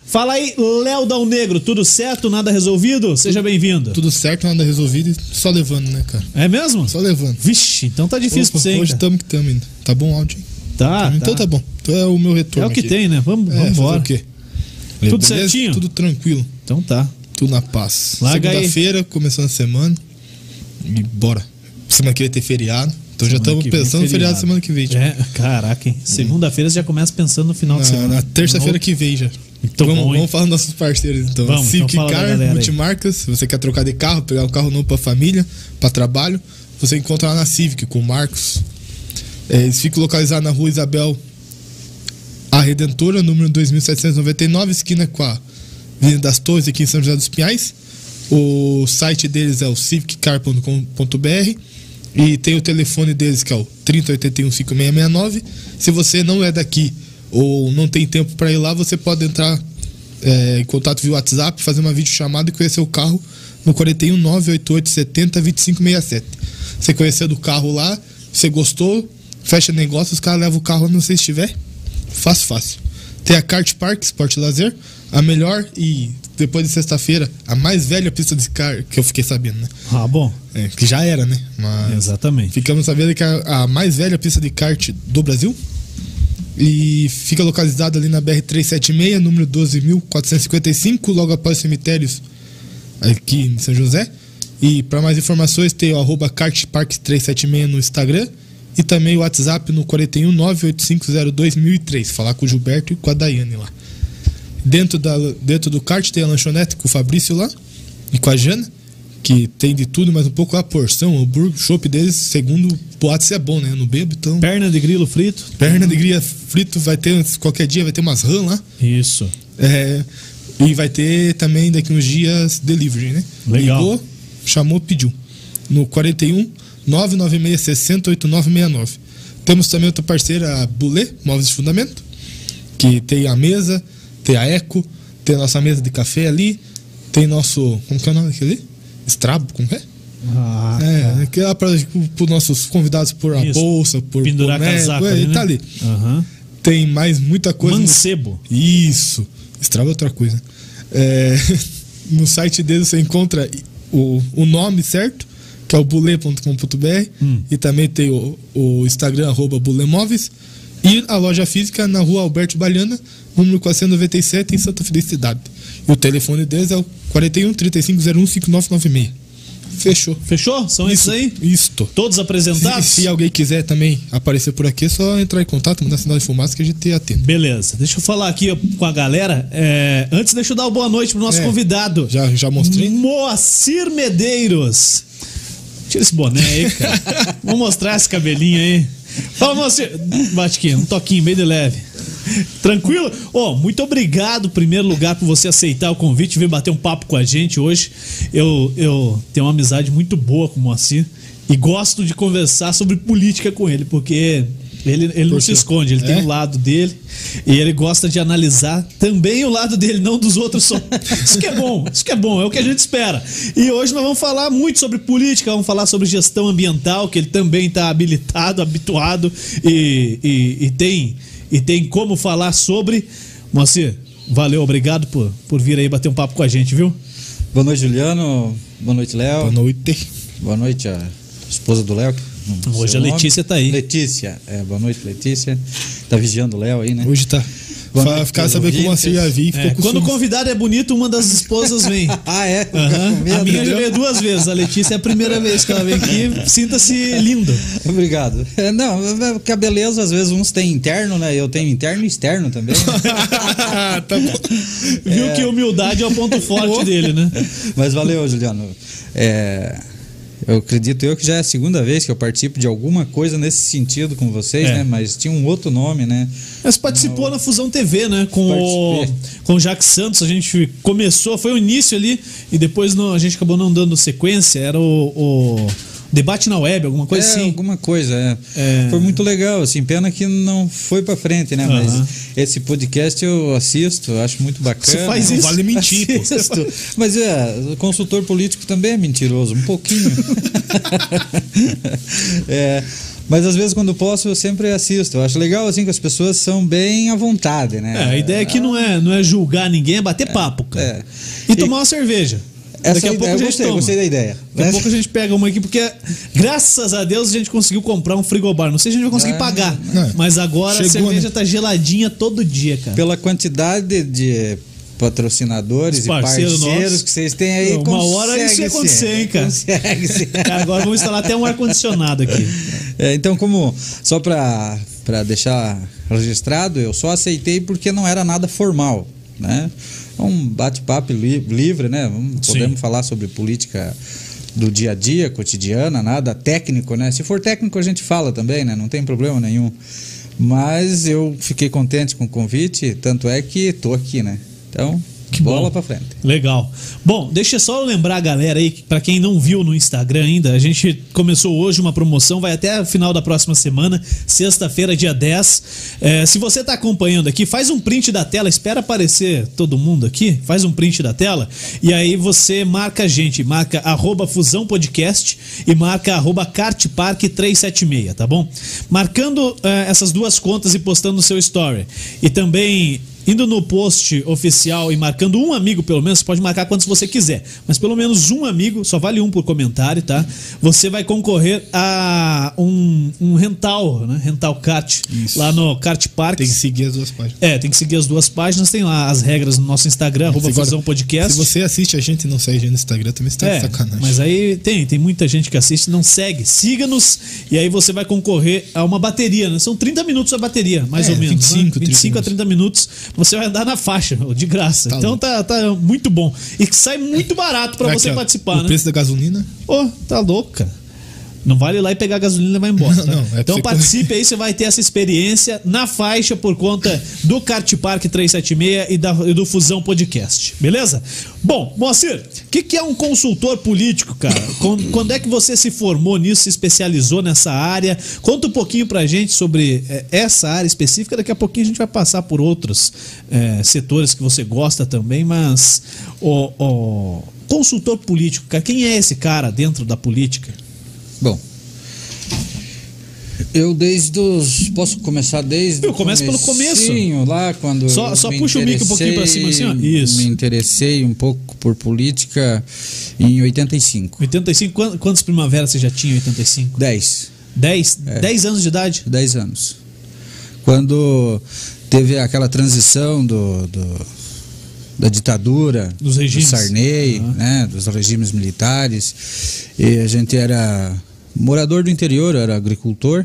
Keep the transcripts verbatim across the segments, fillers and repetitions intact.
Fala aí, Léo Dal Negro, tudo certo? Nada resolvido? Seja bem-vindo. Tudo certo, nada resolvido, só levando, né, cara? É mesmo? Só levando. Vixe, então tá difícil pra você, hein, hoje cara? tamo que tamo ainda. Tá bom o áudio, hein? Tá, Então tá. tá bom. Então é o meu retorno. É o que aqui. tem, né? Vamos, É, vamos fazer embora. o quê? Tudo Beleza? certinho? Tudo tranquilo. Então tá. Tudo na paz. Larga aí. Segunda-feira, começando a semana. E bora. Semana que vem ter feriado. Então já Semana estamos que vem, pensando no feriado feriado. semana que vem. Tipo. É, caraca, hein? Segunda-feira você já começa pensando no final de Na, semana. na terça-feira que vem já. Então, vamos, bom, hein? vamos falar dos nossos parceiros então. Vamos, Civic então fala da Car, galera aí. multimarcas. Se você quer trocar de carro, pegar um carro novo pra família, pra trabalho, você encontra lá na Civic com o Marcos. É, eles ficam localizados na rua Isabel A Redentora, número dois mil setecentos e noventa e nove, esquina com a Avenida das Torres, aqui em São José dos Pinhais. O site deles é o civic car ponto com ponto b r e tem o telefone deles que é o trinta, oitenta e um, cinquenta e seis sessenta e nove. Se você não é daqui ou não tem tempo para ir lá, você pode entrar é, em contato via WhatsApp, fazer uma videochamada e conhecer o carro no quarenta e um, nove oito oito, setenta, vinte e cinco sessenta e sete. Você conhecer do carro lá, você gostou, fecha negócio, os caras levam o carro onde você estiver. Fácil, fácil. Tem a Kart Park, Esporte e Lazer, a melhor e, depois de sexta-feira, a mais velha pista de kart que eu fiquei sabendo, né? Ah, bom. É, que já era, né? Mas Exatamente. ficamos sabendo que é a, a mais velha pista de kart do Brasil. E fica localizada ali na B R trezentos e setenta e seis, número doze mil quatrocentos e cinquenta e cinco, logo após os cemitérios aqui em São José. E para mais informações tem o arroba kartpark trezentos e setenta e seis no Instagram e também o WhatsApp no quarenta e um, nove oito cinco zero dois mil e três. Falar com o Gilberto e com a Daiane lá. Dentro, da, dentro do kart tem a lanchonete com o Fabrício lá e com a Jana, que tem de tudo, mas um pouco a porção, o hambúrguer, chopp deles, segundo boatos é bom, né? No bebo, então... Perna de grilo frito. Perna de grilo frito, vai ter, qualquer dia vai ter umas rãs lá. Isso. É, e vai ter também daqui uns dias delivery, né? Legal. Ligou, chamou, pediu. No quarenta e um, nove nove seis, sessenta, oitenta e nove sessenta e nove. Temos também outra parceira, a Bulê, Móveis de Fundamento, que tem a mesa, tem a Eco, tem a nossa mesa de café ali, tem nosso... Como que é o nome daquele ali? Estrabo, como que é? Ah, É, que é para os nossos convidados por a Isso. bolsa, por pendurar boné, casaco é, ali, né? tá ali. Aham. Tem mais muita coisa. Mancebo. No... Isso. Estrava outra coisa. É, no site deles você encontra o, o nome certo, que é o bulê ponto com ponto b r, Hum. e também tem o, o Instagram, arroba bulemóveis, e a loja física na rua Alberto Baliana, número quatrocentos e noventa e sete, em Santa Felicidade. E o telefone deles é o quarenta e um, trinta e cinco zero um, cinco nove nove seis. Fechou. Fechou? São esses aí? Isto. Todos apresentados? Se, se alguém quiser também aparecer por aqui, é só entrar em contato, mandar sinal de fumaça que a gente atende. Beleza. Deixa eu falar aqui ó, com a galera. É, antes, deixa eu dar uma boa noite pro nosso É. convidado. Já, já mostrei? Moacir Medeiros. Tira esse boné aí, cara. Vamos mostrar esse cabelinho aí. Fala, Moacir. Bate aqui, um toquinho bem de leve. Tranquilo? Ó, oh, muito obrigado, em primeiro lugar, por você aceitar o convite e vir bater um papo com a gente hoje. Eu, eu tenho uma amizade muito boa com o Moacir e gosto de conversar sobre política com ele, porque ele, ele não se esconde, ele é? tem o lado dele e ele gosta de analisar também o lado dele, não dos outros só. Isso que é bom, isso que é bom, é o que a gente espera. E hoje nós vamos falar muito sobre política, vamos falar sobre gestão ambiental, que ele também está habilitado, habituado e, e, e tem... E tem como falar sobre. Moacir, valeu, obrigado por, por vir aí bater um papo com a gente, viu? Boa noite, Juliano. Boa noite, Léo. Boa noite. Boa noite, a esposa do Léo. Hoje a Letícia nome. tá aí. Letícia, é, boa noite, Letícia. Tá vigiando o Léo aí, né? Hoje tá. Ficar saber como assim já vi. É, quando o convidado é bonito, uma das esposas vem. Ah, é? Uhum. A minha já veio duas vezes. A Letícia é a primeira vez que ela vem aqui. Sinta-se lindo. Obrigado. É, não, porque a beleza, às vezes, uns têm interno, né? Eu tenho interno e externo também. Né? Tá bom. Viu é... que humildade é o ponto forte dele, né? Mas valeu, Juliano. É... Eu acredito eu que já é a segunda vez que eu participo de alguma coisa nesse sentido com vocês, é. né? Mas tinha um outro nome, né? Mas participou Não, na Fusão T V, né? Com o, com o Jacques Santos, a gente começou, foi o início ali, e depois não, a gente acabou não dando sequência, era o... o... Debate na web, alguma coisa é, assim? alguma coisa, é. é. Foi muito legal, assim, pena que não foi pra frente, né? Uhum. Mas esse podcast eu assisto, eu acho muito bacana. Você faz isso? Não vale mentir, pô. Mas é, consultor político também é mentiroso, um pouquinho. é, Mas às vezes quando posso eu sempre assisto. Eu acho legal assim que as pessoas são bem à vontade, né? É, a ideia aqui não é, não é julgar ninguém, é bater papo, cara. É. E, E- tomar uma cerveja. Essa Daqui a ideia, pouco a eu gente gostei, toma. gostei da ideia. Daqui a pouco a gente pega uma aqui, porque graças a Deus a gente conseguiu comprar um frigobar. Não sei se a gente vai conseguir Ah, pagar, não. mas agora Chegou, a cerveja né? tá geladinha todo dia, cara. Pela quantidade de patrocinadores Os e parceiros parceiros nossos. que vocês têm aí, Uma hora isso ia consegue acontecer, ser. hein, cara? Consegue ser. Cara, agora vamos instalar até um ar-condicionado aqui. É, então, como só para para deixar registrado, eu só aceitei porque não era nada formal, né? Um bate-papo li- livre, né? Vamos- Sim. Podemos falar sobre política do dia a dia, cotidiana, nada técnico, né? Se for técnico a gente fala também, né? Não tem problema nenhum. Mas eu fiquei contente com o convite, tanto é que tô aqui, né? Então, Que bola bom. pra frente. Legal. Bom, deixa eu só lembrar a galera aí, que pra quem não viu no Instagram ainda, a gente começou hoje uma promoção, vai até o final da próxima semana, sexta-feira, dia dez. É, se você tá acompanhando aqui, faz um print da tela, espera aparecer todo mundo aqui, faz um print da tela, e aí você marca a gente, marca arroba Fusão Podcast e marca arroba Kartpark trezentos e setenta e seis, tá bom? Marcando é, essas duas contas e postando no seu story. E também indo no post oficial e marcando um amigo, pelo menos, você pode marcar quantos você quiser, mas pelo menos um amigo, só vale um por comentário, tá? Você vai concorrer a um, um rental, né? Rental kart, Isso. lá no Kart Park. Tem que seguir as duas páginas. É, tem que seguir as duas páginas, tem lá as regras no nosso Instagram, arroba Agora, Fusão Podcast. Se você assiste a gente e não segue a gente no Instagram, também você tá É, de sacanagem. mas aí tem, tem muita gente que assiste e não segue. Siga-nos e aí você vai concorrer a uma bateria, né? São trinta minutos a bateria, mais É, ou menos. vinte e cinco, né? vinte e cinco a trinta minutos, você vai andar na faixa, meu, de graça. Tá então louco. tá, tá muito bom. E que sai muito barato pra Aqui, você ó, participar, o né? preço da gasolina. Ô, tá louco, cara. Não vale ir lá e pegar a gasolina e vai embora. Não, tá? não, é pra então você participe aí, você vai ter essa experiência na faixa por conta do Kart Park trezentos e setenta e seis e, da, e do Fusão Podcast. Beleza? Bom, Moacir, o que, que é um consultor político, cara? Quando, quando é que você se formou nisso, se especializou nessa área? Conta um pouquinho pra gente sobre é, essa área específica. Daqui a pouquinho a gente vai passar por outros é, setores que você gosta também, mas o, o consultor político, cara, quem é esse cara dentro da política? Bom, eu desde os... Posso começar desde Eu começo pelo começo. comecinho, lá quando Só- eu só me puxa o mic um pouquinho pra cima, assim, ó. Isso. Me interessei um pouco por política em oitenta e cinco. oitenta e cinco, quan- quantas primaveras você já tinha em oitenta e cinco? dez. dez? É. dez anos de idade? dez anos. Quando teve aquela transição do, do- da ditadura, Dos regimes. do Sarney, Aham. né, dos regimes militares, e a gente era morador do interior, eu era agricultor,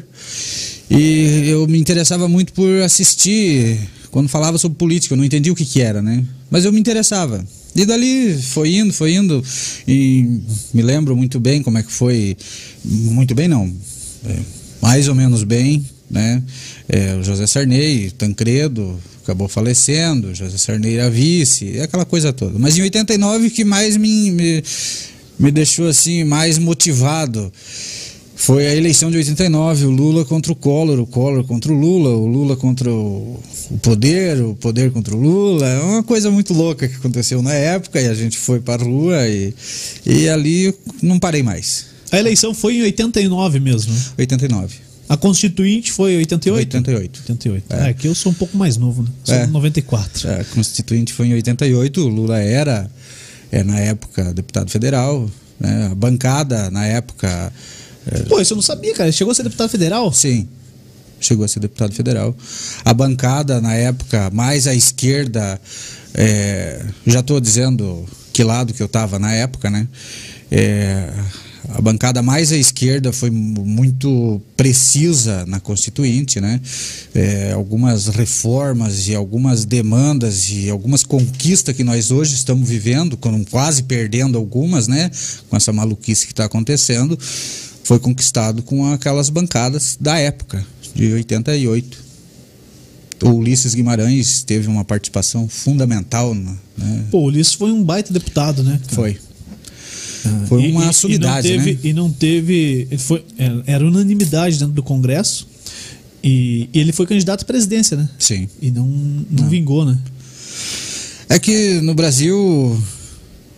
e eu me interessava muito por assistir quando falava sobre política. Eu não entendia o que que era, né? Mas eu me interessava. E dali foi indo, foi indo, e me lembro muito bem como é que foi, muito bem não, é, mais ou menos bem, né? É, o José Sarney, Tancredo, acabou falecendo, José Sarney era vice, aquela coisa toda. Mas em oitenta e nove que mais me, me, me deixou assim, mais motivado foi a eleição de oitenta e nove, o Lula contra o Collor, o Collor contra o Lula, o Lula contra o, o poder, o poder contra o Lula. É uma coisa muito louca que aconteceu na época, e a gente foi para a rua e, e ali não parei mais. A eleição foi em oitenta e nove mesmo. né? oitenta e nove. A Constituinte foi em oitenta e oito? oitenta e oito. oitenta e oito. É. É, aqui eu sou um pouco mais novo, né? Sou É. de noventa e quatro. A Constituinte foi em oitenta e oito, o Lula era, é, na época, deputado federal, né? A bancada, na época, Pô, isso eu não sabia, cara. Ele chegou a ser deputado federal? sim, chegou a ser deputado federal. A bancada, na época, mais à esquerda, é, já estou dizendo que lado que eu estava na época, né? É, a bancada mais à esquerda foi muito precisa na Constituinte, né? É, algumas reformas e algumas demandas e algumas conquistas que nós hoje estamos vivendo, com- quase perdendo algumas, né? Com essa maluquice que está acontecendo, foi conquistado com aquelas bancadas da época, de oitenta e oito. O Ulisses Guimarães teve uma participação fundamental, né? Pô, o Ulisses foi um baita deputado, né? cara? Foi. Ah, Foi e- uma e- sumidade, e não teve, né? E não teve. Ele foi, era- era unanimidade dentro do Congresso. E, e ele foi candidato à presidência, né? Sim. E não, não, Não. vingou, né? É que no Brasil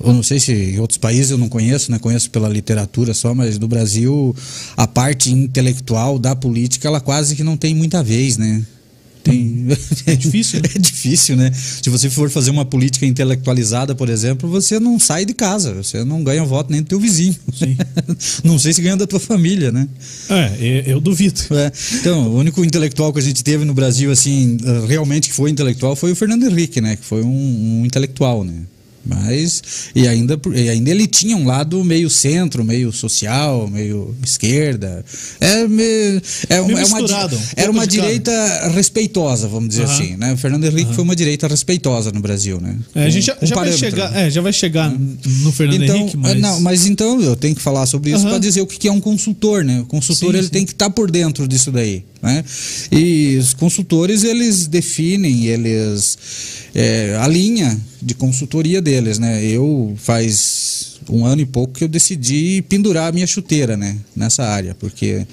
eu não sei se em outros países eu não conheço, né? Conheço pela literatura só, mas no Brasil a parte intelectual da política ela quase que não tem muita vez, né? Tem... É difícil, né? É difícil, né? Se você for fazer uma política intelectualizada, por exemplo, você não sai de casa, você não ganha voto nem do teu vizinho. Sim. Não sei se ganha da tua família, né? É, eu, eu duvido. É. Então, o único intelectual que a gente teve no Brasil, assim, realmente que foi intelectual, foi o Fernando Henrique, né? Que foi um, um intelectual, né? Mas, e ainda, e ainda ele tinha um lado meio centro, meio social, meio esquerda. É, me, é, meio é uma, misturado, um era uma pouco de direita respeitosa, vamos dizer Aham. assim, né? O Fernando Henrique Aham. foi uma direita respeitosa no Brasil, né? É, a gente já, Com já vai parâmetro, chegar, né? é, já vai chegar no Fernando Então, Henrique, mas... não, mas então eu tenho que falar sobre isso Aham. para dizer o que que é um consultor, né? O consultor Sim, ele sim. tem que estar por dentro disso daí, né? E os consultores eles definem, eles é, a linha de consultoria deles, né? Eu faz um ano e pouco que eu decidi pendurar a minha chuteira, né? Nessa área, porque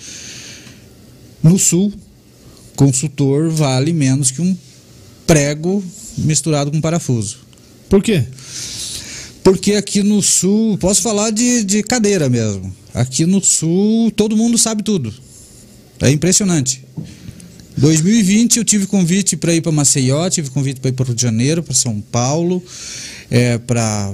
no Sul consultor vale menos que um prego misturado com parafuso. Por quê? Porque aqui no Sul, posso falar de, de cadeira mesmo. Aqui no Sul, todo mundo sabe tudo. É impressionante. dois mil e vinte eu tive convite para ir para Maceió, tive convite para ir para o Rio de Janeiro, para São Paulo, é, para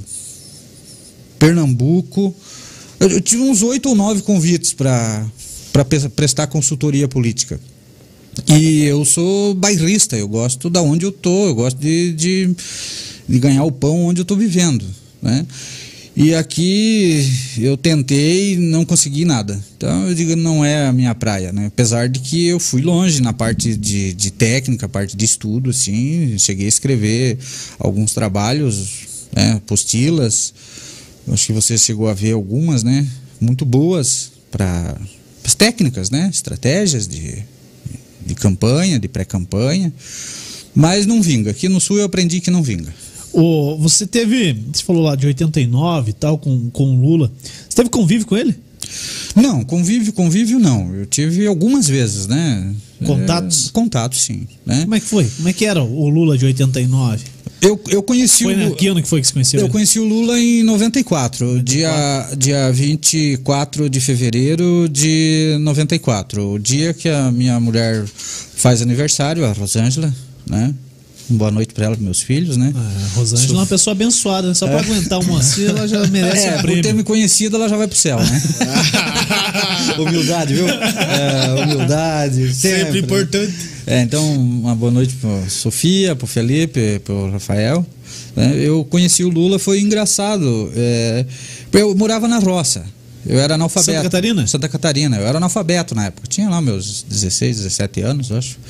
Pernambuco. Eu, eu tive uns oito ou nove convites para para prestar consultoria política. E eu sou bairrista, eu gosto da onde eu tô, eu gosto de, de, de ganhar o pão onde eu estou vivendo, né? E aqui eu tentei e não consegui nada. Então eu digo, não é a minha praia, né? Apesar de que eu fui longe na parte de, de técnica, parte de estudo, assim, cheguei a escrever alguns trabalhos, né? Apostilas. Acho que você chegou a ver algumas, né? Muito boas para as técnicas, né? Estratégias de, de campanha, de pré-campanha. Mas não vinga. Aqui no Sul eu aprendi que não vinga. O, você teve, você falou lá de oitenta e nove e tal, com, com o Lula. Você teve convívio com ele? Não, convívio, convívio não. Eu tive algumas vezes, né? Contatos? É, contatos, sim. Né? Como é que foi? Como é que era o Lula de oitenta e nove? Eu, eu conheci Foi o Lula. que ano que foi que você conheceu Eu ele? conheci o Lula em noventa e quatro, dia, dia vinte e quatro de fevereiro de noventa e quatro, o dia que a minha mulher faz aniversário, a Rosângela, né? Boa noite para ela e meus filhos, né? Ah, a Rosângela é uma pessoa abençoada, né? Só pra aguentar o mocinho, ela já merece É, um por prêmio. ter me conhecido, ela já vai pro céu, né? Humildade, viu? É, humildade. Sempre, Sempre importante. É, então, uma boa noite para Sofia, para Felipe, para Rafael. É, eu conheci o Lula, foi engraçado. É, eu morava na roça. Eu era analfabeto. Santa Catarina? Santa Catarina. Eu era analfabeto na época. Tinha lá meus dezesseis, dezessete anos, eu acho.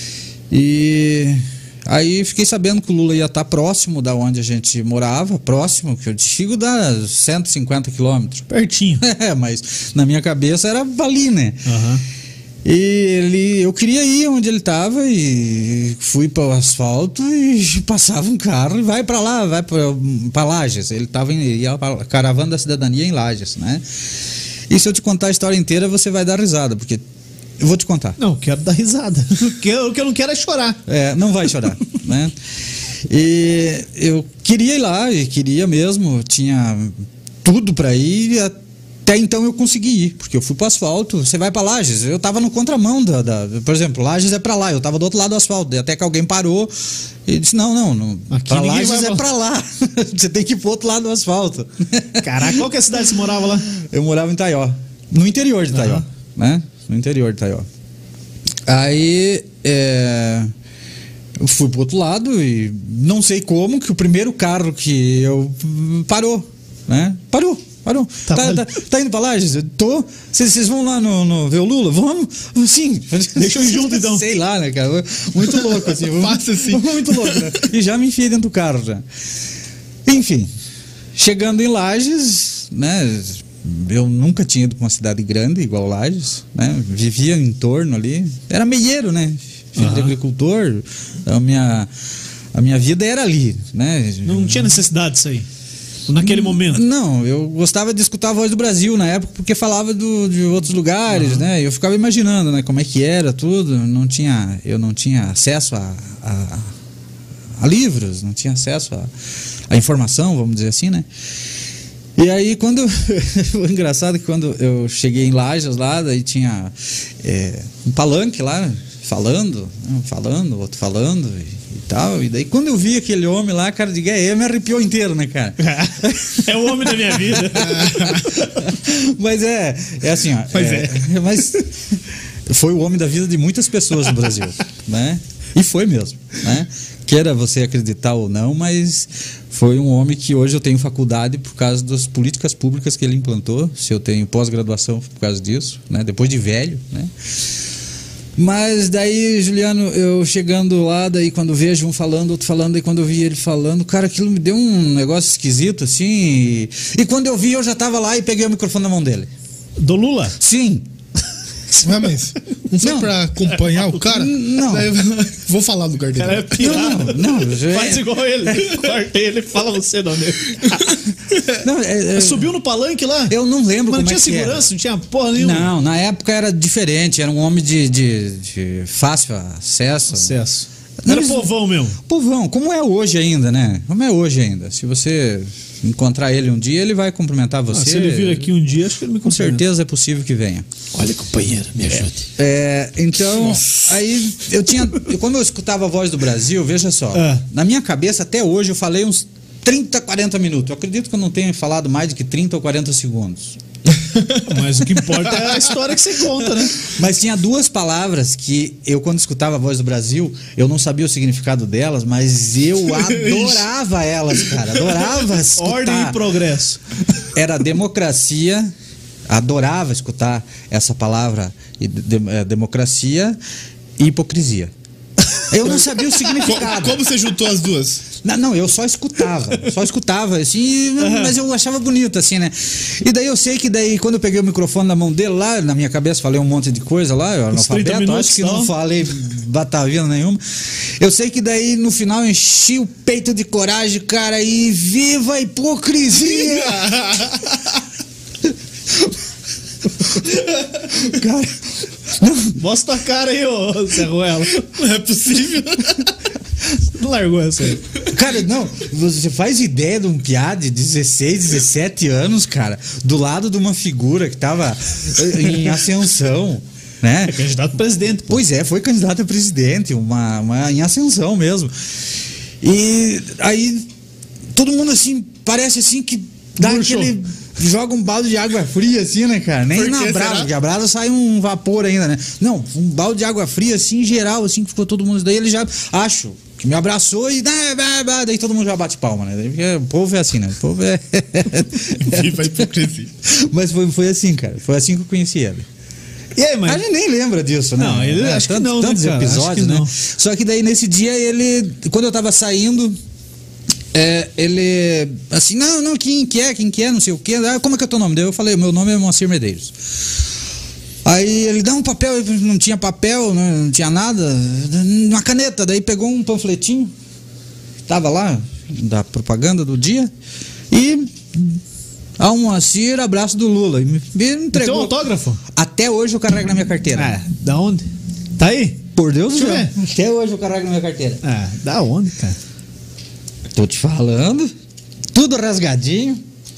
E aí fiquei sabendo que o Lula ia estar próximo da onde a gente morava, próximo, que eu digo dá cento e cinquenta quilômetros. Pertinho. É, mas na minha cabeça era ali, né? Aham. E ele, eu queria ir onde ele estava e fui para o asfalto e passava um carro e vai para lá, vai para Lages. Ele estava ia para a Caravana da Cidadania em Lages, né? E se eu te contar a história inteira, você vai dar risada, porque eu vou te contar. Não, quero dar risada. O que eu, o que eu não quero é chorar. É, não vai chorar, né? E eu queria ir lá, e queria mesmo, tinha tudo para ir. Até então eu consegui ir, porque eu fui pro asfalto, você vai pra Lages, eu tava no contramão da, da por exemplo, Lages é pra lá, eu tava do outro lado do asfalto, e até que alguém parou e disse, não, não, não Aqui pra ninguém Lages vai é pra lá, você tem que ir pro outro lado do asfalto. Caraca, qual que é a cidade que você morava lá? Eu morava em Itaió, no interior de Itaió, Aham. né, no interior de Itaió. Aí, é... eu fui pro outro lado e não sei como que o primeiro carro que eu parou, né, parou. Parou. Tá, Tá, tá, tá indo pra Lages? Eu tô. Vocês vão lá no, no ver o Lula? Vamos? Sim. Deixa eu ir junto, então. Sei lá, né, cara? Muito louco, assim. Passa assim. Muito louco, né? E já me enfiei dentro do carro, já. Enfim. Chegando em Lages, né? Eu nunca tinha ido pra uma cidade grande igual Lages, né? Vivia em torno ali. Era meieiro, né? Filho Aham. de agricultor. A minha, a minha vida era ali, né? Não tinha necessidade disso aí. Naquele momento. Não, eu gostava de escutar a Voz do Brasil na época, porque falava do, de outros lugares, Uhum. né? Eu ficava imaginando, né, como é que era tudo. Não tinha, eu não tinha acesso a, a, a livros, não tinha acesso a, a informação, vamos dizer assim, né? E aí, quando. O engraçado é que quando eu cheguei em Lages lá, daí tinha é, um palanque lá, falando, um falando, outro falando e, e tal. E daí, quando eu vi aquele homem lá, cara, de é, me arrepiou inteiro, né, cara? É o homem da minha vida. Mas é, é assim, ó. Mas é, é. Mas foi o homem da vida de muitas pessoas no Brasil, né? E foi mesmo, né? Queira você acreditar ou não, mas foi um homem que hoje eu tenho faculdade por causa das políticas públicas que ele implantou. Se eu tenho pós-graduação por causa disso, né? Depois de velho, né? Mas daí, Juliano, eu chegando lá, daí quando vejo um falando, outro falando, daí quando eu vi ele falando, cara, aquilo me deu um negócio esquisito, assim. E, e quando eu vi, eu já tava lá e peguei o microfone na mão dele. Do Lula? Sim. Ué, mas não foi Não. pra acompanhar o cara? Não. Daí eu vou falar no lugar dele. Cara, é pirata. Não, não, já é- Faz igual ele. Corta ele e fala você, não. Não, é- é- Subiu no palanque lá? eu não lembro Mas não como tinha é que era. segurança, não tinha porra nenhuma. Não, na época era diferente, era um homem de, de, de fácil acesso. Acesso. Não, Era mas- povão mesmo. Povão, como é hoje ainda, né? Como é hoje ainda. Se você encontrar ele um dia, ele vai cumprimentar Ah, você. se ele vir aqui um dia, acho que ele me Com cumprimenta. certeza é possível que venha. Olha, companheiro, me ajude. É, então, aí eu tinha. Quando eu escutava a Voz do Brasil, veja só, Ah. na minha cabeça até hoje eu falei uns trinta, quarenta minutos. Eu acredito que eu não tenha falado mais de que trinta ou quarenta segundos. Mas o que importa é a história que você conta, né? Mas tinha duas palavras que eu, quando escutava a Voz do Brasil, eu não sabia o significado delas, mas eu adorava elas, cara. Adorava escutar. Ordem e progresso. Era democracia, adorava escutar essa palavra, e de- é, democracia e hipocrisia. Eu não sabia o Co- significado. Como você juntou as duas? Não, não, eu só escutava, só escutava, assim, mas eu achava bonito, assim, né? E daí eu sei que daí, quando eu peguei o microfone na mão dele lá, na minha cabeça, falei um monte de coisa lá, eu Uns trinta analfabeto, minutos, acho que então. não falei batavina nenhuma. Eu sei que daí, no final, eu enchi o peito de coragem, cara, e viva a hipocrisia! Cara, não, Mostra a cara aí, ô Zé Ruela. Não é possível. Não largou essa aí. cara, não, você faz ideia de um piá de dezesseis, dezessete anos, cara, do lado de uma figura que tava em ascensão, né? É candidato a presidente, pô. Pois é, foi candidato a presidente, uma, uma em ascensão mesmo. E aí todo mundo assim, parece assim que dá Murchou. aquele joga um balde de água fria assim, né, cara? Nem Por na que brasa, será? porque a brasa sai um vapor ainda, né? Não, um balde de água fria assim, em geral, assim, que ficou todo mundo. Daí ele já, acho, que me abraçou e daí todo mundo já bate palma, né? Porque o povo é assim, né? O povo é. Viva a hipocrisia. Mas foi, foi assim, cara. Foi assim que eu conheci ele. E aí, A mas... gente nem lembra disso, né? Não, ele- É, acho que tantos- não, né, Tantos cara? Acho episódios, que né? não. Só que daí nesse dia ele, quando eu tava saindo, é, ele, assim, não, não, quem que é, quem que é, não sei o quê. Ah, como é que é o teu nome? Daí eu falei, meu nome é Moacir Medeiros. Aí ele dá um papel, eu não tinha papel, né, não tinha nada, uma caneta. Daí pegou um panfletinho, tava lá, da propaganda do dia, e ao Moacir, abraço do Lula. E me me Tem um entregou. autógrafo? Até hoje eu carrego na minha carteira. É, da onde? Tá aí? Por Deus do Deixa eu céu. ver. Até hoje eu carrego na minha carteira. Ah, da onde, cara? Tô te falando. Tudo rasgadinho.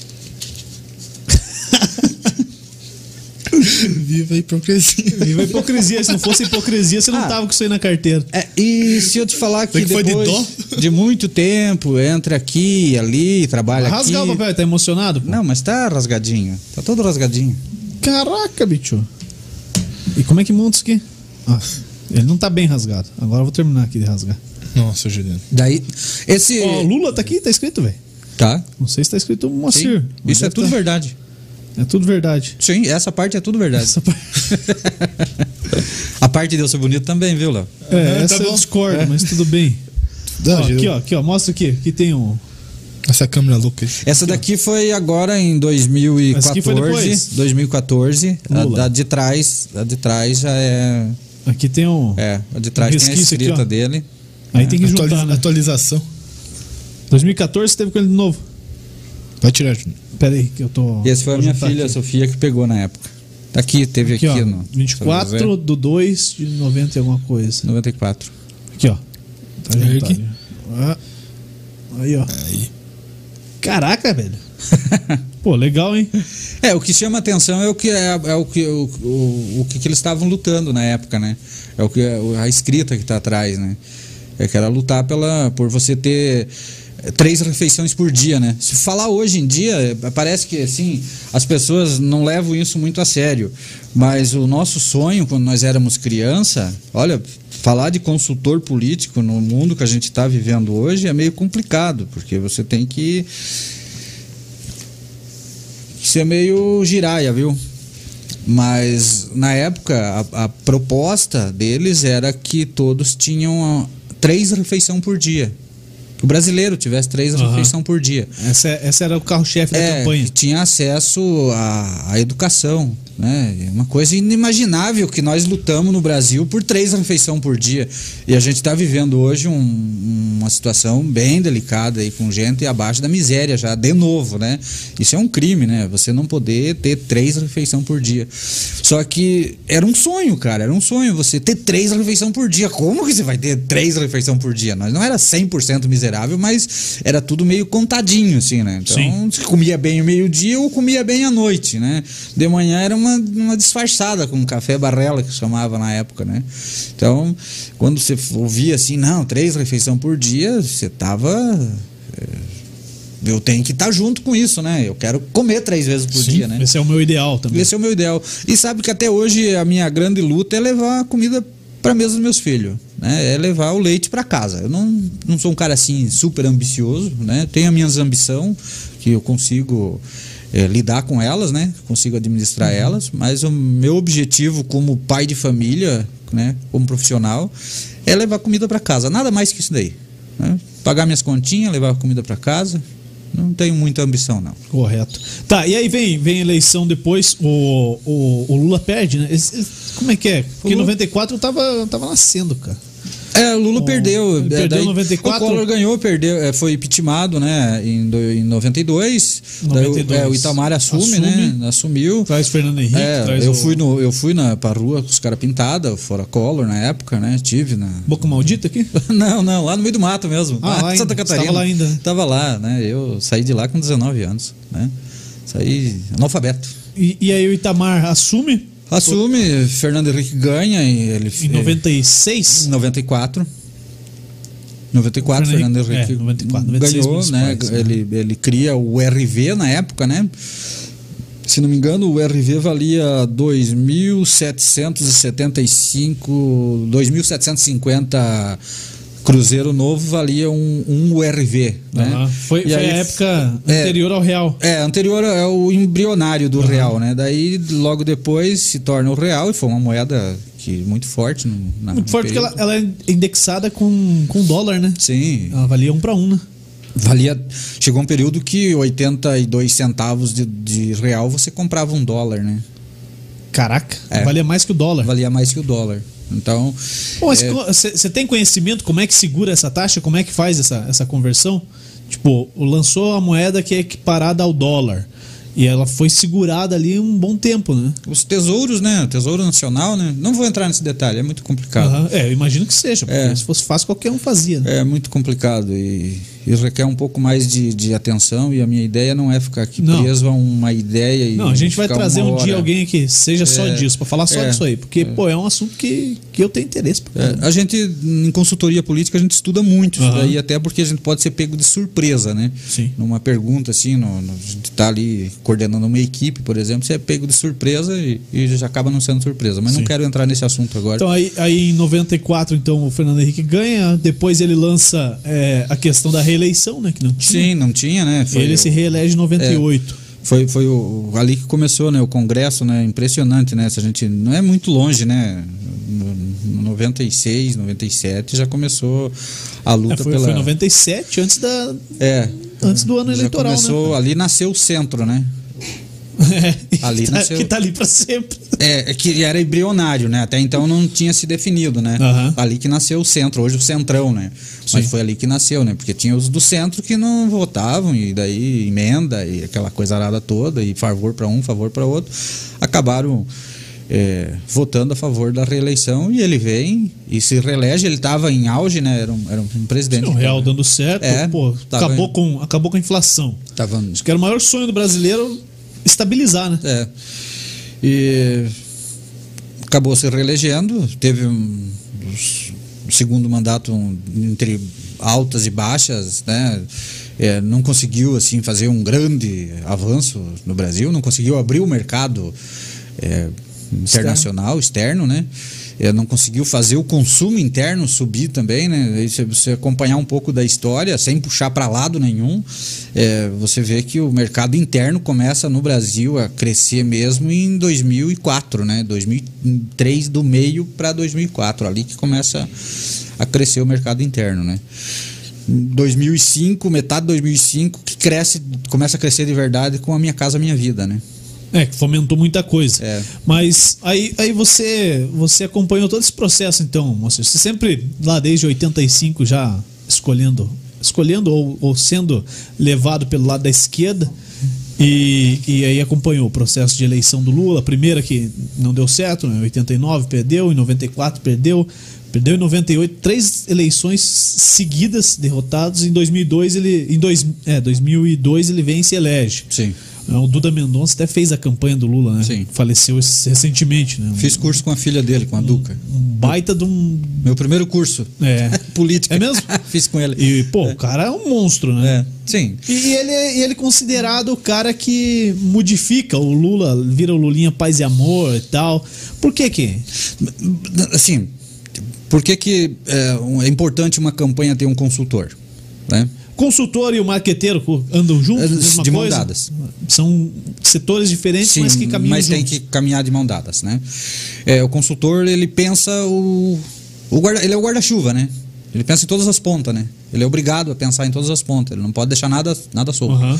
Viva a hipocrisia. Viva a hipocrisia. Se não fosse hipocrisia, você não Ah. tava com isso aí na carteira. É, e se eu te falar que Foi que foi de depois dó? de muito tempo, entra aqui e ali, trabalha aqui. Rasgar o papel, tá emocionado? Pô? Não, mas tá rasgadinho. Tá todo rasgadinho. Caraca, bicho. E como é que monta isso aqui? Ah, ele não tá bem rasgado. Agora eu vou terminar aqui de rasgar. Nossa, Juliano. Daí, esse... Ó, Lula tá aqui, tá escrito, velho. Tá. Não sei se tá escrito Sim. Moacir. mas Isso é deve tudo tá- verdade. É tudo verdade. Sim, essa parte é tudo verdade. Essa parte... A parte de eu ser bonito também, viu, Léo? É, Ah, essa tá eu bom. discordo, É. mas tudo bem. Não, Ó, Gil, aqui, ó, aqui, ó, mostra aqui. Aqui tem um. Essa câmera louca aí. Essa daqui foi agora em dois mil e Essa aqui foi quatorze. depois? dois mil e quatorze. A, Lula. a de trás, a de trás já é. Aqui tem um. É, a de trás tem a resquício aqui, escrita ó. dele. Aí tem que Atualiza- juntar, né? Atualização. dois mil e quatorze teve com ele de novo. Vai tirar, Juliano. Pera aí, que eu tô. E essa foi a vou minha juntar filha, a aqui. Sofia, que pegou na época. Tá aqui, teve aqui, Aqui, ó. no. vinte e quatro do dois de noventa e alguma coisa. noventa e quatro. Aqui, ó. Tá É juntado. aqui? Ah. Aí, ó. Aí. Caraca, velho. Pô, legal, hein? É, o que chama atenção é o que é, é o que o, o, o que, que eles estavam lutando na época, né? É o que a escrita que está atrás, né? É que era lutar pela por você ter três refeições por dia, né? Se falar hoje em dia, parece que assim, as pessoas não levam isso muito a sério, mas o nosso sonho quando nós éramos criança, olha, falar de consultor político no mundo que a gente está vivendo hoje é meio complicado, porque você tem que ser meio giraia, viu? Mas na época a, a proposta deles era que todos tinham três refeições por dia. Que o brasileiro tivesse três uhum. refeições por dia. Essa, essa era o carro-chefe da é, campanha. Que tinha acesso à, à educação. Né? Uma coisa inimaginável que nós lutamos no Brasil por três refeições por dia. E a gente está vivendo hoje um, uma situação bem delicada aí, com gente abaixo da miséria já, de novo, né? Isso é um crime, né? Você não poder ter três refeições por dia. Só que era um sonho, cara, era um sonho você ter três refeições por dia. Como que você vai ter três refeições por dia? Nós não era cem por cento miserável, mas era tudo meio contadinho, assim, né? Então, Sim. você comia bem o meio-dia ou comia bem à noite, né? De manhã era uma Uma, uma disfarçada com café barrela, que chamava na época, né? Então, quando você ouvia assim, não, três refeições por dia, você tava... Eu tenho que estar junto com isso, né? Eu quero comer três vezes por Sim, dia, né? Esse é o meu ideal também. Esse é o meu ideal. E sabe que até hoje a minha grande luta é levar a comida para a mesa dos meus filhos, né? É levar o leite para casa. Eu não, não sou um cara assim super ambicioso, né? Tenho as minhas ambições, que eu consigo... É, lidar com elas, né? Consigo administrar uhum. elas, mas o meu objetivo como pai de família, né? Como profissional, é levar comida para casa. Nada mais que isso daí, né? Pagar minhas continhas, levar comida para casa. Não tenho muita ambição, não. Correto. Tá, e aí vem, vem a eleição depois, o, o, o Lula perde, né? Esse, esse, como é que é? Porque em noventa e quatro eu tava, eu tava nascendo, cara. É, o Lula oh, perdeu. Ele perdeu em noventa e quatro. O Collor ganhou, perdeu, foi impeachmentado, né, em, do, em noventa e dois. noventa e dois. Daí, é, o Itamar assume, assume, né? Assumiu. Traz Fernando Henrique. É, traz eu, o... fui no, eu fui na, pra rua com os caras pintados, fora Collor na época, né? Tive na. Boca Maldita aqui? Não, não, lá no meio do mato mesmo. Ah, lá Santa ainda. Catarina. Tava lá ainda. Tava lá, né? Eu saí de lá com dezenove anos, né? Saí analfabeto. E, e aí o Itamar assume? Assume, Fernando Henrique ganha. E ele, em noventa e seis? Em noventa e quatro. noventa e quatro, Fernando Henrique é, noventa e quatro, noventa e seis ganhou, né? né? Ele, ele cria o R V na época, né? Se não me engano, o R V valia dois mil setecentos e setenta e cinco, dois mil setecentos e cinquenta Cruzeiro novo valia um, um U R V, né? Uhum. Foi, foi aí, a época é, anterior ao real. É, anterior é o embrionário do uhum. real, né? Daí, logo depois, se torna o real e foi uma moeda que muito forte. No, na, muito forte porque ela, ela é indexada com, com dólar, né? Sim. Ela valia um para um, né? Valia, chegou um período que oitenta e dois centavos de, de real você comprava um dólar, né? Caraca, é, valia mais que o dólar. Valia mais que o dólar. Então, você é... tem conhecimento como é que segura essa taxa? Como é que faz essa, essa conversão? Tipo, lançou a moeda que é equiparada ao dólar e ela foi segurada ali um bom tempo, né? Os tesouros, né? O Tesouro Nacional, né? Não vou entrar nesse detalhe, é muito complicado. Uhum. É, eu imagino que seja, porque é. se fosse fácil qualquer um fazia. Né? É muito complicado e, e requer um pouco mais de, de atenção e a minha ideia não é ficar aqui não. preso a uma ideia e não, a gente vai trazer um dia alguém que seja é. só disso, para falar só é. disso aí, porque é. pô, é um assunto que, que eu tenho interesse. É. A gente, em consultoria política, a gente estuda muito uhum. isso daí, até porque a gente pode ser pego de surpresa, né? Sim. Numa pergunta assim, no, no, a gente tá ali coordenando uma equipe, por exemplo, você é pego de surpresa e, e já acaba não sendo surpresa, mas Sim. não quero entrar nesse assunto agora. Então aí, aí em noventa e quatro, então, o Fernando Henrique ganha, depois ele lança é, a questão da reeleição, né? Que não tinha. Sim, não tinha, né? Foi ele o, se reelege em noventa e oito. É, foi foi o, ali que começou, né? O Congresso, né? Impressionante, né? Se a gente não é muito longe, né? No, no noventa e seis, noventa e sete já começou a luta é, foi, pela... Foi noventa e sete, antes da... É. Antes do ano já eleitoral, começou, né? Ali nasceu o centro, né? É, ali que, tá, nasceu... que tá ali para sempre. É, que era embrionário, né? Até então não tinha se definido, né? Uhum. Ali que nasceu o centro, hoje o centrão, né? Sim. Mas foi ali que nasceu, né? Porque tinha os do centro que não votavam e daí emenda e aquela coisa arada toda e favor para um, favor para outro. Acabaram é, votando a favor da reeleição, e ele vem e se reelege. Ele estava em auge, né? Era um, era um presidente. Sim, o real dando certo, É, pô, tava acabou, em- com, acabou com a inflação. Tava, Acho que era o maior sonho do brasileiro estabilizar, né? é, e acabou se reelegendo. Teve um, um segundo mandato um, entre altas e baixas, né? É, não conseguiu assim fazer um grande avanço no Brasil, não conseguiu abrir o mercado é, internacional, externo, né? É, não conseguiu fazer o consumo interno subir também, né? E se você acompanhar um pouco da história, sem puxar para lado nenhum, é, você vê que o mercado interno começa no Brasil a crescer mesmo em dois mil e quatro, né? dois mil e três do meio para dois mil e quatro, ali que começa a crescer o mercado interno, né? dois mil e cinco, metade de dois mil e cinco, que cresce, começa a crescer de verdade com a Minha Casa Minha Vida, né? É, que fomentou muita coisa. É. Mas aí, aí você, você acompanhou todo esse processo, então, moço. Você sempre, lá desde oitenta e cinco, já escolhendo, escolhendo ou, ou sendo levado pelo lado da esquerda, e, e aí acompanhou o processo de eleição do Lula. A primeira que não deu certo, né? Em oitenta e nove perdeu, em noventa e quatro perdeu, perdeu em noventa e oito, três eleições seguidas derrotados. Em dois mil e dois ele, em dois, é, dois mil e dois ele vem e se elege. Sim. O Duda Mendonça até fez a campanha do Lula, né? Sim. Faleceu esse- recentemente, né? Um- Fiz curso com a filha dele, com a Duca. Um baita de um. Meu primeiro curso. É. Política. É mesmo? Fiz com ele. E, pô, o cara é um monstro, né? É. Sim. E, e ele, é- e ele é considerado o cara que modifica o Lula, vira o Lulinha paz e amor e tal. Por que que? Assim, por que que é, um- é importante uma campanha ter um consultor, né? Consultor e o marqueteiro co- andam juntos? É, mesma de mão coisa? dadas. São setores diferentes, Sim, mas que caminham mas tem juntos. que caminhar de mão dadas, né? É, o consultor, ele pensa o, o guarda, ele é o guarda-chuva, né? Ele pensa em todas as pontas, né? Ele é obrigado a pensar em todas as pontas. Ele não pode deixar nada, nada solto. Aham.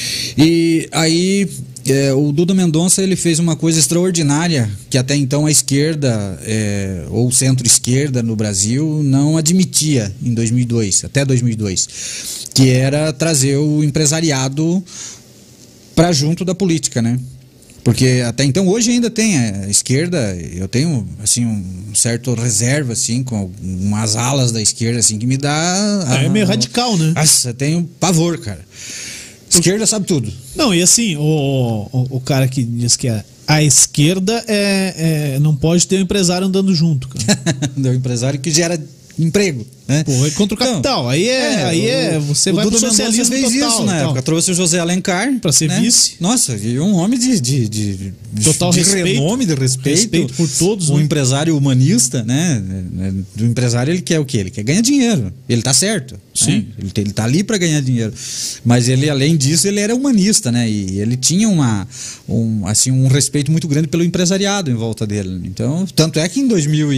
E aí, é, o Duda Mendonça, ele fez uma coisa extraordinária que até então a esquerda, é, ou centro-esquerda no Brasil, não admitia em dois mil e dois, até dois mil e dois, que era trazer o empresariado para junto da política, né? Porque até então, hoje ainda tem a esquerda, eu tenho, assim, um certo reserva, assim, com umas alas da esquerda, assim, que me dá... É meio radical, né? Nossa, eu tenho pavor, cara. Esquerda sabe tudo. Não, e assim, o, o, o cara que diz que a, a esquerda é, é- não pode ter um empresário andando junto, cara. Do empresário que gera emprego, né? Pô, é contra o Então, capital. Aí é, aí é o- você o vai Duda pro Mendonça socialismo fez total. isso na tal. época. Trouxe o José Alencar Pra ser né? vice. Nossa, e um homem de, de, de, Total de respeito. renome, de respeito. Respeito por todos, Um né? empresário humanista, né? Do empresário, ele quer o quê? Ele quer ganhar dinheiro. Ele tá certo. Sim. Né? Ele, te- ele tá ali para ganhar dinheiro. Mas ele, além disso, ele era humanista, né? E ele tinha uma, um, assim, um respeito muito grande pelo empresariado em volta dele. Então, tanto é que em dois mil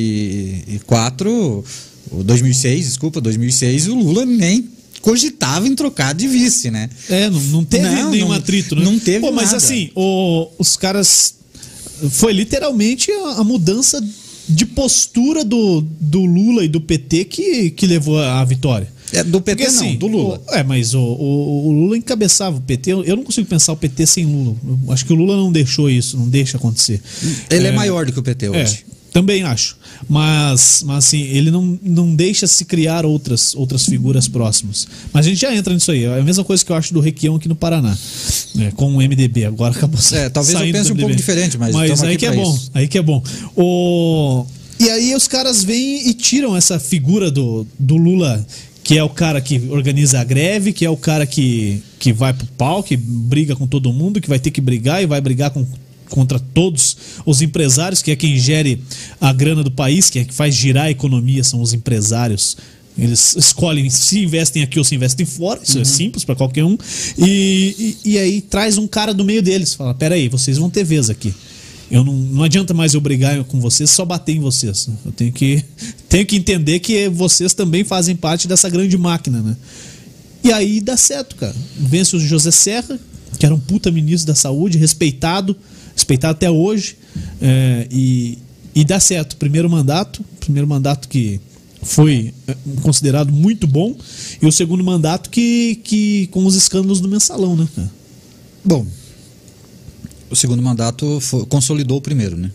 e quatro, ou dois mil e seis, desculpa, dois mil e seis, o Lula nem cogitava em trocar de vice, né? É, não, não teve Não, nenhum não- atrito, né? não teve Pô, mas nada. assim, o- os caras. Foi literalmente a, a mudança de postura do, do Lula e do P T que, que levou à vitória. É, do P T Porque, não, assim, do Lula. o- é, mas o, o, o Lula encabeçava o P T. Eu, eu não consigo pensar o P T sem Lula. Eu acho que o Lula não deixou isso, não deixa acontecer. Ele é, maior do que o P T É, hoje. também acho. Mas, mas assim, ele não, não deixa se criar outras, outras figuras próximas. Mas a gente já entra nisso aí. É a mesma coisa que eu acho do Requião aqui no Paraná. É, com o M D B. Agora acabou É, talvez eu saindo pense do um pouco M D B. diferente, mas Mas tamo aí aqui que é pra bom. isso. Aí que é bom. O... E aí os caras vêm e tiram essa figura do, do Lula, que é o cara que organiza a greve, que é o cara que, que vai pro pau, que briga com todo mundo, que vai ter que brigar e vai brigar com, contra todos os empresários, que é quem gere a grana do país, que é que faz girar a economia, são os empresários. Eles escolhem se investem aqui ou se investem fora, isso é simples para qualquer um. E, e, e aí traz um cara do meio deles, fala: peraí, vocês vão ter vez aqui. Eu não, não adianta mais eu brigar com vocês, só bater em vocês. Eu tenho que, tenho que entender que vocês também fazem parte dessa grande máquina, né? E aí dá certo, cara. Vence o José Serra, que era um puta ministro da saúde, respeitado, respeitado até hoje, é, e, e dá certo. Primeiro mandato, primeiro mandato que foi é, considerado muito bom, e o segundo mandato que, que com os escândalos do mensalão, né, cara? Bom, O segundo mandato foi, consolidou o primeiro, né?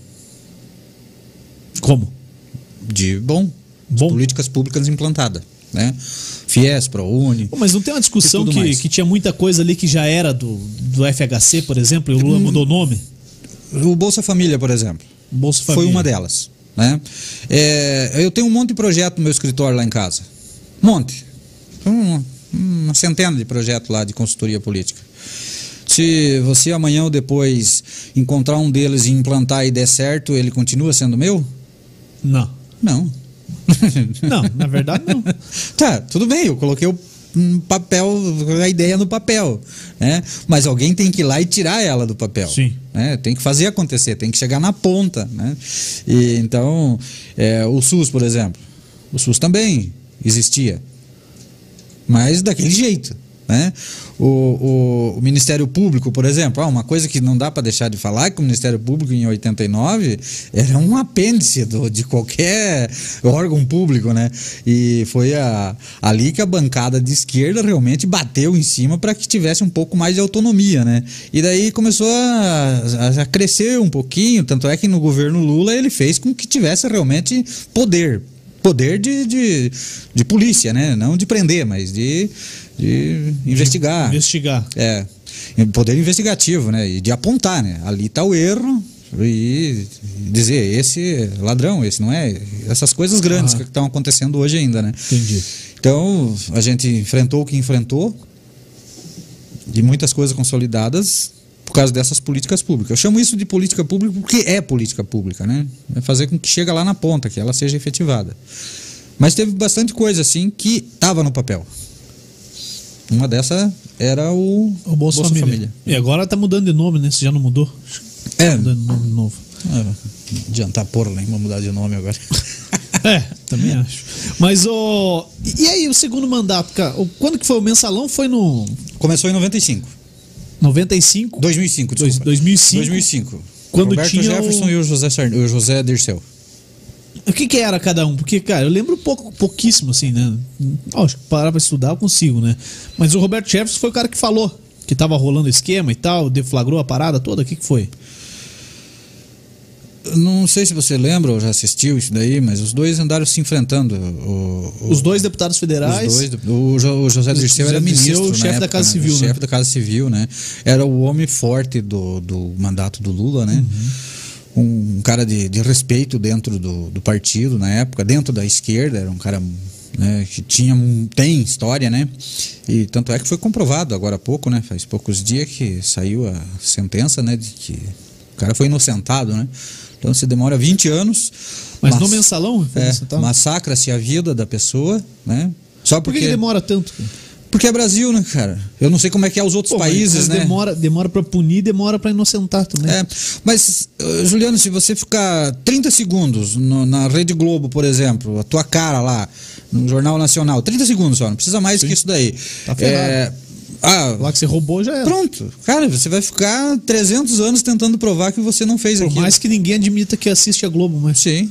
Como? De bom, Bom. políticas públicas implantadas, né? Fies, ProUni. Pô, mas não tem uma discussão E tudo que, mais. que tinha muita coisa ali que já era do, do F H C, por exemplo, e o Lula mudou o nome? O Bolsa Família, por exemplo, Bolsa foi Família. uma delas, né? É, eu tenho um monte de projeto no meu escritório lá em casa. Um monte. Uma, uma centena de projetos lá de consultoria política. Se você amanhã ou depois encontrar um deles e implantar e der certo, ele continua sendo meu? Não. Não. Não, na verdade não. Tá, tudo bem, eu coloquei o um papel, a ideia no papel, né? Mas alguém tem que ir lá e tirar ela do papel. Sim. Né? Tem que fazer acontecer, tem que chegar na ponta, né? E então, é, o SUS, por exemplo, o SUS também existia, mas daquele jeito, né? O, o, o Ministério Público, por exemplo, ah, uma coisa que não dá para deixar de falar é que o Ministério Público em oitenta e nove era um apêndice do, de qualquer órgão público, né? E foi a, ali que a bancada de esquerda realmente bateu em cima para que tivesse um pouco mais de autonomia, né? E daí começou a, a crescer um pouquinho, tanto é que no governo Lula ele fez com que tivesse realmente poder. Poder de, de, de polícia, né? Não de prender, mas de, de investigar. De investigar. É, poder investigativo, né? E de apontar, né? Ali está o erro e dizer, esse é ladrão, esse não é. Essas coisas grandes Ah. que estão acontecendo hoje ainda, né? Entendi. Então, a gente enfrentou o que enfrentou, de muitas coisas consolidadas, por causa dessas políticas públicas. Eu chamo isso de política pública porque é política pública, né? É fazer com que chegue lá na ponta, que ela seja efetivada. Mas teve bastante coisa, assim, que estava no papel. Uma dessas era o, O Bolsa, Família. E agora tá mudando de nome, né? Se já não mudou. É. Tá mudando de nome novo. Ah, adiantar porra, né? Vamos mudar de nome agora. É, também acho. Mas o. E aí, o segundo mandato, cara? O- Quando que foi? O mensalão foi no Começou em noventa e cinco. noventa e cinco? dois mil e cinco, Dois- desculpa. dois mil e cinco. dois mil e cinco. Quando Roberto tinha Jefferson o- e o José, Sar... o José Dirceu. O que que era cada um? Porque, cara, eu lembro pouco, pouquíssimo, assim, né? Ó, acho que parar pra estudar eu consigo, né? Mas o Roberto Jefferson foi o cara que falou que tava rolando o esquema e tal, deflagrou a parada toda. O que que foi? Não sei se você lembra ou já assistiu isso daí, mas os dois andaram se enfrentando. O, o, Os dois deputados federais. Os dois, o, Jo- o José Dirceu José era Dirceu, ministro, na chefe da época, Casa né? Civil, O né? chefe da Casa Civil, né? Era o homem forte do, do mandato do Lula, né? Um cara de, de respeito dentro do, do partido na época, dentro da esquerda, era um cara, né, que tinha, tem história, né? E tanto é que foi comprovado agora há pouco, né? Faz poucos dias que saiu a sentença, né? De que o cara foi inocentado, né? Então se demora vinte anos. Mas mas- no mensalão? Foi é, inocentado? massacra-se a vida da pessoa, né? Só Por que, porque que demora tanto? cara? porque é Brasil, né, cara? Eu não sei como é que é os outros Pô, mas- países, mas né? Demora, demora pra punir, demora pra inocentar também. É, mas, uh, Juliano, se você ficar trinta segundos no- na Rede Globo, por exemplo, a tua cara lá, no Jornal Nacional, trinta segundos só, não precisa mais Sim. que isso daí. Tá ferrado. É, ah, Lá que você roubou já era. pronto. Cara, você vai ficar trezentos anos tentando provar que você não fez Por aquilo. mais que ninguém admita que assiste a Globo, mas. Sim.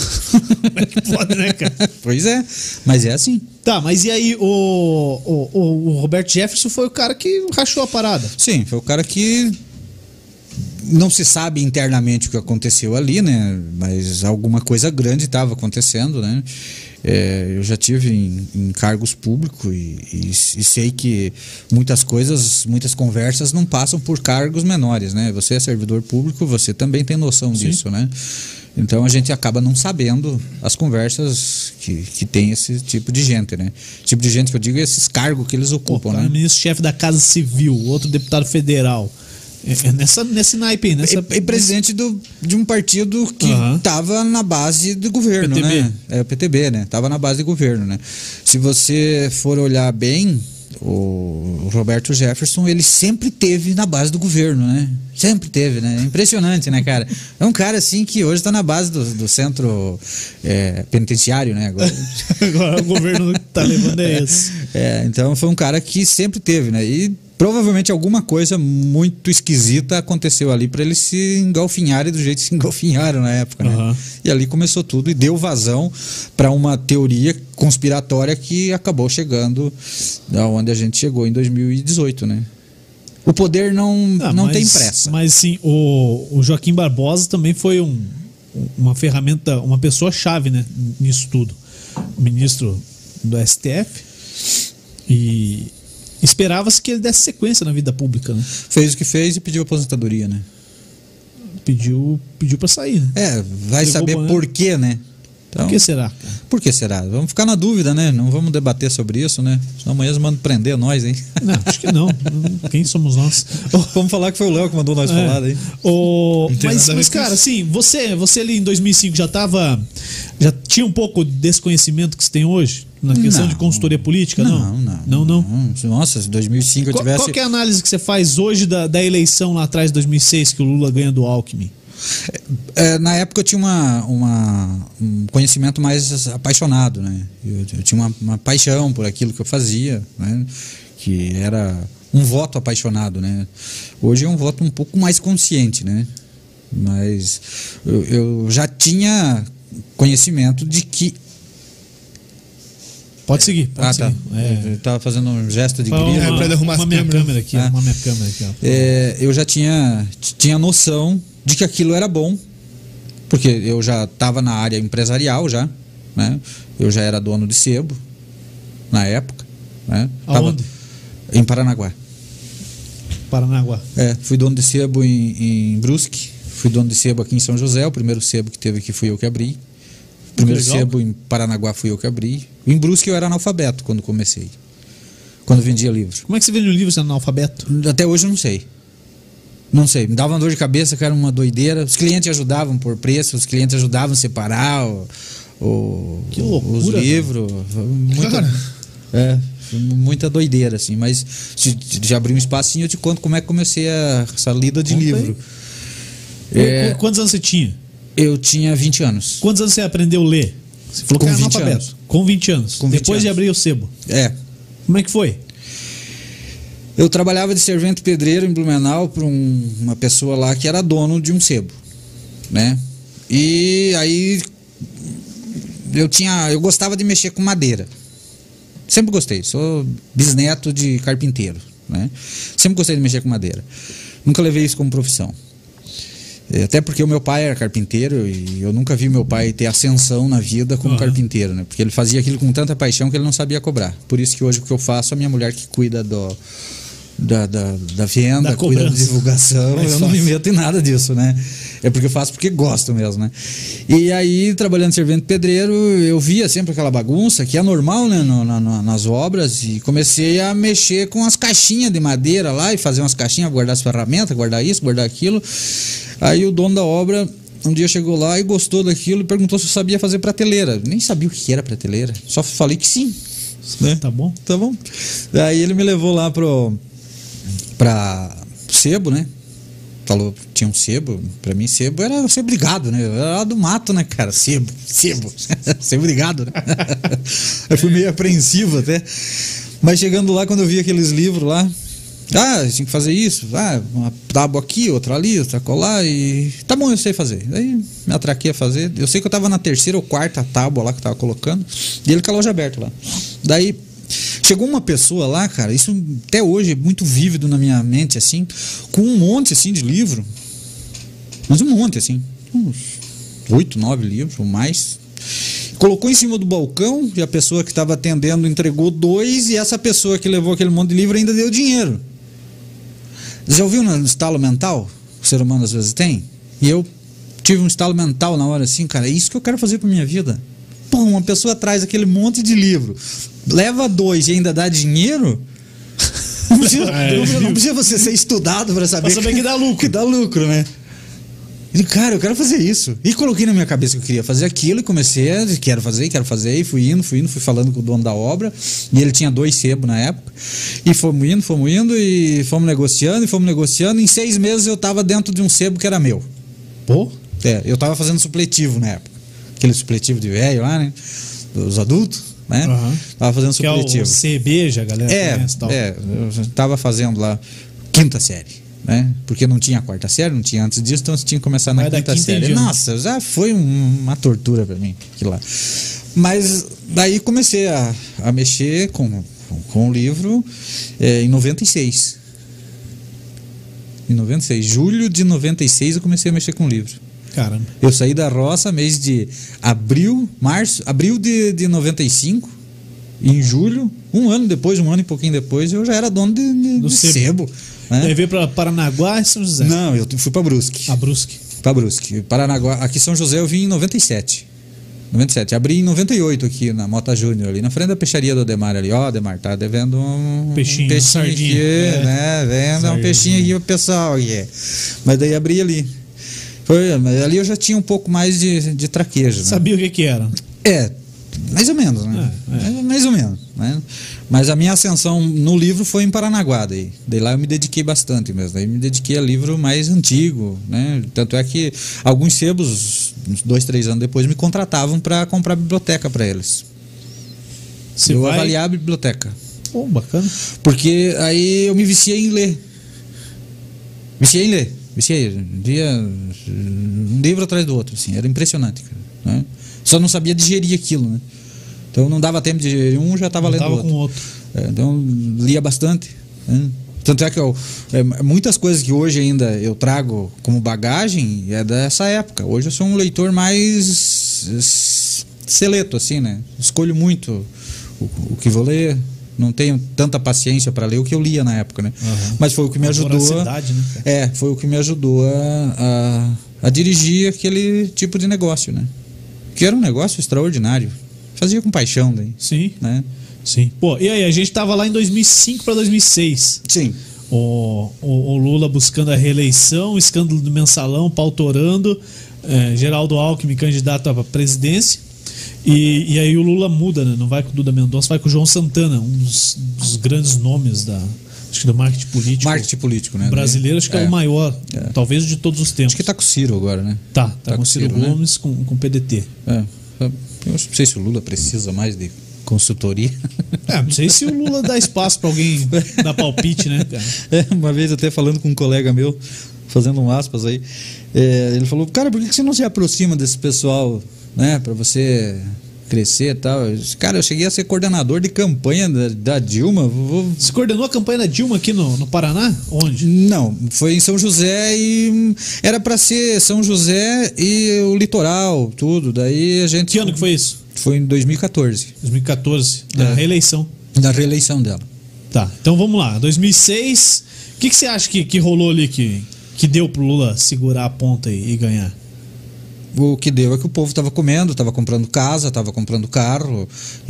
Pode, né, cara? Pois é, mas é assim. Tá, mas e aí o, o, o, o Roberto Jefferson foi o cara que rachou a parada. Sim, foi o cara que não se sabe internamente o que aconteceu ali, né? Mas alguma coisa grande estava acontecendo, né? É, eu já tive em, em cargos públicos e, e, e sei que muitas coisas, muitas conversas não passam por cargos menores, né? Você é servidor público, você também tem noção Sim. disso, né? Então a gente acaba não sabendo as conversas que, que tem esse tipo de gente, né? Tipo de gente que eu digo, esses cargos que eles Pô, ocupam, cara, né? ministro-chefe da Casa Civil, outro deputado federal. É, é nessa, nesse naipe aí, nessa. E, e presidente do, de um partido que Aham. estava na base do governo, P T B. né? É o P T B, né? Estava na base do governo, né? Se você for olhar bem, o Roberto Jefferson, ele sempre teve na base do governo, né? Sempre teve, né? Impressionante, né, cara? É um cara, assim, que hoje está na base do, do centro é, penitenciário, né? Agora. Agora o governo que tá levando é esse. É, então foi um cara que sempre teve, né? E provavelmente alguma coisa muito esquisita aconteceu ali para eles se engalfinharem do jeito que se engalfinharam na época, né? Aham. E ali começou tudo e deu vazão para uma teoria conspiratória que acabou chegando aonde a gente chegou em dois mil e dezoito, né? o poder não, Ah, não mas, tem pressa. Mas sim, o, o Joaquim Barbosa também foi um, uma ferramenta, uma pessoa-chave, né, nisso tudo. Ministro do S T F. E esperava-se que ele desse sequência na vida pública, né? Fez o que fez e pediu aposentadoria, né? Pediu, pediu pra sair, né? É, vai Entregou saber o boné. por quê, né? Então, Por que será, cara? por que será? Vamos ficar na dúvida, né? Não vamos debater sobre isso, né? Senão amanhã eles mandam prender nós, hein? Não, acho que não. Quem somos nós? Vamos falar que foi o Léo que mandou nós É. falar daí. O, Não tem mas, nada a ver mas com cara, isso. assim, você, você ali em dois mil e cinco já tava. Já tinha um pouco desse conhecimento que você tem hoje? Na questão Não. de consultoria política? Não, Não, Não, não. não. Nossa, se dois mil e cinco eu Qual, tivesse. qual que é a análise que você faz hoje da, da eleição lá atrás de dois mil e seis que o Lula ganha do Alckmin? É, na época eu tinha uma, uma, um conhecimento mais apaixonado, né? Eu, eu tinha uma, uma paixão por aquilo que eu fazia, né? Que era um voto apaixonado, né? Hoje é um voto um pouco mais consciente, né? Mas eu, eu já tinha conhecimento de que... Pode seguir, pode ah, seguir. tá. É. Eu tava fazendo um gesto de Fala grilo. É, pra ele arrumar uma as minha câmeras. câmera aqui, ó, Ah. uma minha câmera aqui, ó. É, eu já tinha, tinha noção de que aquilo era bom, porque eu já estava na área empresarial já, né? Eu já era dono de sebo na época, né? Tava Aonde? em Paranaguá. Paranaguá. É, fui dono de sebo em, em Brusque, fui dono de sebo aqui em São José, o primeiro sebo que teve aqui fui eu que abri. O primeiro legal. sebo em Paranaguá fui eu que abri. Em Brusque eu era analfabeto quando comecei, quando vendia livro. Como é que você vende um livro sendo analfabeto? Até hoje eu não sei. Não sei, me dava uma dor de cabeça, que era uma doideira. Os clientes ajudavam por preço, os clientes ajudavam a separar o, o- Que loucura, os cara. livros. Muita, Cara. é, muita doideira, assim. Mas se já abrir um espacinho, eu te conto como é que comecei a, essa lida de Conta livro. Qu- É, Quantos anos você tinha? eu tinha vinte anos. Quantos anos você aprendeu a ler? Você falou Com que era vinte analfabeto. anos. Com vinte anos. Com vinte Depois de anos. abrir o sebo. É. Como é que foi? Eu trabalhava de servente pedreiro em Blumenau para um, uma pessoa lá que era dono de um sebo, né? E aí eu tinha, eu gostava de mexer com madeira. Sempre gostei. Sou bisneto de carpinteiro, né? Sempre gostei de mexer com madeira. Nunca levei isso como profissão. É, até porque o meu pai era carpinteiro e eu nunca vi meu pai ter ascensão na vida como Uhum. carpinteiro, né? Porque ele fazia aquilo com tanta paixão que ele não sabia cobrar. Por isso que hoje o que eu faço, a minha mulher que cuida do, da, da, da venda, Da cuida da cobrança. divulgação, Mais eu não me fácil. meto em nada disso, né? É porque eu faço porque gosto mesmo, né? E aí, trabalhando de servente pedreiro, eu via sempre aquela bagunça, que é normal, né, no, na- na- nas obras, e comecei a mexer com as caixinhas de madeira lá, e fazer umas caixinhas, guardar as ferramentas, guardar isso, guardar aquilo. Aí o dono da obra um dia chegou lá e gostou daquilo e perguntou se eu sabia fazer prateleira. Nem sabia o que era prateleira, só falei que sim. Né? Tá bom? Tá bom. Aí ele me levou lá pro pra sebo, né? Falou, tinha um sebo. Pra mim, sebo era ser brigado, né? Era lá do mato, né, cara? Sebo, sebo. Ser brigado, né? Eu fui meio apreensivo até. Mas chegando lá, quando eu vi aqueles livros lá, ah, tinha que fazer isso. Ah, uma tábua aqui, outra ali, outra colar. E tá bom, eu sei fazer. Aí me atraquei a fazer. Eu sei que eu tava na terceira ou quarta tábua lá que eu tava colocando. E ele com a loja aberta lá. Daí chegou uma pessoa lá, cara, isso até hoje é muito vívido na minha mente, assim, com um monte, assim, de livro. Mas um monte, assim. Uns oito, nove livros ou mais. Colocou em cima do balcão e a pessoa que estava atendendo entregou dois e essa pessoa que levou aquele monte de livro ainda deu dinheiro. Já ouviu no estalo mental? O ser humano às vezes tem? E eu tive um estalo mental na hora assim, cara, é isso que eu quero fazer pra minha vida. Pô, uma pessoa traz aquele monte de livro, leva dois e ainda dá dinheiro? Não precisa, É, não, não precisa você ser estudado para saber, Pra saber que dá lucro. que dá lucro, né? E, cara, eu quero fazer isso. E coloquei na minha cabeça que eu queria fazer aquilo e comecei a, quero fazer, quero fazer, e fui indo, fui indo, fui falando com o dono da obra, e ele tinha dois sebos na época, e fomos indo, fomos indo, e fomos negociando, e fomos negociando, em seis meses eu tava dentro de um sebo que era meu. Pô? É, eu tava fazendo supletivo na época. Aquele supletivo de velho lá, né? Dos adultos, né? Aham. Tava fazendo Que é supletivo. o C B, já, galera. É, conhece, tal. é, eu tava fazendo lá quinta série, né? Porque não tinha a quarta série, não tinha antes disso, então você tinha que começar na Vai da quinta quinta em série. diante. Nossa, já foi um- uma tortura pra mim aquilo lá. Mas daí comecei a, a mexer com, com, com o livro é, em noventa e seis. Em noventa e seis. Julho de noventa e seis eu comecei a mexer com livro. Caramba. Eu saí da roça mês de abril, março, abril de, de noventa e cinco. Em julho, um ano depois, um ano e pouquinho depois, eu já era dono de, de, Do de sebo. sebo. Daí Né? veio pra Paranaguá e São José. Não, eu fui para Brusque. A Brusque. Para Brusque. Paranaguá, aqui em São José eu vim em noventa e sete. noventa e sete. Abri em noventa e oito aqui na Mota Júnior, ali na frente da peixaria do Ademar ali. Ó, Ademar, tá devendo um Peixinho, um peixinho sardinha. aqui, É. né? Vendo Sardinha. um peixinho aqui pro pessoal aqui. Mas daí abri ali. Foi, mas ali eu já tinha um pouco mais de, de traquejo, né? Sabia o que que era. É, mais ou menos, né? É, é. Mais, mais ou menos, né? Mas a minha ascensão no livro foi em Paranaguá, daí. Daí lá eu me dediquei bastante mesmo. Daí me dediquei a livro mais antigo, né? Tanto é que alguns sebos, uns dois, três anos depois, me contratavam para comprar biblioteca para eles. Você eu vai... avaliar a biblioteca. Pô, bacana. Porque aí eu me viciei em ler. Viciei em ler. Viciei. Um dia, um livro atrás do outro, assim. Era impressionante, cara, né? Só não sabia digerir aquilo, né? Então não dava tempo de digerir um, já estava lendo Tava outro. com outro. É, então lia bastante, né? Tanto é que eu, é, muitas coisas que hoje ainda eu trago como bagagem é dessa época. Hoje eu sou um leitor mais seleto, assim, né? Escolho muito o, o que vou ler. Não tenho tanta paciência para ler o que eu lia na época, né? Uhum. Mas foi o que me A ajudou. voracidade, né, cara? É, foi o que me ajudou a, a, a dirigir aquele tipo de negócio, né? Que era um negócio extraordinário. Fazia com paixão, daí, Sim, né? sim. Pô, e aí, a gente tava lá em dois mil e cinco para dois mil e seis. Sim. O, o, o Lula buscando a reeleição, escândalo do mensalão, pau torando, é, Geraldo Alckmin candidato à presidência. E, e aí o Lula muda, né? Não vai com o Duda Mendonça, vai com o João Santana, um dos, dos grandes nomes da, acho que do marketing político. Marketing político, né? Brasileiro, acho que é, é o maior, É. talvez de todos os tempos. Acho que tá com o Ciro agora, né? Tá, tá, tá com com o Ciro Ciro, né? Gomes com, com o P D T. É. Eu não sei se o Lula precisa mais de consultoria. É, não sei se o Lula dá espaço pra alguém dar palpite, né, cara? É, uma vez até falando com um colega meu, fazendo um aspas aí, é, ele falou, cara, por que você não se aproxima desse pessoal, né, pra você crescer e tal? Eu disse, cara, eu cheguei a ser coordenador de campanha da, da Dilma. Vou... Você coordenou a campanha da Dilma aqui no, no Paraná? Onde? Não, foi em São José e era pra ser São José e o litoral, tudo. Daí a gente... Que ano que foi isso? Foi em dois mil e catorze, dois mil e catorze, na É. reeleição. da reeleição dela. Tá, então vamos lá. dois mil e seis, o que, que você acha que, que rolou ali que, que deu pro Lula segurar a ponta e, e ganhar? O que deu é que o povo estava comendo, estava comprando casa, estava comprando carro,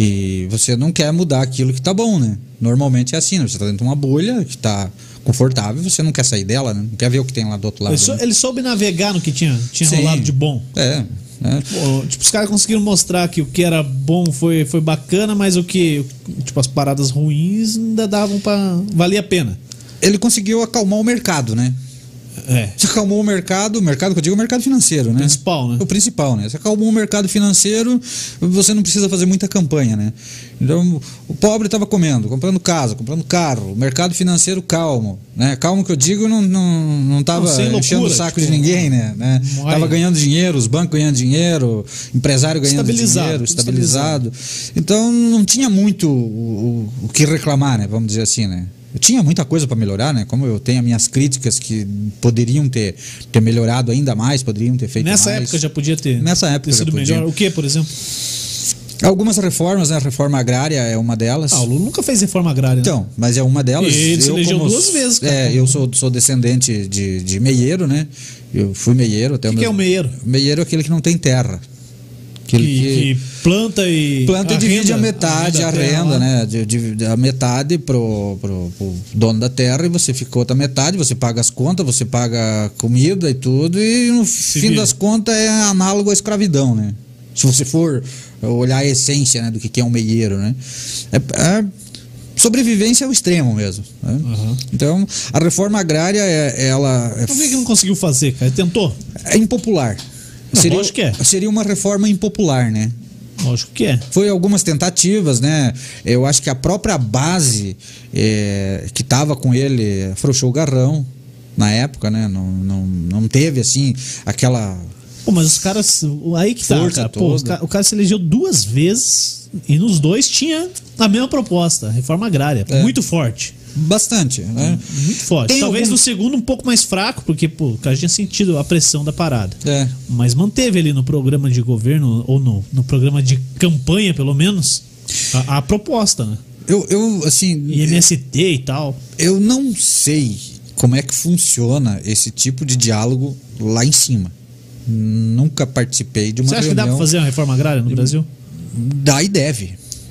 e você não quer mudar aquilo que tá bom, né? Normalmente é assim, né? Você tá dentro de uma bolha que tá confortável, você não quer sair dela, né? Não quer ver o que tem lá do outro lado. Ele, sou, né? ele soube navegar no que tinha, tinha Sim. rolado de bom. É, é. Pô, tipo, os caras conseguiram mostrar que o que era bom foi, foi bacana, mas o que, tipo, as paradas ruins ainda davam pra... valia a pena. Ele conseguiu acalmar o mercado, né? É, Você acalmou o mercado, o mercado que eu digo é o mercado financeiro, né? principal, né? O principal, né? Você acalmou o mercado financeiro, você não precisa fazer muita campanha, né? Então, o pobre estava comendo, comprando casa, comprando carro, o mercado financeiro calmo, né? Calmo que eu digo, não não não estava Não, sem loucura, enchendo o saco tipo, de ninguém, né? né? não Tava é- ganhando dinheiro, os bancos ganhando dinheiro, empresário ganhando Estabilizado, dinheiro, tudo estabilizado. Então, não tinha muito o, o, o que reclamar, né? Vamos dizer assim, né? Eu tinha muita coisa para melhorar, né? Como eu tenho as minhas críticas que poderiam ter, ter melhorado ainda mais, poderiam ter feito Nessa mais. época já podia ter, Nessa época ter já sido podia. melhor. O que, por exemplo? Algumas reformas, né? A reforma agrária é uma delas. Ah, o Lula nunca fez reforma agrária, né? Então, mas é uma delas. E ele se Eu, elegeu como- duas vezes, cara. É, eu sou, sou descendente de, de meieiro, né? Eu fui meieiro até O que, que é o meieiro? Meieiro é aquele que não tem terra. Que, Aquele que, que planta e. planta e divide a arrenda- metade, a arrenda a terra renda, lá. né? De, de- a metade pro, pro, pro dono da terra e você fica com outra metade, você paga as contas, você paga comida e tudo, e no fim vira. das contas é análogo à escravidão, né? Se você for olhar a essência, né, do que que é um meieiro, né? É, é sobrevivência ao extremo mesmo, né? Aham. Então, a reforma agrária, é, ela é, Por que, que não conseguiu fazer, cara? Tentou? é impopular. Não, seria, lógico que é. seria uma reforma impopular, né? Lógico que é. Foi algumas tentativas, né? Eu acho que a própria base é, que estava com ele afrouxou o garrão na época, né? Não, não, não teve, assim, aquela... Pô, mas os caras. Aí que tá, Força cara. Pô, os toda. ca- o cara se elegeu duas vezes e nos dois tinha a mesma proposta, reforma agrária. É. Muito forte. bastante, né? Muito forte. Tem Talvez algum- no segundo um pouco mais fraco, porque pô, o cara tinha sentido a pressão da parada. É. Mas manteve ali no programa de governo, ou no, no programa de campanha, pelo menos, a, a proposta, né? Eu, eu assim, I M S T e tal. eu não sei como é que funciona esse tipo de diálogo lá em cima. Nunca participei de uma Você acha que dá reunião. pra fazer uma reforma agrária no Brasil? Dá e deve.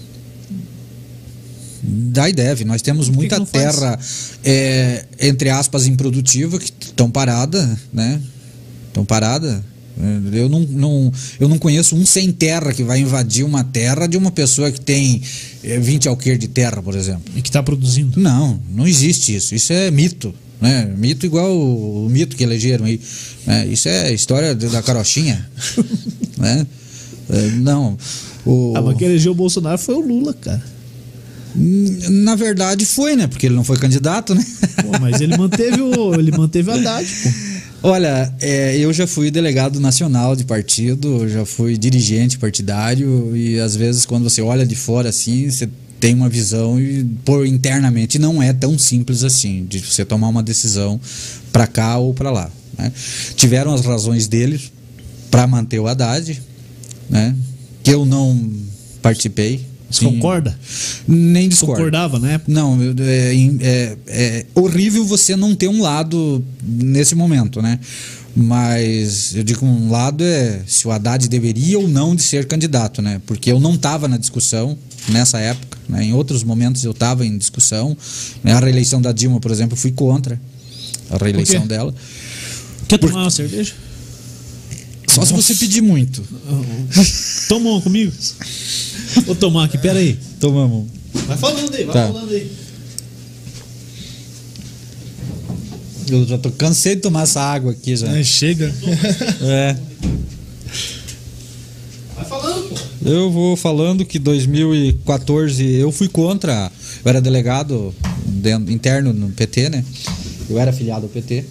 Dá e deve. Nós temos que muita que não faz? terra, é, entre aspas, improdutiva, que estão parada, né? Estão parada. Eu não, não, eu não conheço um sem terra que vai invadir uma terra de uma pessoa que tem é, vinte alqueires de terra, por exemplo. E que tá produzindo. Não, não existe isso. Isso é mito. Né? Mito igual o, o mito que elegeram aí. Né? Isso é história da carochinha. Né? É, não. O, Ah, mas quem elegeu o Bolsonaro foi o Lula, cara. na verdade foi, né? Porque ele não foi candidato, né? Pô, mas ele manteve o, ele manteve o Haddad, pô. Olha, é, eu já fui delegado nacional de partido, já fui dirigente partidário e às vezes quando você olha de fora assim, você tem uma visão e por internamente não é tão simples assim de você tomar uma decisão para cá ou para lá, né? Tiveram as razões deles para manter o Haddad, né? Que eu não participei. Você Sim. concorda? Nem discordo. Concordava, né? Não, eu- é, é- é horrível você não ter um lado nesse momento, né? Mas eu digo um lado é se o Haddad deveria ou não de ser candidato, né? Porque eu não estava na discussão nessa época, né? Em outros momentos eu estava em discussão, né? A reeleição da Dilma, por exemplo, eu fui contra a reeleição quê? dela. Quer tomar uma cerveja? Só se você pedir muito. Toma uma comigo? Vou tomar aqui, pera aí. Tomamos. Vai falando aí, vai Tá. falando aí. Eu já tô cansei de tomar essa água aqui já. É, chega. É. Vai falando, pô. Eu vou falando que dois mil e quatorze eu fui contra. Eu era delegado dentro- interno no P T, né? Eu era afiliado ao P T.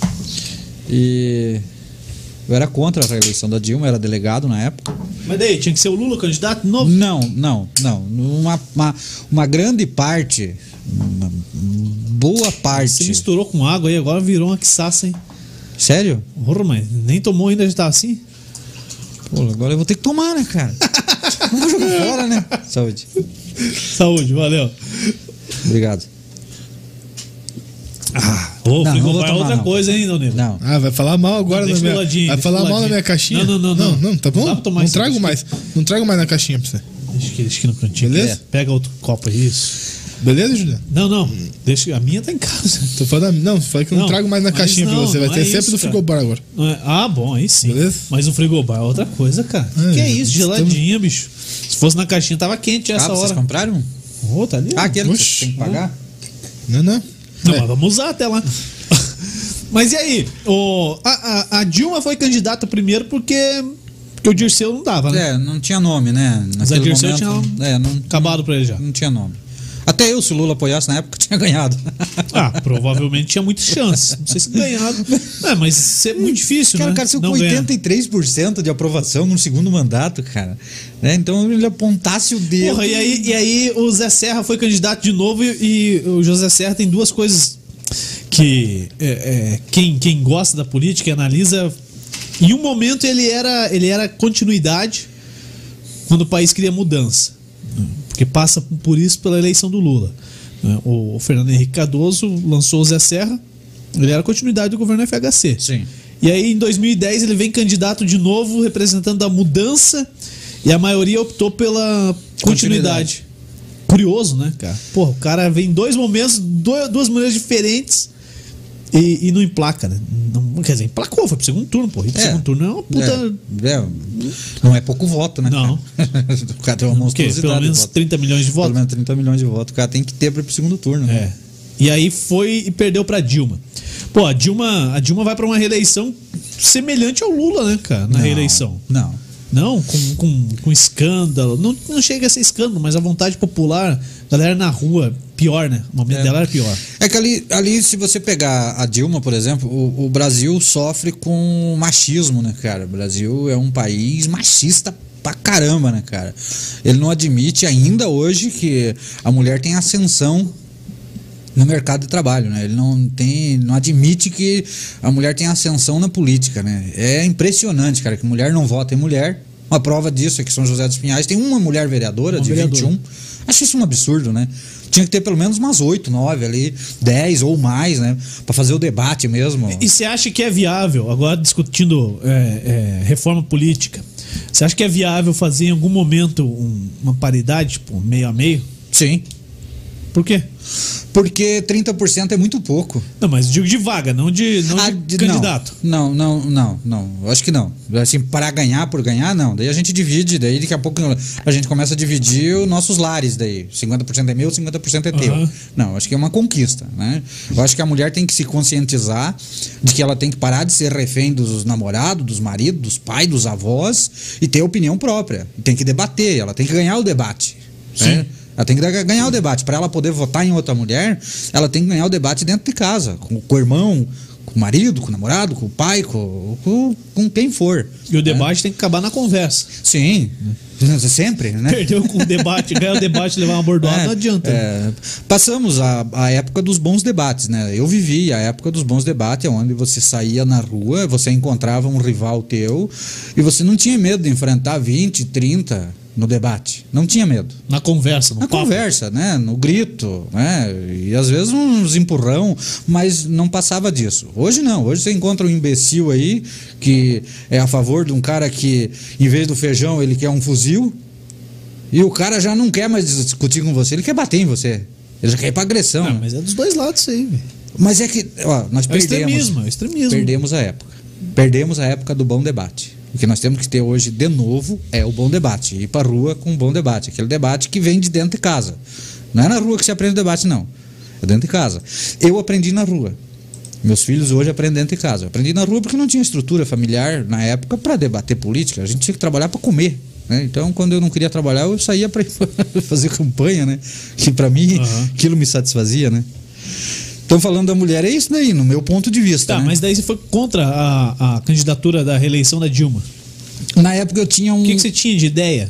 E eu era contra a reeleição da Dilma, eu era delegado na época. Mas daí, tinha que ser o Lula candidato de novo? Não, não, não. Uma, uma, uma grande parte, uma boa Você parte. misturou com água aí, agora virou uma quiçaça, hein? Sério? Porra, mas nem tomou ainda, já tá assim? Pô, agora eu vou ter que tomar, né, cara? Não vou jogar fora, né? Saúde. Saúde, valeu. Obrigado. Ah, ô, Não, não frigobar vou é tomar, outra não. coisa, hein, Doneiro? Não. Ah, vai falar mal agora Não, na deixa minha. do ladinho, vai deixa falar do mal na ladinho. minha caixinha? Não, não, não, Não, não. tá bom? Não dá pra tomar não isso, trago deixa mais. Não trago mais na caixinha pra você. Deixa aqui, deixa aqui no cantinho. Beleza? É, pega outro copo aí, isso. Beleza, Juliano? Não, não. Deixa, a minha tá em casa. Tô falando. Não, falei que eu não, Não, trago mais na mas caixinha pra não, você. Vai não ter é sempre isso, do cara. frigobar agora. Não é- Ah, bom, aí sim. Beleza? Mas o frigobar é outra coisa, cara. É, que é isso? estamos- Geladinha, bicho. Se fosse na caixinha, tava quente Ah, essa vocês hora. compraram? Ô, tá ali. Ah, aquele que Oxi. você tem que pagar? Não, não. Não, É. mas vamos usar até lá. Mas e aí? O, a, a, a Dilma foi candidata primeiro porque, porque o Dirceu não dava, né? É, não tinha nome, né? Mas a Naquele Dirceu momento, tinha é, não, acabado pra ele já. não tinha nome. Até eu, se o Lula apoiasse na época, tinha ganhado. Ah, provavelmente tinha muitas chances. Não sei se ganhado. É, mas isso é muito difícil, Cara, né? o cara saiu Não com ganhar. oitenta e três por cento de aprovação no segundo mandato, cara. Né? Então ele apontasse o dedo. Porra, e aí, e aí o Zé Serra foi candidato de novo e, e o José Serra tem duas coisas que é, é, quem, quem gosta da política e analisa. Em um momento ele era, ele era continuidade quando o país queria mudança. Porque passa por isso pela eleição do Lula. né? O Fernando Henrique Cardoso lançou o Zé Serra, ele era continuidade do governo F H C. Sim. E aí, em dois mil e dez, ele vem candidato de novo, representando a mudança, e a maioria optou pela continuidade. Continuidade. Curioso, né, cara? Porra, o cara vem em dois momentos, dois, duas maneiras diferentes e, e não emplaca, né? Não, quer dizer, emplacou, foi pro segundo turno, porra. E pro É. segundo turno é uma puta. É, é, não é pouco voto, né? Não. O cara tem uma O quê? monstruosidade. Pelo de menos voto. trinta milhões de Pelo votos? menos trinta milhões de votos. O cara tem que ter para o segundo turno. Né? É. E aí foi e perdeu pra Dilma. Pô, a Dilma, a Dilma vai pra uma reeleição semelhante ao Lula, né, cara? Na Não, reeleição. Não. Não, com, com, com escândalo. Não, não chega a ser escândalo, mas a vontade popular, galera na rua, pior, né? O momento É. dela era pior. É que ali, ali, se você pegar a Dilma, por exemplo, o, o Brasil sofre com machismo, né, cara? O Brasil é um país machista pra caramba, né, cara? Ele não admite ainda hoje que a mulher tem ascensão no mercado de trabalho, né? Ele não tem, não admite que a mulher tenha ascensão na política, né? É impressionante, cara, que mulher não vota em mulher. Uma prova disso é que São José dos Pinhais tem uma mulher vereadora uma de vereadora. vinte e um. Acho isso um absurdo, né? Tinha que ter pelo menos umas oito, nove ali, dez ou mais, né? Pra fazer o debate mesmo. E você acha que é viável, agora discutindo é, é, reforma política, você acha que é viável fazer em algum momento um, uma paridade, tipo, meio a meio? Sim. Por quê? Porque trinta por cento é muito pouco. Não, mas digo de vaga, não de, não ah, de candidato. Não, não, não, não, não. Eu acho que não. Assim, para ganhar por ganhar, não. Daí a gente divide, daí daqui a pouco a gente começa a dividir os nossos lares daí. cinquenta por cento é meu, cinquenta por cento é teu. Uhum. Não, eu acho que é uma conquista, né? Eu acho que a mulher tem que se conscientizar de que ela tem que parar de ser refém dos namorados, dos maridos, dos pais, dos avós e ter opinião própria. Tem que debater, ela tem que ganhar o debate. Sim. Né? Ela tem que ganhar o debate. Para ela poder votar em outra mulher, ela tem que ganhar o debate dentro de casa, com, com o irmão, com o marido, com o namorado, com o pai, com, com, com quem for. E o debate é. tem que acabar na conversa. Sim, sempre, né? Perdeu com o debate, ganhar o debate, levar uma bordoada, é, não adianta. É, passamos a, a época dos bons debates, né? Eu vivi a época dos bons debates, onde você saía na rua, você encontrava um rival teu e você não tinha medo de enfrentar vinte, trinta no debate. Não tinha medo. Na conversa, no Na papo. conversa, né? No grito, né? E às vezes uns empurrão, mas não passava disso. Hoje não. Hoje você encontra um imbecil aí que é a favor de um cara que, em vez do feijão, ele quer um fuzil. E o cara já não quer mais discutir com você, ele quer bater em você. Ele já quer ir pra agressão. Não, mas é dos dois lados isso aí, velho. Mas é que, ó, nós é perdemos. Extremismo, é extremismo. Perdemos a época. Perdemos a época do bom debate. O que nós temos que ter hoje de novo é o bom debate. Ir para a rua com um bom debate. Aquele debate que vem de dentro de casa. Não é na rua que se aprende o debate, não. É dentro de casa. Eu aprendi na rua. Meus filhos hoje aprendem dentro de casa. Eu aprendi na rua porque não tinha estrutura familiar na época para debater política. A gente tinha que trabalhar para comer. Né? Então, quando eu não queria trabalhar, eu saía para fazer campanha, né? Que para mim, uhum. aquilo me satisfazia, né? Então, falando da mulher, é isso daí, no meu ponto de vista. Tá, né? Mas daí você foi contra a, a candidatura da reeleição da Dilma. Na época eu tinha um... O que, que você tinha de ideia?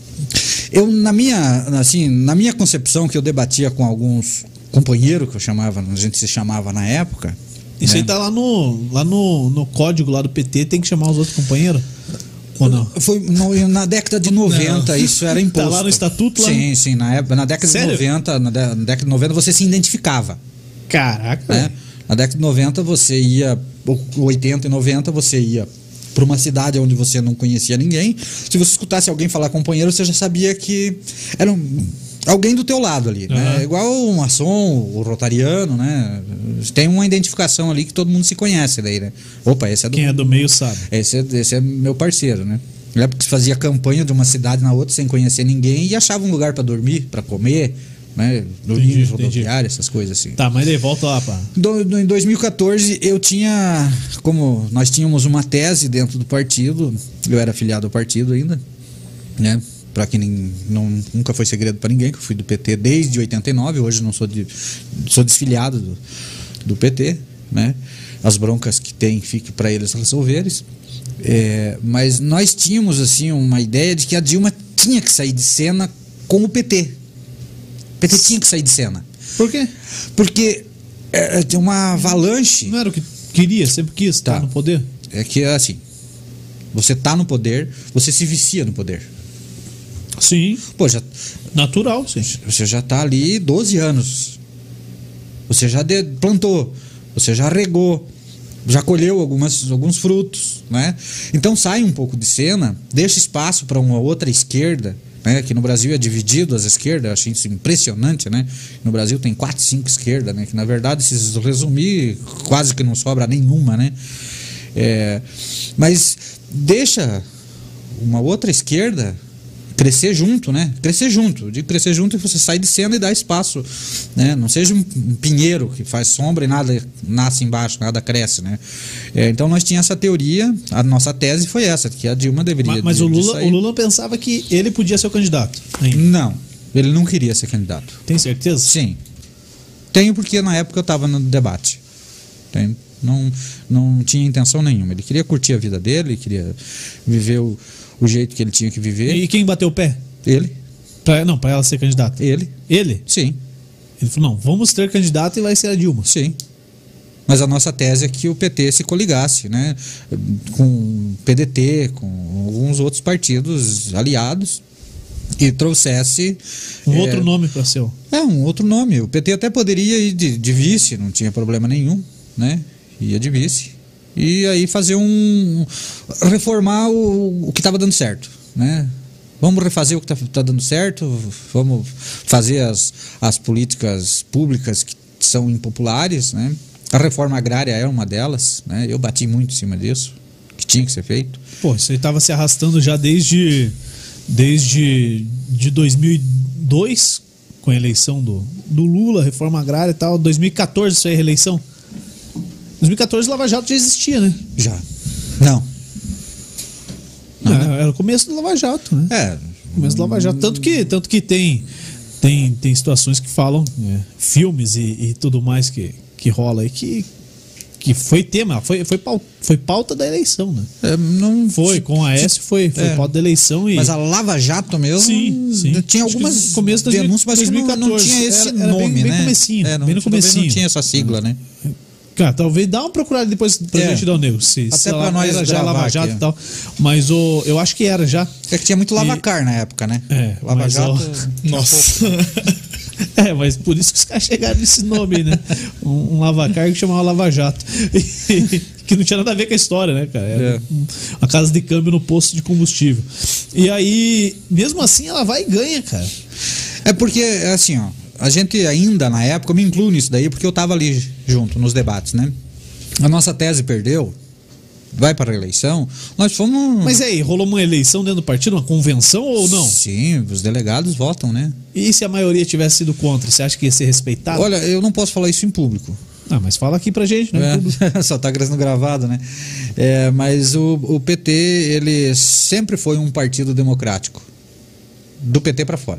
Eu, na minha, assim, na minha concepção, que eu debatia com alguns companheiros, que eu chamava, a gente se chamava na época... Isso né? aí tá lá no, lá no, no código lá do P T, tem que chamar os outros companheiros? Ou não? Foi no, na década de noventa, não. Isso era imposto. Tá lá no estatuto? Lá sim, sim, na, época, na década Sério? de noventa, na, de, na década de noventa você se identificava. Caraca. Né? Na década de noventa você ia, oitenta e noventa você ia para uma cidade onde você não conhecia ninguém. Se você escutasse alguém falar companheiro, você já sabia que era um, alguém do teu lado ali, uhum. né? Igual o maçom, o rotariano, né? Tem uma identificação ali que todo mundo se conhece daí, né? Opa, esse é do... Quem é do meio sabe. Esse é, esse é meu parceiro, né? Na época você fazia campanha de uma cidade na outra sem conhecer ninguém e achava um lugar para dormir, para comer, né? Dormir em rodoviária, essas coisas assim. Tá, mas aí volta lá, pá. Do, do, em dois mil e quatorze eu tinha, como nós tínhamos uma tese dentro do partido, eu era afiliado ao partido ainda, né? Para quem não, nunca foi segredo para ninguém, que eu fui do P T desde oitenta e nove, hoje não sou de, sou desfiliado do, do P T, né? As broncas que tem fique para eles resolverem. É, mas nós tínhamos assim uma ideia de que a Dilma tinha que sair de cena com o P T. O P T tinha que sair de cena. Por quê? Porque é, tem uma avalanche. Não era o que queria, sempre quis estar tá. no poder? É que assim, você tá no poder, você se vicia no poder. Sim. Pô, já, natural, sim. Você já tá ali doze anos. Você já de, plantou, você já regou, já colheu algumas, alguns frutos, né? Então sai um pouco de cena, deixa espaço para uma outra esquerda, né? Que no Brasil é dividido as esquerdas, eu achei isso impressionante, né? No Brasil tem quatro, cinco esquerdas, né? Que na verdade, se resumir, quase que não sobra nenhuma, né? É, mas deixa uma outra esquerda crescer junto, né? Crescer junto. De crescer junto, você sai de cena e dá espaço, né? Não seja um, um pinheiro que faz sombra e nada nasce embaixo, nada cresce, né? É, então nós tínhamos essa teoria, a nossa tese foi essa, que a Dilma deveria... Mas, mas de, o, Lula, de o Lula pensava que ele podia ser o candidato ainda. Não, ele não queria ser candidato. Tem certeza? Sim. Tenho porque na época eu estava no debate. Tenho. Não, não tinha intenção nenhuma. Ele queria curtir a vida dele, queria viver o o jeito que ele tinha que viver. E quem bateu o pé? Ele. Pra, não, para ela ser candidata. Ele. Ele? Sim. Ele falou, não, vamos ter candidato e vai ser a Dilma. Sim. Mas a nossa tese é que o P T se coligasse, né? Com o P D T, com alguns outros partidos aliados e trouxesse... Um é, outro nome para ser. É, um outro nome. O P T até poderia ir de, de vice, não tinha problema nenhum, né? Ia de vice. E aí fazer um... reformar o, o que estava dando certo, né? Vamos refazer o que está tá dando certo, vamos fazer as, as políticas públicas que são impopulares, né? A reforma agrária é uma delas, né? Eu bati muito em cima disso, que tinha que ser feito. Pô, isso aí estava se arrastando já desde, desde de dois mil e dois, com a eleição do, do Lula, reforma agrária e tal. dois mil e quatorze, isso aí, reeleição. dois mil e quatorze, Lava Jato já existia, né? Já. Não. Não, é, era o começo do Lava Jato, né? É. Começo do Lava Jato. Tanto que, tanto que tem, tem, tem situações que falam, é, filmes e, e tudo mais que, que rola aí, que, que foi tema, foi, foi, pauta, foi pauta da eleição, né? É, não Foi, com a Aécio foi, foi É. pauta da eleição. E... Mas a Lava Jato mesmo. Sim, sim. Tinha Acho que algumas no começo de denúncias, mas que não, não tinha esse Era- era nome, bem- bem né? comecinho, é, não, bem no talvez comecinho. não tinha essa sigla, né? Cara, talvez dá uma procurada depois pra É. gente dar o nego. Se, Até se pra ela nós era já gravar Lava Jato aqui. e tal. Mas o, eu acho que era já. É que tinha muito E- lavacar na época, né? É, Lava mas, Jato. ó, Nossa. É, mas por isso que os caras chegaram nesse nome aí, né? Um, um lavacar que chamava Lava Jato. Que não tinha nada a ver com a história, né, cara? Era É. um- uma casa de câmbio no posto de combustível. E aí, mesmo assim, ela vai e ganha, cara. É porque, assim, ó, a gente ainda na época, eu me incluo nisso daí, porque eu tava ali junto nos debates, né? A nossa tese perdeu, vai para a reeleição, nós fomos... Mas aí, rolou uma eleição dentro do partido, uma convenção ou não? Sim, os delegados votam, né? E se a maioria tivesse sido contra, você acha que ia ser respeitado? Olha, eu não posso falar isso em público. Ah, mas fala aqui pra gente, né? É, Público. só tá sendo gravado, né? É, mas o, o P T, ele sempre foi um partido democrático. Do P T para fora.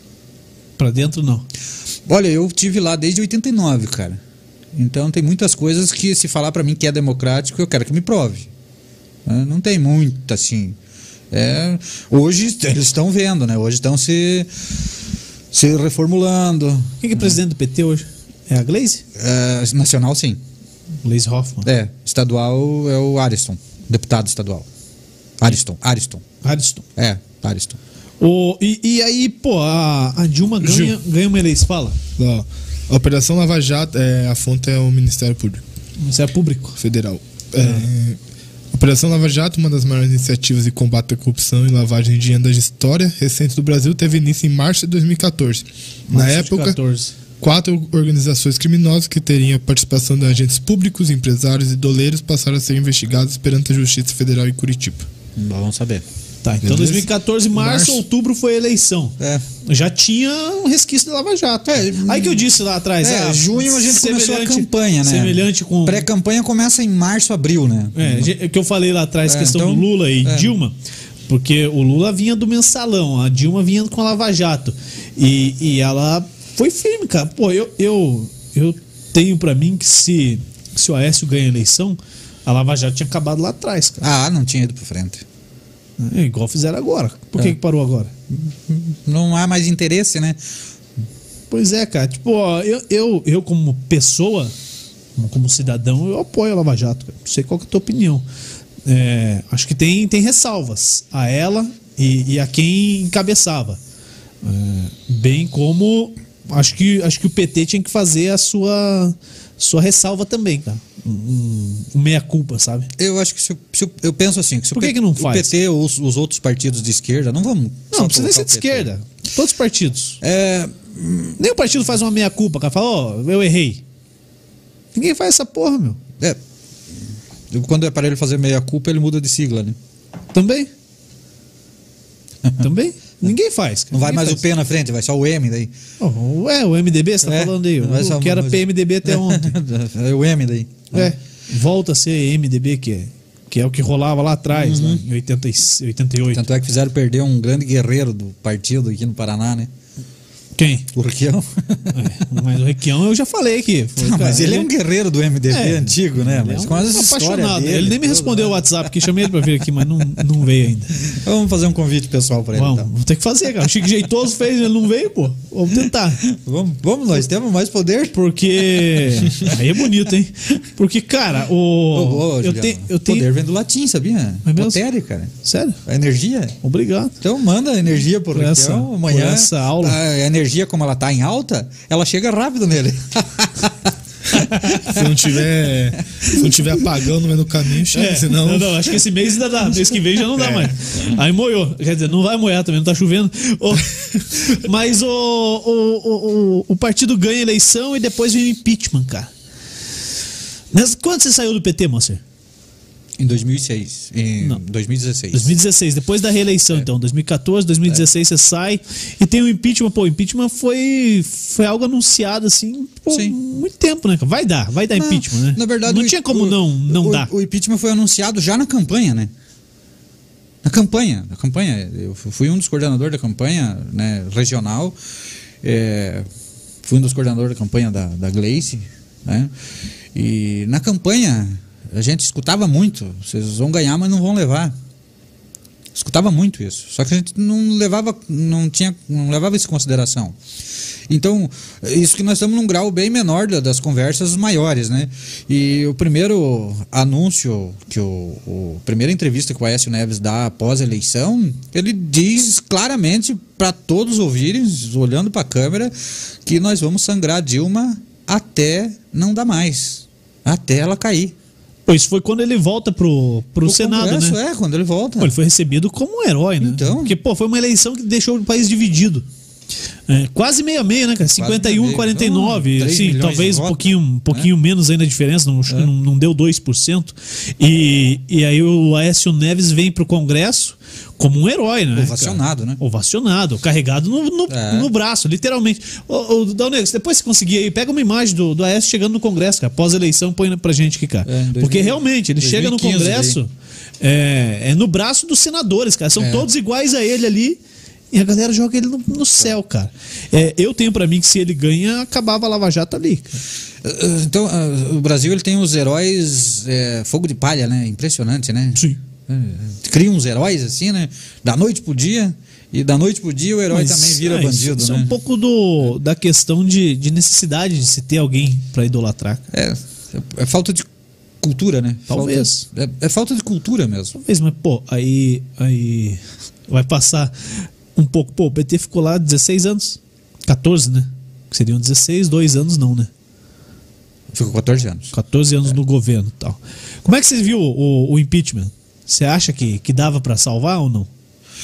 Pra dentro, não. Olha, eu tive lá desde oitenta e nove, cara. Então tem muitas coisas que, se falar pra mim que é democrático, eu quero que me prove. É, não tem muito, assim. É, hoje eles estão vendo, né? Hoje estão se, se reformulando. Quem que é presidente do P T hoje? É a Gleisi? É, nacional, sim. Gleisi Hoffmann. É, estadual é o Ariston, deputado estadual. Ariston, Ariston. Ariston. É, Ariston. O, e, e aí, pô, a, a Dilma ganha, Gil. ganha uma eleição. Fala. Ó, a Operação Lava Jato, é, a fonte é o Ministério Público Isso é público. Federal. É, a Operação Lava Jato, uma das maiores iniciativas de combate à corrupção e lavagem de dinheiro da história recente do Brasil, teve início em março de dois mil e quatorze. Na Março de época, quatorze. quatro organizações criminosas que teriam a participação de agentes públicos, empresários e doleiros passaram a ser investigados perante a Justiça Federal em Curitiba. Vamos saber. Tá, então Beleza. dois mil e quatorze, março, Março. outubro foi a eleição. É. Já tinha um resquício de Lava Jato. É, aí que eu disse lá atrás. É, ah, junho a gente começou a semelhante- campanha, né? Semelhante com. Pré-campanha começa em março, abril, né? É, ge- que eu falei lá atrás, É, questão então- do Lula e é. Dilma, porque o Lula vinha do mensalão, a Dilma vinha com a Lava Jato. E, e ela foi firme, cara. Pô, eu, eu, eu tenho pra mim que se, se o Aécio ganha a eleição, a Lava Jato tinha acabado lá atrás, cara. Ah, não tinha ido pra frente. É, igual fizeram agora. Por É. que, que parou agora? Não há mais interesse, né? Pois é, cara. Tipo, ó, eu, eu, eu como pessoa, como- como cidadão, eu apoio a Lava Jato, cara. Não sei qual que é a tua opinião. É, acho que tem, tem ressalvas a ela e, e a quem encabeçava. É, bem como acho que, acho que o P T tinha que fazer a sua, sua ressalva também, cara. Um, um, um meia-culpa, sabe? Eu acho que se, o- se o- eu penso assim, que se Por o, que P- que não o faz? P T ou os, os outros partidos de esquerda não vamos. Não, só não precisa nem ser colocar de o P T. esquerda. Todos os partidos. É, Nem o partido faz uma meia-culpa, cara. Fala, ó, eu errei. Ninguém faz essa porra, meu. é, quando é para ele fazer meia culpa, ele muda de sigla, né? Também. Também. Ninguém faz. Cara. Não vai Ninguém mais faz. o P na frente, vai só o M daí. Oh, é, o M D B, você tá É, falando aí. vai só O que era uma- P M D B até ontem. É o M daí. É. Volta a ser M D B, que é, que é o que rolava lá atrás, Uhum. lá em oitenta e oito. Tanto é que fizeram perder um grande guerreiro do partido aqui no Paraná, né? Quem? O Requião. É, mas o Requião eu já falei aqui. Foi, Não, cara, mas ele é um guerreiro do M D B É, antigo, né? ele Mas é com um as histórias apaixonado. dele, Ele nem me tudo, respondeu o né? WhatsApp, que chamei ele pra vir aqui, mas não, não veio ainda. Vamos fazer um convite pessoal pra ele, Vamos, então. vou ter que fazer, cara. O Chico Jeitoso fez, ele não veio, pô. Vamos tentar. Vamos, vamos, nós temos mais poder. Porque. Aí é bonito, hein? Porque, cara, o. Ô, ô, eu, Juliano, te, eu tenho. Poder vem do latim, sabia? É mesmo? Potere, cara. Sério? A energia. Obrigado. Então manda a energia pro Por essa- Requião amanhã. por essa aula. A energia, como ela tá em alta, ela chega rápido nele. Se não tiver, se não tiver apagão no meio do caminho, chega, É, senão. não, não, acho que esse mês ainda dá. Mês que vem já não dá É. mais. Aí moiou. Quer dizer, não vai moer também, não tá chovendo. Ô, mas o, o, o, o, o partido ganha a eleição e depois vem o impeachment, cara. Mas quando você saiu do P T, Moacir? Em dois mil e seis. Em Não. dois mil e dezesseis. dois mil e dezesseis, depois da reeleição, então. dois mil e quatorze, dois mil e dezesseis você sai e tem o impeachment. Pô, o impeachment foi, foi algo anunciado assim por Sim. muito tempo, né? Vai dar, vai dar Não, impeachment, né? Na verdade, não o- tinha como o- não, não o, dar. O impeachment foi anunciado já na campanha, né? Na campanha, na campanha. Eu fui um dos coordenadores da campanha, né, regional. É, fui um dos coordenadores da campanha da, da Gleice, né? E na campanha a gente escutava muito. Vocês vão ganhar, mas não vão levar. Escutava muito isso. Só que a gente não levava, não tinha, não levava isso em consideração. Então, isso que nós estamos num grau bem menor da- das conversas maiores, né? E o primeiro anúncio, que o, o a primeira entrevista que o Aécio Neves dá após a eleição, ele diz claramente para todos ouvirem, olhando para a câmera, que nós vamos sangrar a Dilma até não dar mais, até ela cair. Pô, isso foi quando ele volta pro, pro O Senado, Congresso, né? É, quando ele volta. Pô, ele foi recebido como um herói, né? Então. Porque, pô, foi uma eleição que deixou o país dividido. É, quase meio a meio, né, cara? cinquenta e um, quarenta e nove. Então, três Sim, milhões talvez de um votos, pouquinho, um pouquinho menos ainda a diferença, não, acho que não, não deu dois por cento. E, e aí o Aécio Neves vem pro Congresso como um herói, né? Ovacionado, cara? né? Ovacionado, carregado no, no, É. no braço, literalmente. Ô, ô Dal Negro, depois você conseguir aí, pega uma imagem do, do Aécio chegando no Congresso, cara. Pós-eleição, põe pra gente aqui, cara. É, em dois mil Porque realmente, ele chega no dois mil e quinze Congresso, é, é no braço dos senadores, cara. São É. todos iguais a ele ali. E a galera joga ele no, no céu, cara. É, eu tenho pra mim que se ele ganha, acabava a Lava Jato ali. Cara. Então, ah, o Brasil ele tem os heróis é, fogo de palha, né? Impressionante, né? Sim. É, cria uns heróis assim, né? Da noite pro dia. E da noite pro dia o herói Mas, também vira ah, isso- bandido, isso né? é um pouco do, da questão de, de necessidade de se ter alguém pra idolatrar. É, é, é falta de cultura, né? Talvez. Falta- é, é falta de cultura mesmo. Talvez, mas, pô, aí, aí vai passar um pouco. Pô, o P T ficou lá dezesseis anos. quatorze, né? Que seriam dezesseis, dois anos não, né? Ficou quatorze anos. quatorze anos no governo e tal. Como é que você viu o, o impeachment? Você acha que, que dava pra salvar ou não?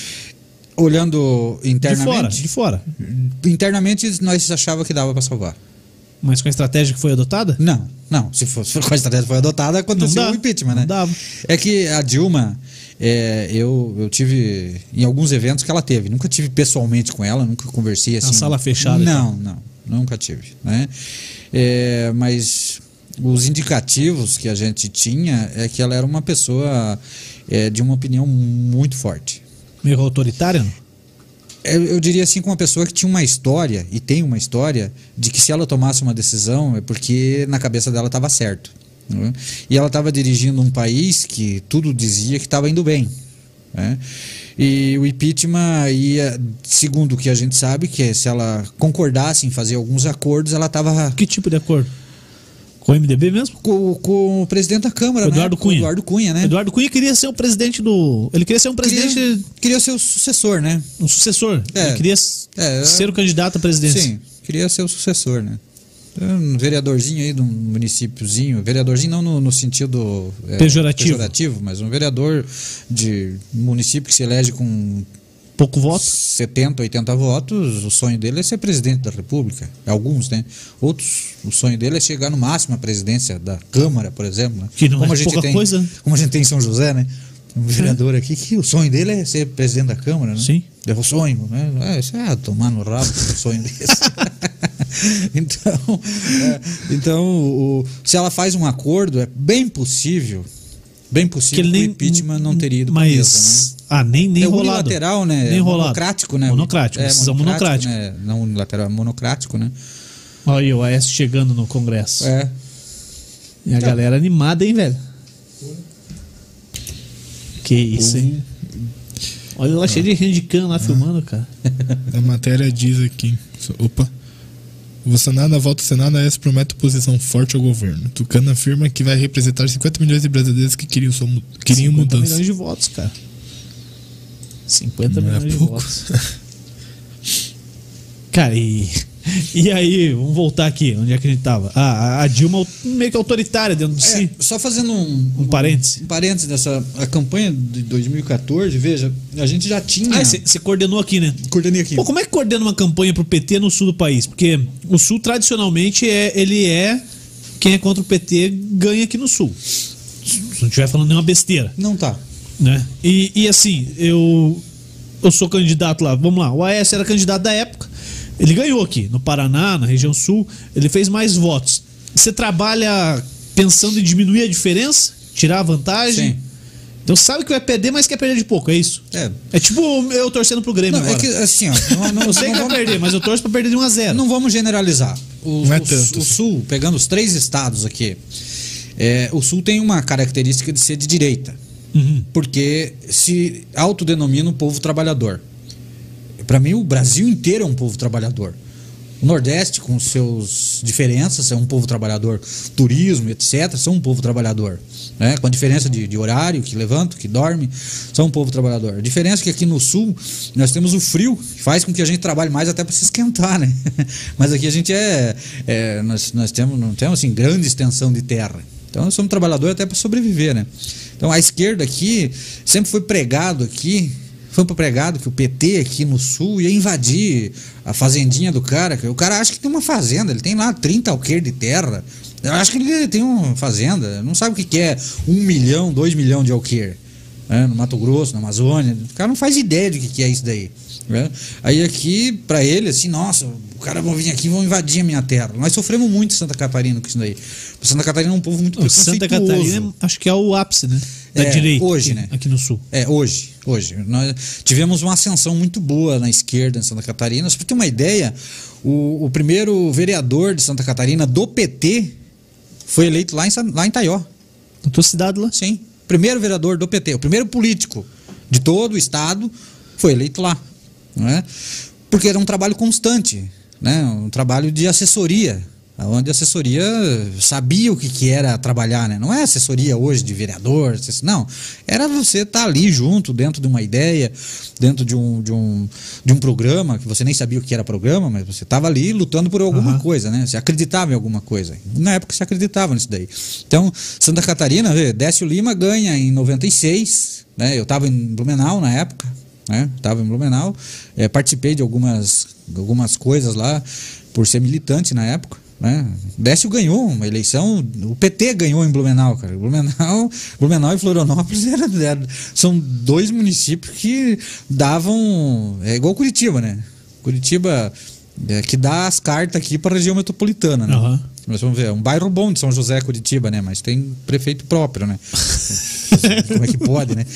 Olhando De fora, internamente, de fora. internamente nós achava que dava para salvar. Mas com a estratégia que foi adotada? Não, não. Se fosse com a estratégia que foi adotada, aconteceu Não dá, o impeachment, não né? dava. É que a Dilma, é, eu, eu tive em alguns eventos que ela teve. Nunca tive pessoalmente com ela, nunca conversei assim. sala fechada, Não, não, nunca tive, né? É, mas os indicativos que a gente tinha é que ela era uma pessoa é, de uma opinião muito forte. Meio autoritária, não? Eu, eu diria assim, com uma pessoa que tinha uma história, e tem uma história, de que se ela tomasse uma decisão é porque na cabeça dela estava certo. Né? E ela estava dirigindo um país que tudo dizia que estava indo bem. Né? E o impeachment ia, segundo o que a gente sabe, que é, se ela concordasse em fazer alguns acordos, ela estava Que tipo de acordo? Com o M D B mesmo? com, com o presidente da Câmara, O Eduardo né? Com o Cunha. Eduardo Cunha, né? Eduardo Cunha queria ser o presidente do. Ele queria ser um presidente. Queria, queria ser o sucessor, né? Um sucessor. É. Ele queria É, ser o candidato à presidência. Sim, queria ser o sucessor, né? Um vereadorzinho aí de um municípiozinho, vereadorzinho não no, no sentido é, Pejorativo. pejorativo, mas um vereador de município que se elege com Pouco voto. setenta, oitenta votos, o sonho dele é ser presidente da República. Alguns, né? Outros, o sonho dele é chegar no máximo à presidência da Câmara, por exemplo. Né? Que não como é a gente pouca tem, coisa. Como a gente tem em São José, né? Um vereador aqui que o sonho dele é ser presidente da Câmara, né? Sim. É o sonho, né? É, isso é tomar no rabo o sonho desse. então, é, então o, se ela faz um acordo, é bem possível, bem possível que, ele nem- o impeachment não teria ido pra Mas mesa, né? Ah, nem, nem é rolado. unilateral, né? Nem rolado. Monocrático, né? Monocrático, é, decisão monocrática. Né? Não unilateral, é monocrático, né? Olha aí o Aécio chegando no Congresso. É. E a Tá. galera animada, hein, velho? Que isso, hein? Olha lá, cheio de handicam lá filmando, cara. A matéria diz aqui. Opa. O Senado, na volta ao Senado, a Aécio promete oposição forte ao governo. Tucano afirma que vai representar cinquenta milhões de brasileiros que queriam, sua, mu- queriam cinquenta mudança. milhões de votos, cara. cinquenta Não é milhões de pouco. votos. Cara, e, e aí, vamos voltar aqui, onde é que a gente tava? Ah, a- a Dilma meio que autoritária dentro de si. É, só fazendo um, Um parêntese. Um parêntese dessa a campanha de dois mil e quatorze, veja, a gente já tinha. Ah, você coordenou aqui, né? Coordenei aqui. Pô, como é que coordena uma campanha pro P T no sul do país? Porque o sul, tradicionalmente, é, ele é... Quem é contra o P T ganha aqui no sul. Se não estiver falando nenhuma besteira, Não tá. né? E, e assim, eu, eu sou candidato lá. Vamos lá, o Aécio era candidato da época. Ele ganhou aqui, no Paraná, na região sul. Ele fez mais votos. Você trabalha pensando em diminuir a diferença? Tirar a vantagem? Sim. Então sabe que vai perder, mas quer perder de pouco, é isso? É. É tipo eu torcendo pro Grêmio Não, é agora. que assim, ó. Não, não, Eu sei não que vai vamos, perder, mas eu torço pra perder de um a zero. não vamos generalizar. O, Não é o- tanto, o assim. Sul, pegando os três estados aqui, é, o Sul tem uma característica de ser de direita. Uhum. Porque se autodenomina um povo trabalhador. Para mim, o Brasil inteiro é um povo trabalhador. O Nordeste, com seus diferenças, é um povo trabalhador. Turismo, etcétera, são um povo trabalhador. Né? Com a diferença de, de horário, que levanta, que dorme, são um povo trabalhador. A diferença é que aqui no Sul, nós temos o frio, que faz com que a gente trabalhe mais até para se esquentar, né? Mas aqui a gente é... é nós, nós temos, não temos, assim, grande extensão de terra. Então, nós somos trabalhadores até para sobreviver, né? Então, a esquerda aqui, sempre foi pregado aqui, foi pregado que o P T aqui no Sul ia invadir a fazendinha do cara. O cara acha que tem uma fazenda, ele tem lá trinta alqueires de terra. Eu acho que ele tem uma fazenda, não sabe o que que é um milhão, dois milhões de alqueire. Né? No Mato Grosso, na Amazônia. O cara não faz ideia do que que é isso daí. Né? Aí aqui, pra ele, assim, nossa, o cara vão vir aqui e vão invadir a minha terra. Nós sofremos muito em Santa Catarina com isso daí. Santa Catarina é um povo muito O Santa preconceituoso. Catarina, acho que é o ápice, né? Da É, direita. hoje, aqui, né? Aqui no sul. É, hoje, hoje. Nós tivemos uma ascensão muito boa na esquerda em Santa Catarina. Só para ter uma ideia, o, o primeiro vereador de Santa Catarina do P T foi eleito lá em, Sa- lá em Taió. Na tua cidade lá? Sim. Primeiro vereador do P T, o primeiro político de todo o estado foi eleito lá. Não é? Porque era um trabalho constante, né? Um trabalho de assessoria, onde a assessoria sabia o que, que era trabalhar, né? Não é assessoria hoje de vereador, não. Era você estar ali junto, dentro de uma ideia, dentro de um, de um, de um programa, que você nem sabia o que era programa, mas você estava ali lutando por alguma Uhum. coisa, né? Você acreditava em alguma coisa. Na época você acreditava nisso daí. Então, Santa Catarina, vê, Décio Lima ganha em noventa e seis, né? Eu estava em Blumenau na época, né? Estava em Blumenau, é, participei de algumas, algumas coisas lá, por ser militante na época. Né? Décio ganhou uma eleição, o P T ganhou em Blumenau, cara. Blumenau, Blumenau e Florianópolis era, era- são dois municípios que davam. É igual Curitiba, né? Curitiba é, que dá as cartas aqui para a região metropolitana, né? Aham. Nós vamos ver, é um bairro bom de São José, Curitiba, né? Mas tem prefeito próprio, né? Como é que pode, né?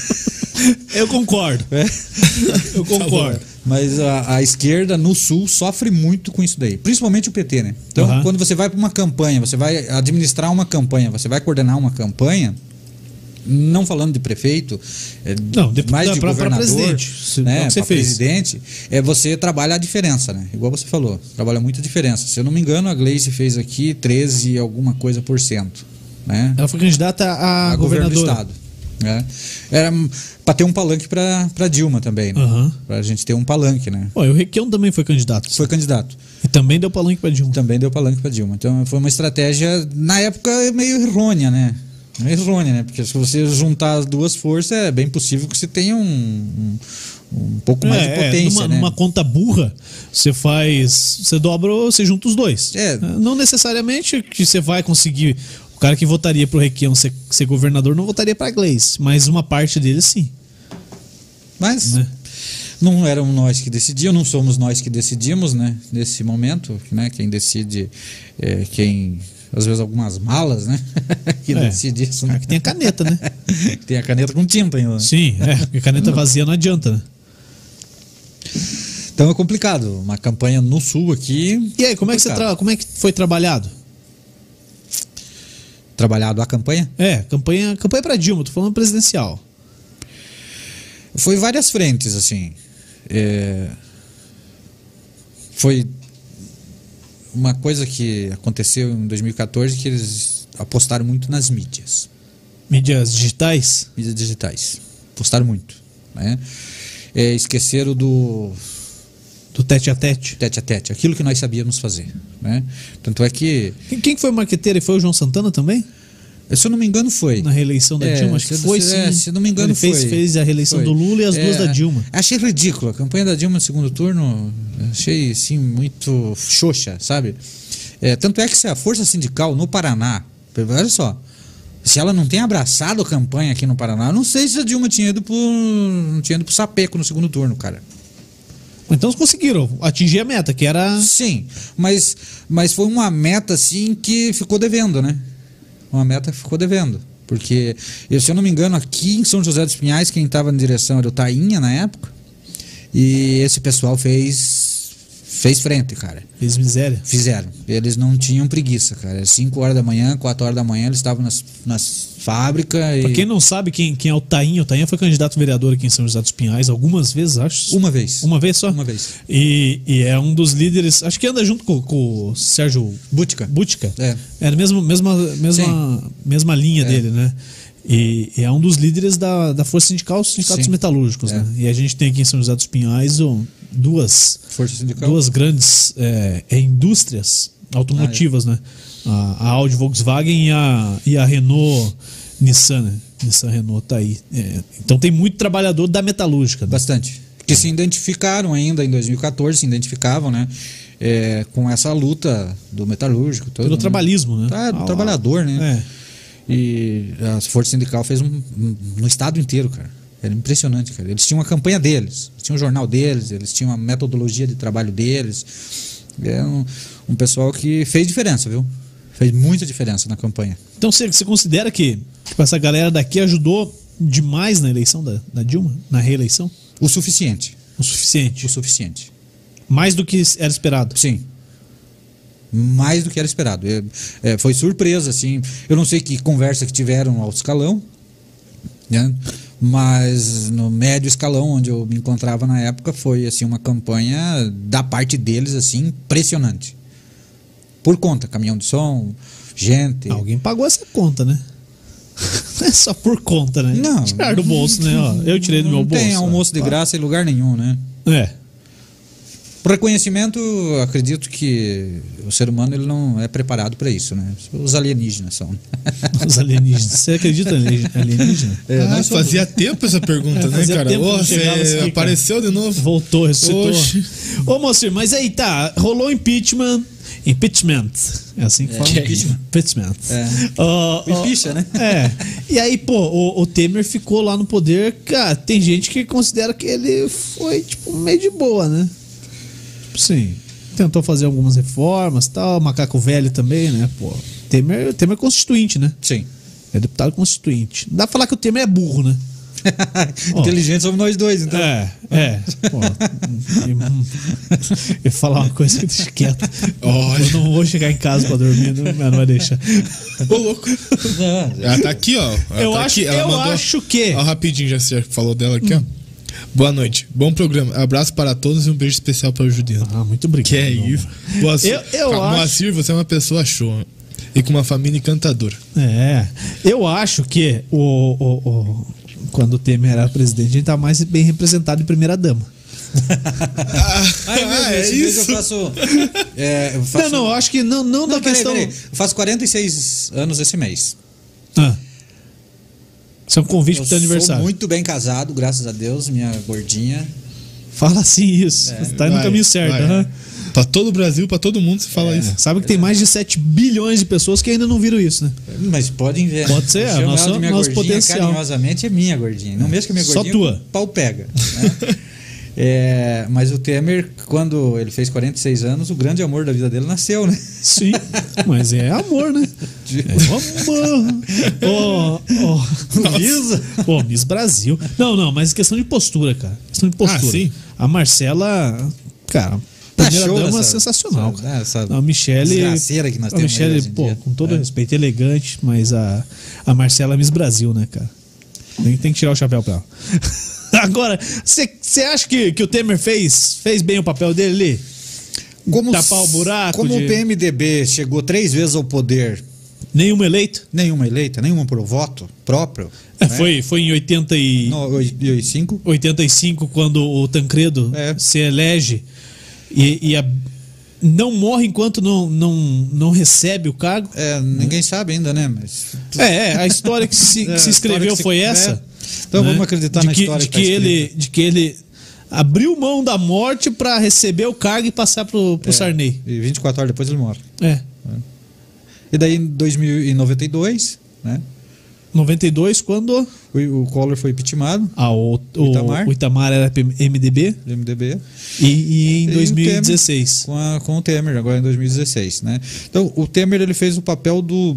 Eu concordo. É. Eu concordo. Mas a, a esquerda no sul sofre muito com isso daí, principalmente o P T, né? Então, Uhum. quando você vai para uma campanha, você vai administrar uma campanha, você vai coordenar uma campanha, não falando de prefeito, é, Não, de- mais pra- de pra- pra governador, presidente, se- é o né? que você Pra fez. presidente, é você trabalha a diferença, né? Igual você falou, trabalha muito a diferença. Se eu não me engano, a Gleice fez aqui treze e alguma coisa por cento, né? Ela foi candidata a, a governo do governadora. estado. Né? Era para ter um palanque para Dilma também, né? Aham. Para a gente ter um palanque, né? Pô, e o Requião também foi candidato. Foi candidato. E também deu palanque pra Dilma. Também deu palanque para Dilma. Então foi uma estratégia, na época, meio errônea, né? Meio errônea, né? Porque se você juntar as duas forças, é bem possível que você tenha um, um, um pouco mais de É, potência, numa, né? numa conta burra, você faz. Você dobra ou você junta os dois. É. Não necessariamente que você vai conseguir. O cara que votaria pro Requião ser, ser governador não votaria pra Gleice, mas uma parte dele sim. Mas Né? não eram nós que decidíamos, não somos nós que decidimos, né? Nesse momento, né? Quem decide é quem às vezes algumas malas, né? que É. decide isso, né? Aqui tem a caneta, né? Tem a caneta com tinta ainda. Sim, é. Porque caneta vazia não adianta, né? Então é complicado. Uma campanha no sul aqui. E aí, como é que, você complicado. tra... como é que foi trabalhado? Trabalhado a campanha? É, campanha, campanha pra Dilma, tô falando presidencial. Foi várias frentes, assim. É, Foi uma coisa que aconteceu em dois mil e quatorze que eles apostaram muito nas mídias. Mídias digitais? Mídias digitais. Apostaram muito. Né? É, esqueceram do Do tete a tete? tete a tete, aquilo que nós sabíamos fazer. Né? Tanto é que, Quem, quem que foi marqueteiro? E foi o João Santana também? se eu não me engano, foi. Na reeleição da É, Dilma? Acho que se- foi, se- sim. é, se não me engano, Ele fez, foi. fez a reeleição Foi. do Lula e as duas É, da Dilma. Achei ridículo. A campanha da Dilma no segundo turno, achei, assim, muito xoxa, sabe? É, tanto é que se a força sindical no Paraná, olha só, se ela não tem abraçado a campanha aqui no Paraná, eu não sei se a Dilma tinha ido pro, não tinha ido pro sapeco no segundo turno, cara. Então eles conseguiram atingir a meta, que era... Sim, mas, mas foi uma meta, assim, que ficou devendo, né? Uma meta que ficou devendo. Porque, eu, se eu não me engano, aqui em São José dos Pinhais, quem estava na direção era o Tainha na época. E esse pessoal fez fez frente, cara. Fez miséria. Fizeram. Eles não tinham preguiça, cara. cinco horas da manhã, quatro horas da manhã, eles estavam nas, nas fábricas. Pra E... quem não sabe quem, quem é o Tainha, o Tainha foi candidato a vereador aqui em São José dos Pinhais algumas vezes, acho. Uma vez. Uma vez só? Uma vez. E, e é um dos líderes, acho que anda junto com, com o Sérgio Bútica. Bútica. É. É a mesma, mesma, mesma, mesma linha É. dele, né? E, e é um dos líderes da, da Força Sindical, os Sindicatos Sim. Metalúrgicos, É. né? E a gente tem aqui em São José dos Pinhais ó, duas, Força sindical. duas grandes é, é, indústrias automotivas, né? A, a Audi Volkswagen e a, e a Renault Nissan, né? Nissan Renault tá aí. É, então tem muito trabalhador da metalúrgica. Né? Bastante. Que se identificaram ainda em dois mil e quatorze, se identificavam, né? É, com essa luta do metalúrgico. Todo, Pelo né? trabalhismo, né? Tá, do Ah, trabalhador, né? É. E a Força Sindical fez um, um- no estado inteiro, cara. Era impressionante, cara. Eles tinham uma campanha deles, eles tinham um jornal deles, eles tinham uma metodologia de trabalho deles. É um, um pessoal que fez diferença, viu? Fez muita diferença na campanha. Então você, você considera que tipo, essa galera daqui ajudou demais na eleição da, da Dilma? Na reeleição? O suficiente. O suficiente? O suficiente. Mais do que era esperado? Sim. Mais do que era esperado. É, é, foi surpresa, assim. Eu não sei que conversa que tiveram ao escalão, né? Mas no médio escalão, onde eu me encontrava na época, foi assim uma campanha da parte deles assim impressionante. Por conta, caminhão de som, gente. Alguém pagou essa conta, né? Não é só por conta, né? Não. Tirar do bolso, né? Ó, eu tirei do não meu bolso. tem ó. almoço de Pá. graça em lugar nenhum, né? É. Por reconhecimento, eu acredito que o ser humano ele não é preparado para isso, né? Os alienígenas são. Os alienígenas. Você acredita em alien- alienígena? É, ah, nós somos- fazia tempo essa pergunta, né, Fazia cara? tempo que Ô, não chegava você isso aqui, apareceu de novo. Voltou, ressuscitou. Oxe. Ô, Moacir, mas aí tá, rolou impeachment. Impeachment. É assim que É, fala? que é isso? Impeachment. É. Ó, O ó, impeacha, né? É. E aí, pô, o, o Temer ficou lá no poder. Cara, tem gente que considera que ele foi, tipo, meio de boa, né? Tipo assim, tentou fazer algumas reformas tal. Macaco velho também, né? Pô, Temer, Temer é constituinte, né? Sim. É deputado constituinte. Não dá pra falar que o Temer é burro, né? Ó. Inteligentes somos nós dois, então. É, é. Pô, eu ia falar uma coisa que deixa quieto. Olha. Eu não vou chegar em casa pra dormir, não, não vai deixar. Ô, louco. Ela tá aqui, ó. Ela Eu tá acho, aqui. Ela eu mandou... acho que. Ó, rapidinho, já você falou dela aqui, ó. Boa noite. Bom programa. Abraço para todos e um beijo especial para o Juliano. Ah, muito obrigado. Que é isso. Moacir, Eu- eu Ca- acho- Moacir, você é uma pessoa show. E com uma família encantadora. É. Eu acho que o, o, o- quando o Temer era presidente, a gente tá mais bem representado em primeira-dama. Ah, é, mesmo, é esse mês isso? eu faço. é, eu faço Não, não, eu acho que não, não, da Não, peraí, questão. peraí. Eu faço quarenta e seis anos esse mês. Ah. Isso é um convite Eu pro teu sou aniversário. muito bem casado, graças a Deus, minha gordinha. Fala assim isso. É. Você tá indo no Vai, caminho certo. vai. aham. Pra todo o Brasil, pra todo mundo, você fala É. isso. Sabe que tem mais de sete bilhões de pessoas que ainda não viram isso, né? Mas podem ver. Pode ser, Eu é chamo nosso- ela de minha nosso gordinha, potencial. carinhosamente é minha gordinha. Não mesmo que a minha Só gordinha, tua. o pau pega. Né? É, mas o Temer, quando ele fez quarenta e seis anos, o grande amor da vida dele nasceu, né? Sim, mas é amor, né? É amor. Ó, ó. Lisa. Pô, Miss Brasil. Não, não, mas questão de postura, cara. Questão de postura. Ah, sim. A Marcela, cara, Tá primeira show dama essa- sensacional, essa- cara. essa a Michele. desgraceira que nós a temos Michele, aí hoje em pô, dia. com todo É. respeito, elegante, mas a, a Marcela é Miss Brasil, né, cara? Tem, tem que tirar o chapéu pra ela. Agora, você acha que, que o Temer fez, fez bem o papel dele ali? Como, Tapar o buraco Como de- o P M D B chegou três vezes ao poder, Nenhum eleito? nenhuma eleita, nenhuma por voto próprio. É, né? foi, foi em oitenta e... No, oitenta e cinco. oitenta e cinco, quando o Tancredo É. se elege e, e a- não morre enquanto não, não, não recebe o cargo. É, ninguém sabe ainda, né? Mas É, é, a história que se, que É, se a escreveu história que se- foi é. essa. Então né? vamos acreditar de na que, história de que que tá ele escrita. De que ele abriu mão da morte para receber o cargo e passar pro, pro Sarney. E vinte e quatro horas depois ele morre. É. E daí em dois mil e noventa e dois, né? noventa e dois, quando O, o Collor foi impeachmentado, ah, o, o, Itamar. o Itamar era M D B do M D B. e, e em E o dois mil e dezesseis. Com, a- com o Temer, agora em dois mil e dezesseis, né? Então, o Temer ele fez o papel do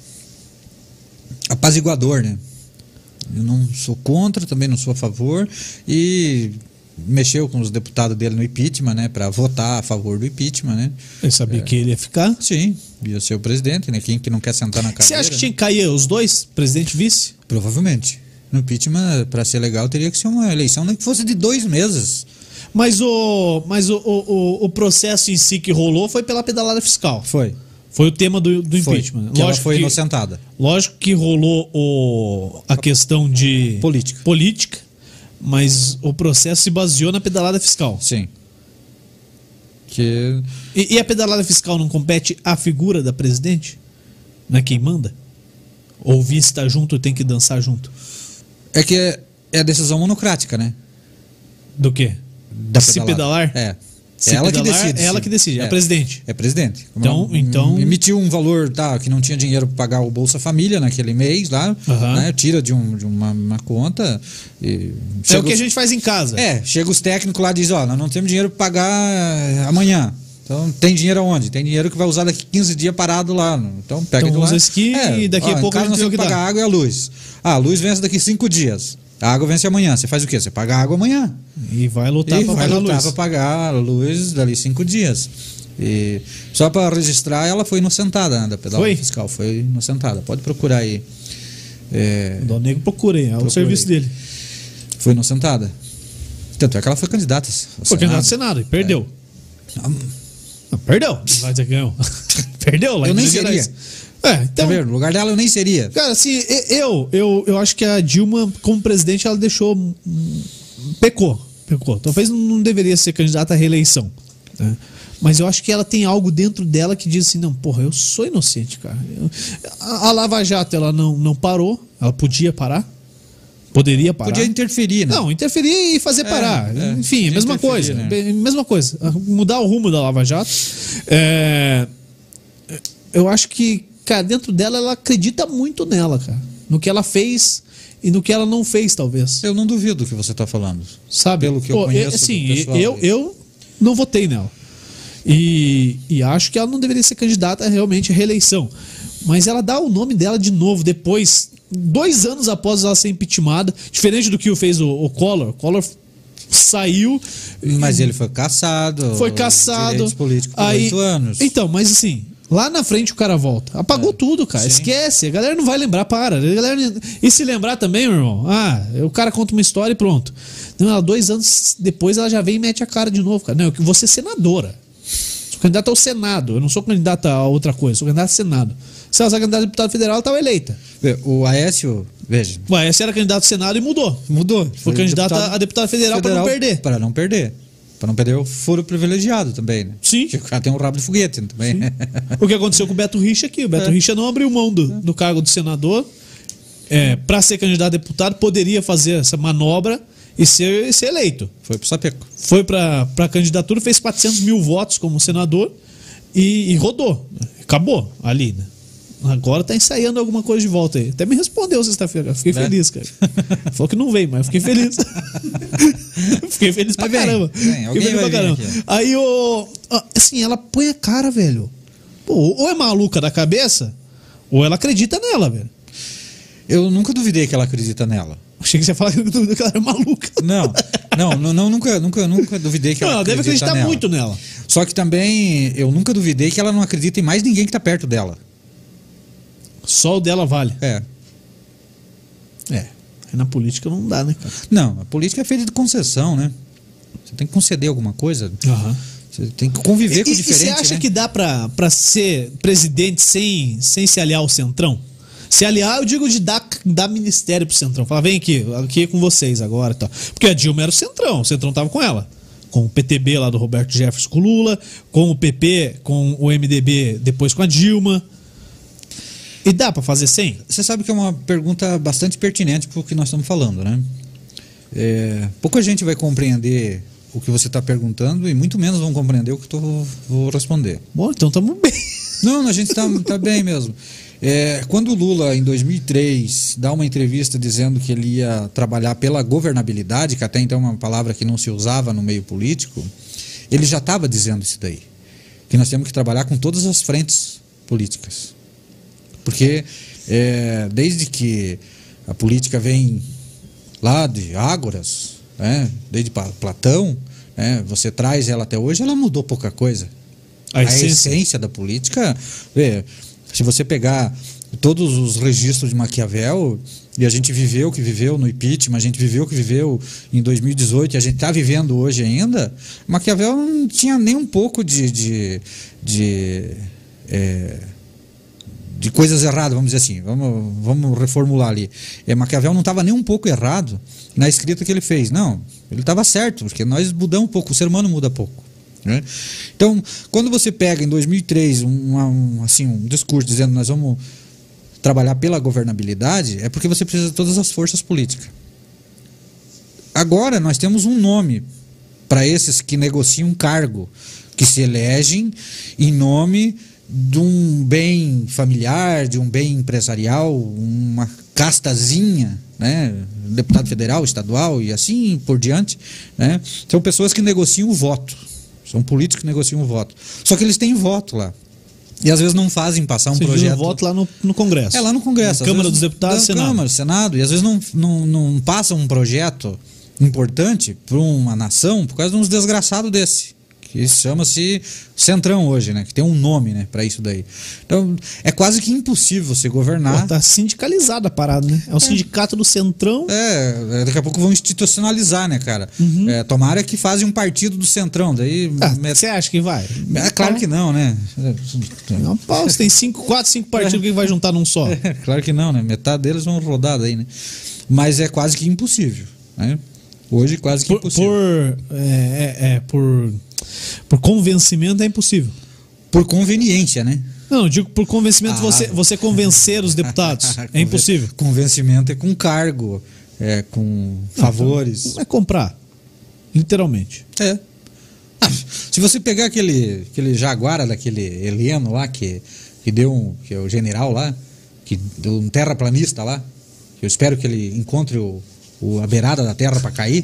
apaziguador, né? Eu não sou contra, também não sou a favor, e mexeu com os deputados dele no impeachment, né? Para votar a favor do impeachment, né? Eu sabia que ele ia ficar. Sim, ia ser o presidente, né? Quem que não quer sentar na cadeira? Você acha que né? tinha que cair os dois, presidente e vice? Provavelmente. No impeachment, para ser legal, teria que ser uma eleição nem que fosse de dois meses. Mas o, mas o, o, o- o processo em si que rolou foi pela pedalada fiscal. Foi. Foi o tema do, do Foi. impeachment. Que ela Lógico foi que, inocentada. lógico que rolou o, a questão de Política. política, mas o processo se baseou na pedalada fiscal. Sim. Que E, e a pedalada fiscal não compete à figura da presidente? Não é quem manda? Ou o vice está junto e tem que dançar junto? é que é, é a decisão monocrática, né? Do quê? Da Se pedalar? É. Se é ela pedalar, que decide. é ela sim. que decide, é é a presidente. É presidente. Como Então- ela, então- hum, emitiu um valor, tá, que não tinha dinheiro para pagar o Bolsa Família naquele mês lá, Aham. né? Tira de, um, de uma, uma conta e É chega o que a os- gente faz em casa. É, chega os técnicos lá e dizem, ó, nós não temos dinheiro para pagar eh, amanhã. Então, tem dinheiro aonde? Tem dinheiro que vai usar daqui quinze dias parado lá. no- Então, pega Então de lá. usa esse aqui e daqui a ó, em pouco casa a nós gente temos vê que o que pagar dá. a água e a luz. Ah, a luz vence daqui cinco dias. A água vence amanhã. Você faz o quê? Você paga a água amanhã. E vai lutar E para vai pagar a lutar luz. para pagar a luz dali cinco dias. E só para registrar, ela foi inocentada, né, da pedala Foi? fiscal. Foi inocentada. Pode procurar aí. É, O Dal Negro procurei, é o Procurei. serviço dele. foi inocentada. Tanto é que ela foi candidata. ao Foi candidato ao Senado. Senado e perdeu. Ah, Não, perdeu. Não vai dizer que ganhou. Perdeu lá Eu em nem Minas Gerais. seria. É, Tá então, vendo? No lugar dela eu nem seria. cara, assim, e- eu, eu, eu acho que a Dilma, como presidente, ela deixou. hum, Pecou. Pecou. Talvez não deveria ser candidata à reeleição. Né? Mas eu acho que ela tem algo dentro dela que diz assim: não, porra, eu sou inocente, cara. Eu- a, a Lava Jato, ela não, não parou. Ela podia parar. Poderia parar. Podia interferir, né? Não, interferir e fazer É, parar. é, Enfim, podia mesma interferir, coisa. né? Bem, Mesma coisa. Mudar o rumo da Lava Jato. É, eu acho que, cara, dentro dela, ela acredita muito nela, cara. No que ela fez e no que ela não fez, talvez. Eu não duvido do que você está falando. Sabe? Pelo que eu Pô, conheço assim, do pessoal eu, aí. eu não votei nela. E, e acho que ela não deveria ser candidata realmente à reeleição. Mas ela dá o nome dela de novo depois, dois anos após ela ser impeachmentada, diferente do que o fez o, o Collor. O Collor saiu. Mas ele foi caçado. Foi caçado. Direitos políticos por aí, oito anos. Então, mas assim, lá na frente o cara volta. Apagou É, tudo, cara. sim. Esquece. A galera não vai lembrar, para. A galera... E se lembrar também, meu irmão? Ah, o cara conta uma história e pronto. Não, ela, dois anos depois ela já vem e mete a cara de novo, cara. Não, eu vou ser senadora. Sou candidata ao Senado. Eu não sou candidata a outra coisa. Sou candidata a Senado. Se ela fosse candidata a deputado federal, ela estava eleita. O Aécio, veja, Ué, essa era candidato ao Senado e mudou. mudou. Foi candidata a deputado federal para não perder. Para não perder. Para não perder o foro privilegiado também, né? Sim. Que o cara tem um rabo de foguete também. O que aconteceu com o Beto Richa aqui? O Beto É. Richa não abriu mão do, do cargo de senador. É, para ser candidato a deputado, poderia fazer essa manobra e ser, e ser eleito. Foi pro Sapeco. Foi para a candidatura, fez quatrocentos mil votos como senador e, e rodou. Acabou ali, né? agora tá ensaiando alguma coisa de volta aí. Até me respondeu sexta-feira. Fiquei Né? feliz, cara. Falou que não veio, mas eu fiquei feliz. Fiquei feliz pra Mas vem, caramba. vem, Fiquei alguém feliz vai pra vir caramba. aqui. Aí, ô, ó, assim, ela põe a cara, velho. Pô, ou é maluca da cabeça, ou ela acredita nela, velho. Eu nunca duvidei que ela acredita nela. Achei que você ia falar que ela era maluca. Não, não, não, não, nunca, nunca, nunca duvidei que Não, ela ela deve acredita acreditar nela. muito nela. Só que também eu nunca duvidei que ela não acredita em mais ninguém que tá perto dela. Só o dela vale. É. É. Aí na política não dá, né, cara? Não, a política é feita de concessão, né? Você tem que conceder alguma coisa. Aham. Você tem que conviver com o E, e diferente, você acha né? que dá pra, pra ser presidente sem, sem se aliar ao Centrão? Se aliar, eu digo de dar, dar ministério pro Centrão. Falar, vem aqui, aqui é com vocês agora e tal. Porque a Dilma era o Centrão, o Centrão tava com ela. Com o P T B lá do Roberto Jefferson com o Lula, com o P P, com o M D B depois com a Dilma. E dá pra fazer sem? Você sabe que é uma pergunta bastante pertinente pro que nós estamos falando, né? É, pouca gente vai compreender o que você está perguntando e muito menos vão compreender o que eu vou responder. Bom, então tamo bem. Não, a gente está tá bem mesmo. É, quando o Lula, em dois mil e três, dá uma entrevista dizendo que ele ia trabalhar pela governabilidade, que até então é uma palavra que não se usava no meio político, ele já estava dizendo isso daí. Que nós temos que trabalhar com todas as frentes políticas. Porque é, desde que a política vem lá de Ágoras, né, desde Platão, né, você traz ela até hoje, ela mudou pouca coisa. A A essência. essência da política, vê, se você pegar todos os registros de Maquiavel, e a gente viveu o que viveu no impeachment, a gente viveu o que viveu em dois mil e dezoito, e a gente está vivendo hoje ainda, Maquiavel não tinha nem um pouco de, de, de, é, de coisas erradas, vamos dizer assim, vamos, vamos reformular ali. É, Maquiavel não estava nem um pouco errado na escrita que ele fez, não, ele estava certo, porque nós mudamos um pouco, o ser humano muda pouco. Né? Então, quando você pega em dois mil e três um, um, assim, um discurso dizendo nós vamos trabalhar pela governabilidade, é porque você precisa de todas as forças políticas. Agora nós temos um nome para esses que negociam um cargo, que se elegem em nome de um bem familiar, de um bem empresarial, uma castazinha, né? Deputado federal, estadual e assim por diante, né? São pessoas que negociam o voto. São políticos que negociam o voto. Só que eles têm voto lá. E às vezes não fazem passar um Você projeto. diz o voto lá no, no Congresso. É, lá no Congresso. Na às Câmara vezes- dos Deputados, da Senado. Câmara, Senado. E às vezes não, não, não passam um projeto importante para uma nação por causa de uns desgraçados desse. Que chama-se Centrão hoje, né? Que tem um nome, né, para isso daí. Então, é quase que impossível você governar. Pô, tá sindicalizada a parada, né? É o sindicato do Centrão. É, daqui a pouco vão institucionalizar, né, cara? É, tomara que fazem um partido do Centrão. Daí. Ah, met- você acha que vai? É claro que não, né? Não, pau, você tem cinco, quatro, cinco partidos que vai juntar num só. É, claro que não, né? Metade deles vão rodar daí, né? Mas é quase que impossível, né? Hoje quase que Por, impossível. por, é, é, é, por, por convencimento é impossível. Por conveniência, né? Não, eu digo por convencimento Ah. você, você convencer os deputados. É impossível. Convencimento é com cargo, é com favores. Não é comprar. Literalmente. É. Ah, se você pegar aquele, aquele jaguara daquele Heleno lá, que, que deu um. Que é o general lá, que deu um terraplanista lá, que eu espero que ele encontre o, o, a beirada da terra para cair.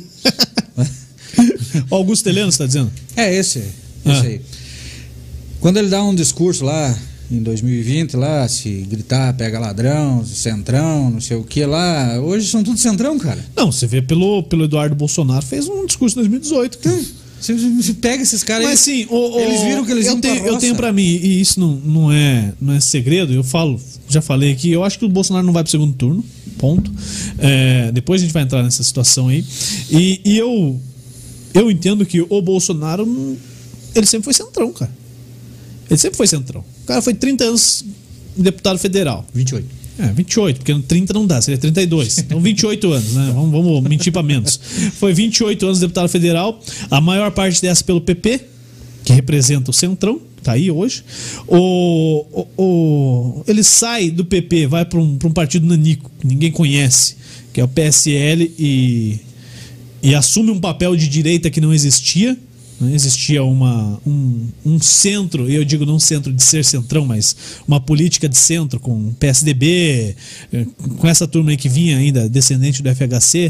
O Augusto Heleno, você tá dizendo? É esse, esse Ah. aí. Quando ele dá um discurso lá em dois mil e vinte, lá, se gritar, pega ladrão, centrão, não sei o que lá, hoje são tudo centrão, cara. Não, você vê pelo, pelo Eduardo Bolsonaro, fez um discurso em dois mil e dezoito. Então, você, você pega esses caras Mas aí, sim, o, o- eles viram que eles eu iam pra tenho, eu roça. tenho pra mim, e isso não, não, é, não é segredo, eu falo, já falei aqui, eu acho que o Bolsonaro não vai pro segundo turno, ponto. É, depois a gente vai entrar nessa situação aí. E, e eu, eu entendo que o Bolsonaro, hum, ele sempre foi centrão, cara. Ele sempre foi centrão. O cara foi trinta anos deputado federal. vinte e oito. É, vinte e oito, porque no trinta não dá, seria trinta e dois. Então vinte e oito anos, né? Vamos, vamos mentir pra menos. Foi vinte e oito anos deputado federal, a maior parte dessa pelo P P, que representa o Centrão, tá aí hoje. O, o, o- ele sai do P P, vai para um, pra um partido nanico, que ninguém conhece, que é o P S L, e, e assume um papel de direita que não existia, né? Existia uma, um, um centro, e eu digo não centro de ser centrão, mas uma política de centro com P S D B, com essa turma aí que vinha ainda, descendente do F H C,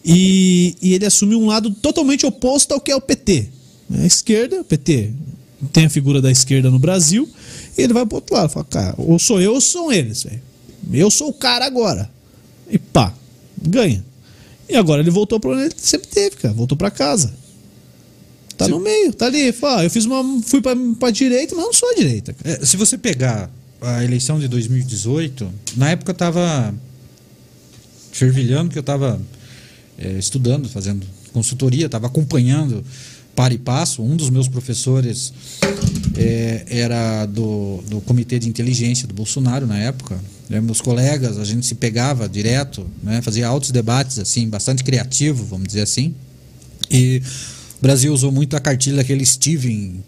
e, e ele assumiu um lado totalmente oposto ao que é o P T. A esquerda, o P T tem a figura da esquerda no Brasil, e ele vai pro outro lado, fala, cara, ou sou eu ou são eles, véio. Eu sou o cara agora. E pá, ganha. E agora ele voltou para onde ele sempre teve, cara. Voltou para casa. Tá se... no meio, tá ali. Fala, eu fiz uma, fui pra, pra direita, mas não sou a direita. É, se você pegar a eleição de dois mil e dezoito, na época eu tava fervilhando, que eu tava é, estudando, fazendo consultoria, tava acompanhando para e passo. Um dos meus professores é, era do, do comitê de inteligência do Bolsonaro na época. Né, meus colegas, a gente se pegava direto, né, fazia altos debates, assim, bastante criativo, vamos dizer assim. E o Brasil usou muito a cartilha daquele Steven,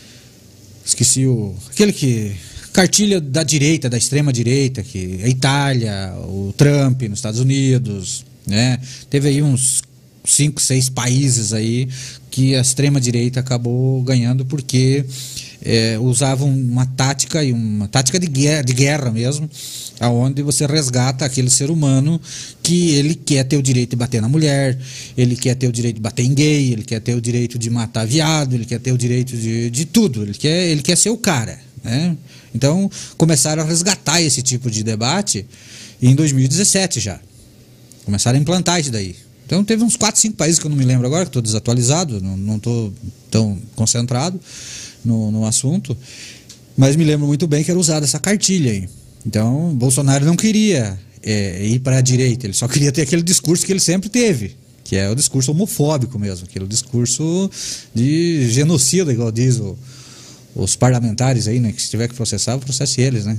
esqueci o... aquele que... cartilha da direita, da extrema direita, que a Itália, o Trump nos Estados Unidos, né? Teve aí uns cinco, seis países aí que a extrema direita acabou ganhando porque é, usavam uma tática e uma tática de guerra, de guerra mesmo, aonde você resgata aquele ser humano que ele quer ter o direito de bater na mulher, ele quer ter o direito de bater em gay, ele quer ter o direito de matar viado, ele quer ter o direito de, de tudo, ele quer, ele quer ser o cara, né? Então começaram a resgatar esse tipo de debate em dois mil e dezessete já, começaram a implantar isso daí. Então teve uns quatro, cinco países que eu não me lembro agora, que estou desatualizado, não estou tão concentrado no, no assunto, mas me lembro muito bem que era usada essa cartilha aí. Então Bolsonaro não queria é, ir para a direita, ele só queria ter aquele discurso que ele sempre teve, que é o discurso homofóbico mesmo, aquele discurso de genocida, igual diz o, os parlamentares aí, né, que se tiver que processar, processe eles, né?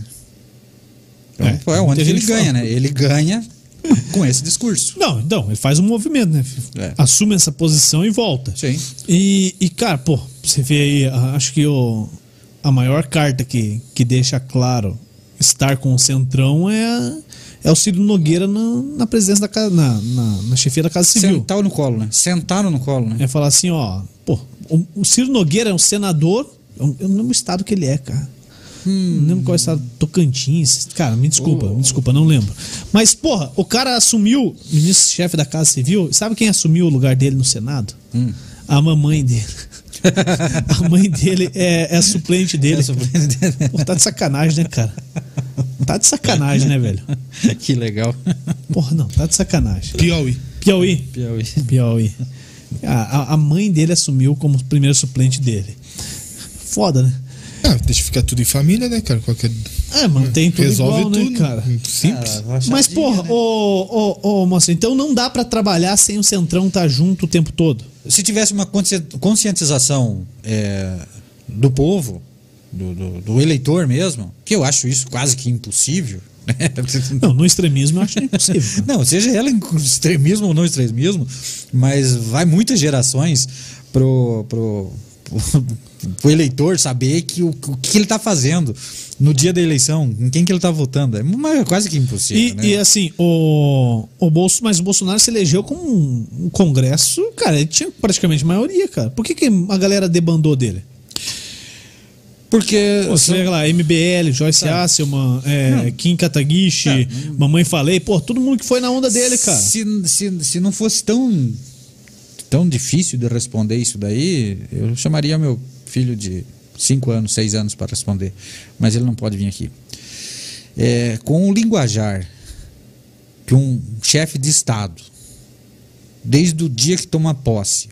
Então é, é onde ele ganha, né? Ele ganha com esse discurso. Não, então, ele faz um movimento, né? É. Assume essa posição e volta. Sim. E, e cara, pô, você vê aí, acho que o, a maior carta que, que deixa claro estar com o Centrão é, é o Ciro Nogueira na, na presidência da casa, na, na, na chefia da Casa Civil. Sentar no colo, né? Sentaram no colo, né? É falar assim, ó, pô, o, o Ciro Nogueira é um senador, eu não lembro o estado que ele é, cara. Hum. Não lembro qual é o estado, Tocantins. Cara, me desculpa, oh. me desculpa, não lembro. Mas, porra, o cara assumiu, ministro-chefe da Casa Civil, sabe quem assumiu o lugar dele no Senado? Hum. A mamãe dele. A mãe dele é, é a suplente dele. É a suplente dele. Pô, tá de sacanagem, né, cara? Tá de sacanagem, né, velho? Que legal. Porra, não, tá de sacanagem. Piauí. Piauí. Piauí. Piauí. A, a mãe dele assumiu como primeiro suplente dele. Foda, né? Ah, deixa ficar tudo em família, né, cara? Qualquer... É, mantém tudo resolve igual, tudo, né, cara? Simples. Ah, mas, porra, né? ô, ô, ô, moça, então não dá pra trabalhar sem o Centrão estar junto o tempo todo? Se tivesse uma conscientização é, do povo, do, do, do eleitor mesmo, que eu acho isso quase que impossível. Não, no extremismo eu acho impossível. Não, seja ela em extremismo ou não extremismo, mas vai muitas gerações pro... pro o eleitor saber que o, o que ele está fazendo no dia da eleição, em quem que ele está votando, é quase que impossível. E, né? e assim, o, o Bolso, mas o Bolsonaro se elegeu com um, um congresso, cara, ele tinha praticamente maioria, cara. Por que, que a galera debandou dele? Porque pô, você vê lá, M B L, Joyce tá. Hasselman, é, Kim Kataguchi, tá. Mamãe Falei, pô, todo mundo que foi na onda dele, cara. Se, se, se não fosse tão tão difícil de responder isso daí, eu chamaria meu filho de cinco anos, seis anos para responder, mas ele não pode vir aqui. É, com o linguajar que um chefe de Estado, desde o dia que toma posse,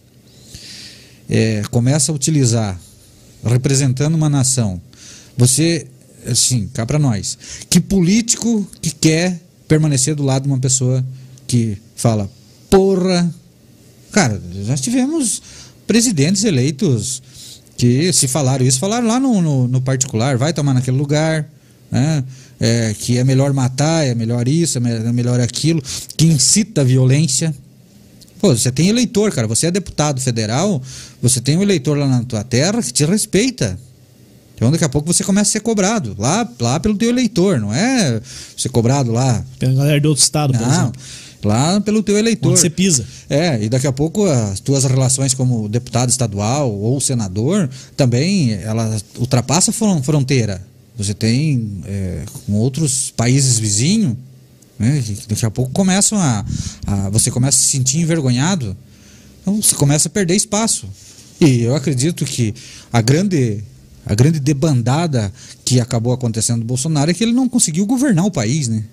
é, começa a utilizar, representando uma nação, você, assim, cá para nós, que político que quer permanecer do lado de uma pessoa que fala, porra, cara, nós tivemos presidentes eleitos que se falaram isso, falaram lá no, no, no particular, vai tomar naquele lugar, né? É, que é melhor matar, é melhor isso, é melhor aquilo, que incita a violência. Pô, você tem eleitor, cara, você é deputado federal, você tem um eleitor lá na tua terra que te respeita. Então daqui a pouco você começa a ser cobrado, lá, lá pelo teu eleitor, não é ser cobrado lá pela galera de outro estado, por não, exemplo. lá pelo teu eleitor. Onde você pisa. É, e daqui a pouco as tuas relações como deputado estadual ou senador também, ela ultrapassa a fronteira. Você tem é, com outros países vizinhos, né, que daqui a pouco começam a, a... Você começa a se sentir envergonhado, então você começa a perder espaço. E eu acredito que a grande... A grande debandada que acabou acontecendo do Bolsonaro é que ele não conseguiu governar o país, né?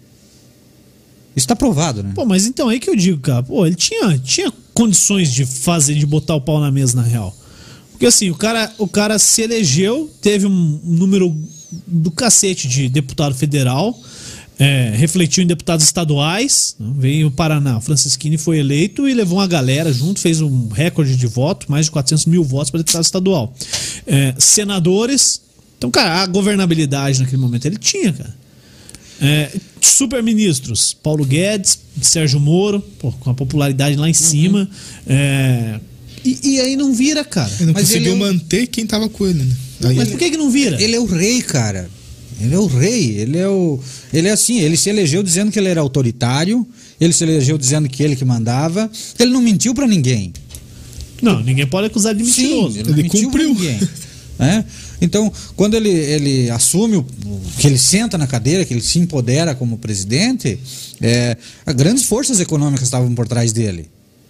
Isso tá provado, né? Pô, mas então aí que eu digo, cara, pô, ele tinha, tinha condições de fazer, de botar o pau na mesa, na real. Porque assim, o cara, o cara se elegeu, teve um número do cacete de deputado federal, é, refletiu em deputados estaduais, né? Veio o Paraná, o Francisquini foi eleito e levou uma galera junto, fez um recorde de voto, mais de quatrocentos mil votos para deputado estadual. É, senadores, então, cara, a governabilidade naquele momento ele tinha, cara. É, superministros, Paulo Guedes, Sérgio Moro, pô, com a popularidade lá em cima. Uhum. É, e, e aí não vira, cara. Ele não Mas conseguiu ele é o... manter quem tava com ele, né? Aí Mas ele... por que que não vira? Ele é o rei, cara. Ele é o rei. Ele é o. Ele é assim, ele se elegeu dizendo que ele era autoritário, ele se elegeu dizendo que ele que mandava. Ele não mentiu pra ninguém. Não, ninguém pode acusar de mentiroso. Sim, ele, ele cumpriu. É? Então, quando ele, ele assume, o, que ele senta na cadeira, que ele se empodera como presidente, é, grandes forças econômicas estavam por trás dele.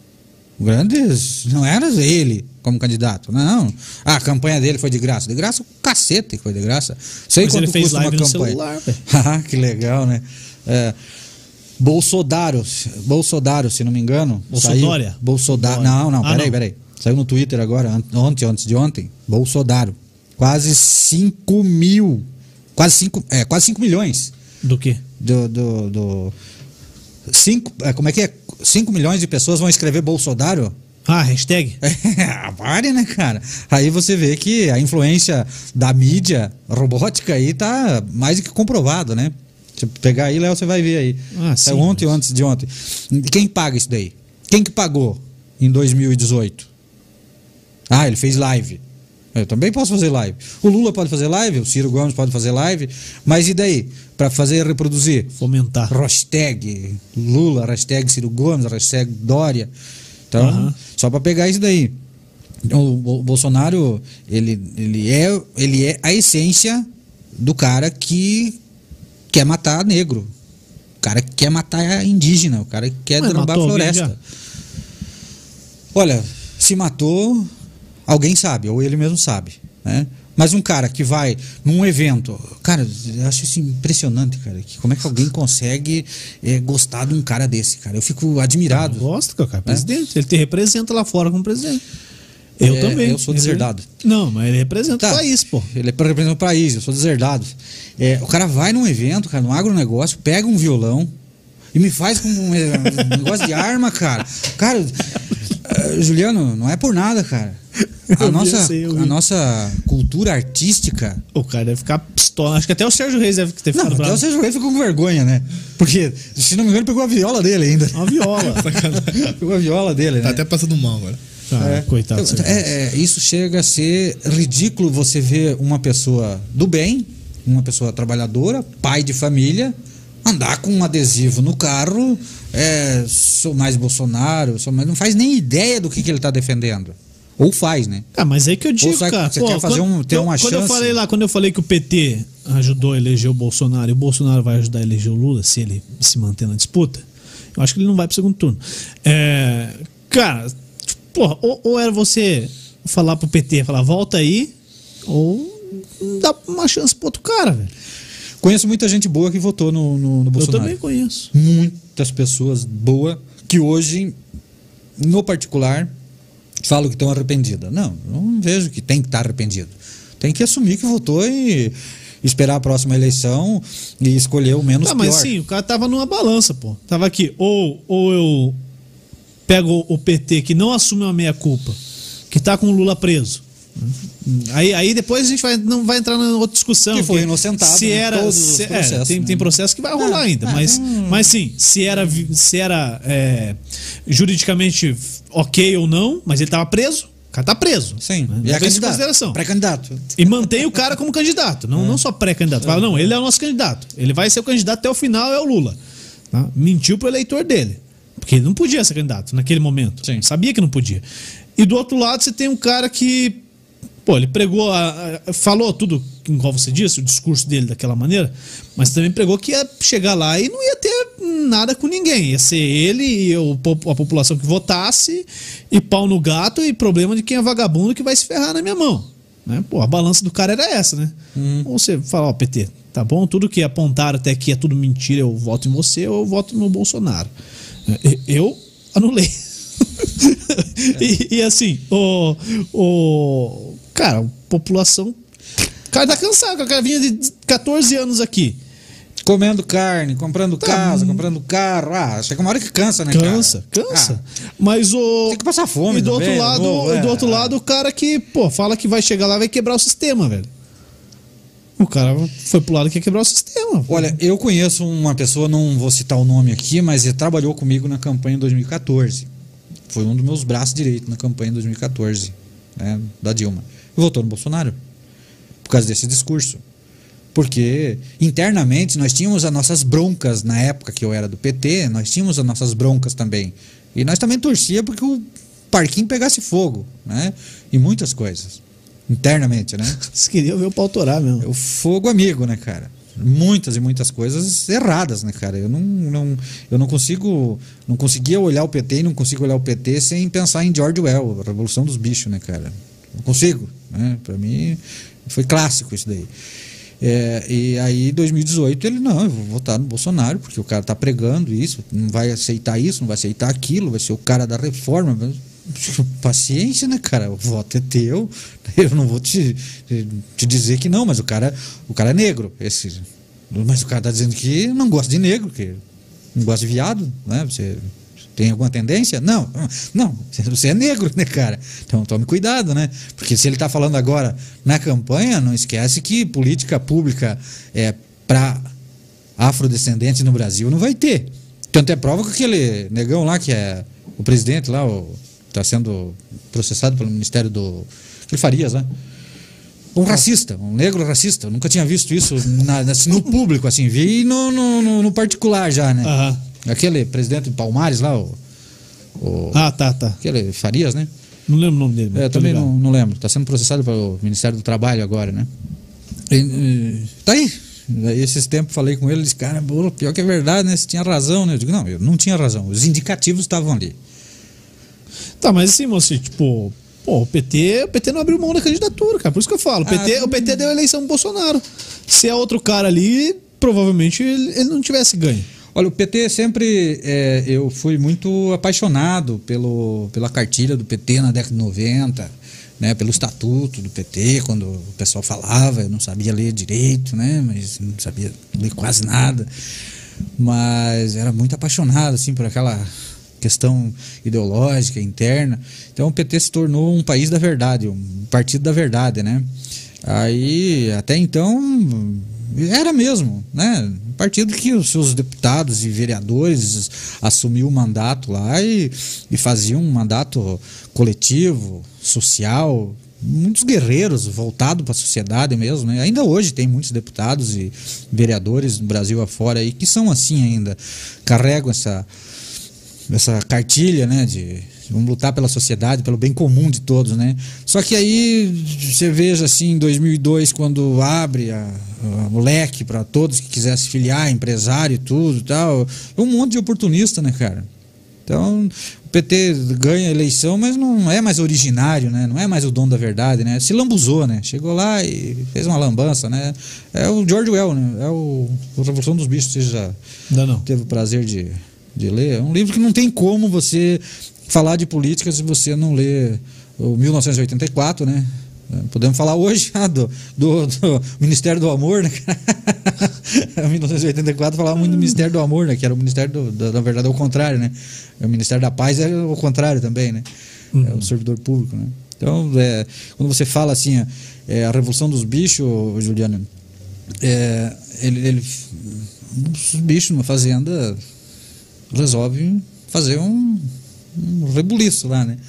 Grandes, não era ele como candidato, não. Ah, a campanha dele foi de graça. De graça, o cacete que foi de graça. Sei Mas quanto ele fez custa live uma no campanha. celular, velho. Ah, que legal, né? É, Bolsonaro, Bolsonaro, se não me engano. Bolsonaro? Saiu, Bolsonaro. Não, não, ah, peraí, não. peraí. Saiu no Twitter agora, ontem, antes de ontem. Bolsonaro. Quase cinco mil. Quase cinco, é, quase cinco milhões. Do quê? Do. do, do cinco, é, como é que é? cinco milhões de pessoas vão escrever Bolsonaro. Ah, hashtag? É, pare, né, cara? Aí você vê que a influência da mídia robótica aí tá mais do que comprovado, né? Se pegar aí, Léo, você vai ver aí. Ah, Saiu sim, ontem ou antes de ontem. Quem paga isso daí? Quem que pagou em dois mil e dezoito? Ah, ele fez live. Eu também posso fazer live. O Lula pode fazer live, o Ciro Gomes pode fazer live, mas e daí? Para fazer reproduzir? Fomentar. Hashtag Lula, hashtag Ciro Gomes, hashtag Dória. Então, Uhum. só para pegar isso daí. O, o Bolsonaro, ele, ele, é, ele é a essência do cara que quer matar negro. O cara que quer matar indígena. O cara que quer Mas derrubar a matou alguém floresta. já? Olha, se matou, alguém sabe, ou ele mesmo sabe, né? Mas um cara que vai num evento... Cara, eu acho isso impressionante, cara. Que como é que alguém consegue é, gostar de um cara desse, cara? Eu fico admirado. Eu gosto, cara. Presidente. Ele te representa lá fora como presidente. Eu É, também. eu sou deserdado. Não, mas ele representa Tá. o país, pô. Ele representa o país, eu sou deserdado. É, o cara vai num evento, cara, num agronegócio, pega um violão e me faz com um, um negócio de arma, cara. Cara, uh, Juliano, não é por nada, cara. A, Eu vi, nossa, eu sei, eu vi. a nossa cultura artística... O cara deve ficar pistola. Acho que até o Sérgio Reis deve ter Não, ficado até bravo. o Sérgio Reis ficou com vergonha, né? Porque, se não me engano, pegou a viola dele ainda. Uma viola. Pegou a viola dele, né? Tá até passando mal agora. Ah, É. coitado do Sérgio Reis. É, é, isso chega a ser ridículo você ver uma pessoa do bem, uma pessoa trabalhadora, pai de família, andar com um adesivo no carro, é, sou mais Bolsonaro, sou mais, não faz nem ideia do que, que ele está defendendo. Ou faz, né? Ah, mas aí que eu digo, Ou sabe, cara. você pô, quer fazer quando, um- ter eu- uma quando eu chance? falei lá, quando eu falei que o P T ajudou a eleger o Bolsonaro e o Bolsonaro vai ajudar a eleger o Lula se ele se manter na disputa, eu acho que ele não vai pro segundo turno. É, cara, tipo, porra, ou, ou era você falar pro P T, falar, volta aí, ou dá uma chance pro outro cara, velho. Conheço muita gente boa que votou no, no, no Eu Bolsonaro. também conheço. Muitas pessoas boas que hoje, no particular, falam que estão arrependidas. Não, não vejo que tem que estar arrependido. Tem que assumir que votou e esperar a próxima eleição e escolher o menos Ah, pior. mas sim, o cara tava numa balança, pô. Tava aqui, ou, ou eu pego o P T que não assume uma meia-culpa, que tá com o Lula preso. Aí, aí depois a gente vai, não vai entrar na outra discussão. Que foi que inocentado, Se né? era, Todos os se- é, processos, tem, né? tem processo que vai rolar Ah, ainda, ah, mas, hum. mas sim, se era, vi- se era é, juridicamente ok ou não, mas ele tava preso, o cara tá preso. Sim, né? e é Leva isso em candidato, consideração. pré-candidato. E mantém o cara como candidato, não, não só pré-candidato. Fala, não, ele é o nosso candidato. Ele vai ser o candidato até o final, é o Lula. Tá? Mentiu pro eleitor dele. Porque ele não podia ser candidato naquele momento. Sim. Sabia que não podia. E do outro lado você tem um cara que, pô, ele pregou, a, a, falou tudo, igual você disse, o discurso dele daquela maneira, mas também pregou que ia chegar lá e não ia ter nada com ninguém. Ia ser ele e o, a população que votasse, e pau no gato, e problema de quem é vagabundo que vai se ferrar na minha mão. Né? Pô, a balança do cara era essa, né? Hum. Ou você fala, ó, P T, tá bom, tudo que apontaram até aqui é tudo mentira, eu voto em você ou eu voto no Bolsonaro. Eu anulei. É. e, e assim, o, o. Cara, a população. O cara tá cansado, o cara vinha de catorze anos aqui. Comendo carne, comprando tá, casa, comprando carro. Ah, chega uma hora que cansa, né, cansa, cara? Cansa, cansa. Ah, Mas o. Tem que passar fome, E do também, outro lado, novo, é, do outro é. lado, o cara que, pô, fala que vai chegar lá e vai quebrar o sistema, velho. O cara foi pro lado que ia quebrar o sistema. Olha, eu conheço uma pessoa, não vou citar o nome aqui, mas ele trabalhou comigo na campanha em dois mil e catorze. Foi um dos meus braços direitos na campanha em dois mil e catorze, né, da Dilma. E votou no Bolsonaro por causa desse discurso. Porque internamente nós tínhamos as nossas broncas na época que eu era do P T, nós tínhamos as nossas broncas também. E nós também torcia porque o parquinho pegasse fogo, né? E muitas coisas. Internamente, né? Você queria ver o pau torar mesmo. O fogo amigo, né, cara? Muitas e muitas coisas erradas, né, cara? Eu não, não, eu não consigo, não conseguia olhar o P T e não consigo olhar o P T sem pensar em George Orwell, a Revolução dos Bichos, né, cara? Não consigo, né? Pra mim foi clássico isso daí. É, e aí, em dois mil e dezoito, ele, não, eu vou votar no Bolsonaro, porque o cara tá pregando isso, não vai aceitar isso, não vai aceitar aquilo, vai ser o cara da reforma. Paciência, né, cara? O voto é teu. Eu não vou te, te dizer que não, mas o cara, o cara é negro. Esse, mas o cara tá dizendo que não gosta de negro, que não gosta de viado, né? Você tem alguma tendência? Não, não, você é negro, né, cara? Então tome cuidado, né? Porque se ele tá falando agora na campanha, não esquece que política pública é para afrodescendentes no Brasil não vai ter. Tanto é prova que aquele negão lá, que é o presidente lá, o está sendo processado pelo Ministério do... Aquele Farias, né? Um racista, um negro racista. Eu nunca tinha visto isso na, assim, no público, assim. Vi no, no, no particular já, né? Uhum. Aquele presidente de Palmares lá, o, o... Ah, tá, tá. Aquele Farias, né? Não lembro o nome dele. É, também não, não lembro. Está sendo processado pelo Ministério do Trabalho agora, né? E, e, tá aí. Esses tempos falei com ele, ele disse, cara, pior que é verdade, né? Você tinha razão, né? Eu digo, não, eu não tinha razão. Os indicativos estavam ali. Tá, mas assim, moço, tipo, pô, o P T, o P T não abriu mão da candidatura, cara. Por isso que eu falo, o P T, ah, o P T deu a eleição pro Bolsonaro. Se é outro cara ali, provavelmente ele, ele não tivesse ganho. Olha, o P T sempre, é, eu fui muito apaixonado pelo, pela cartilha do P T na década de noventa, né, pelo estatuto do P T, quando o pessoal falava, eu não sabia ler direito, né, mas não sabia ler quase nada, mas era muito apaixonado, assim, por aquela questão ideológica, interna. Então o P T se tornou um país da verdade, um partido da verdade, né? Aí, até então, era mesmo, né? Um partido que os seus deputados e vereadores assumiam o mandato lá e, e faziam um mandato coletivo, social, muitos guerreiros voltados para a sociedade mesmo, né? Ainda hoje tem muitos deputados e vereadores do Brasil afora aí que são assim ainda, carregam essa essa cartilha, né, de vamos lutar pela sociedade, pelo bem comum de todos, né? Só que aí você veja assim, em dois mil e dois, quando abre a, a, o leque para todos que quisessem filiar, empresário e tudo e tal, um monte de oportunista, né, cara? Então, o P T ganha a eleição, mas não é mais originário, né? Não é mais o dono da verdade, né? Se lambuzou, né? Chegou lá e fez uma lambança, né? É o George Orwell, né? É o, o Revolução dos Bichos, você já não, não. teve o prazer de... de ler. É um livro que não tem como você falar de política se você não ler o mil novecentos e oitenta e quatro, né? Podemos falar hoje ah, do, do, do Ministério do Amor, né? mil novecentos e oitenta e quatro falava muito do Ministério do Amor, né? Que era o Ministério, do, do, na verdade, é o contrário, né? O Ministério da Paz é o contrário também, né? Uhum. É o servidor público, né? Então, é, quando você fala assim, é, a Revolução dos Bichos, Juliano, é, ele, ele, os bichos numa fazenda resolvem fazer um, um rebuliço lá, né?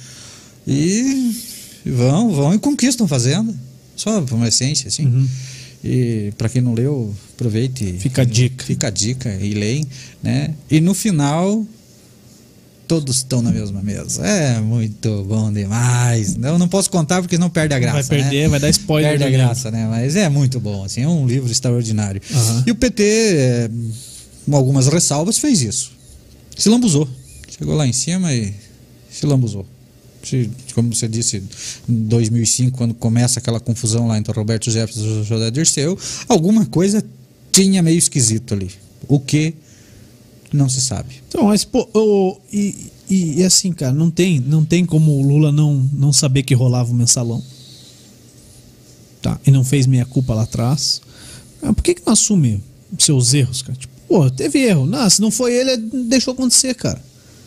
E vão, vão e conquistam a fazenda. Só por uma essência, assim. Uhum. E para quem não leu, aproveite. Fica a dica. Fica a dica e leem, né? E no final todos estão na mesma mesa. É muito bom demais. Eu não posso contar porque não perde a graça. Vai perder, né? vai dar spoiler. Perde a graça, né? Mas é muito bom, assim, é um livro extraordinário. Uhum. E o P T, é, com algumas ressalvas, fez isso. Se lambuzou. Chegou lá em cima e se lambuzou. Como você disse, em dois mil e cinco, quando começa aquela confusão lá entre o Roberto Jefferson e o José Dirceu, alguma coisa tinha meio esquisito ali. O que não se sabe. Então, mas, pô, oh, e, e, e assim, cara, não tem, não tem como o Lula não, não saber que rolava o mensalão. Tá? E não fez meia culpa lá atrás. Ah, por que, que não assume seus erros, cara? Tipo, pô, teve erro. Não, se não foi ele, deixou acontecer, cara.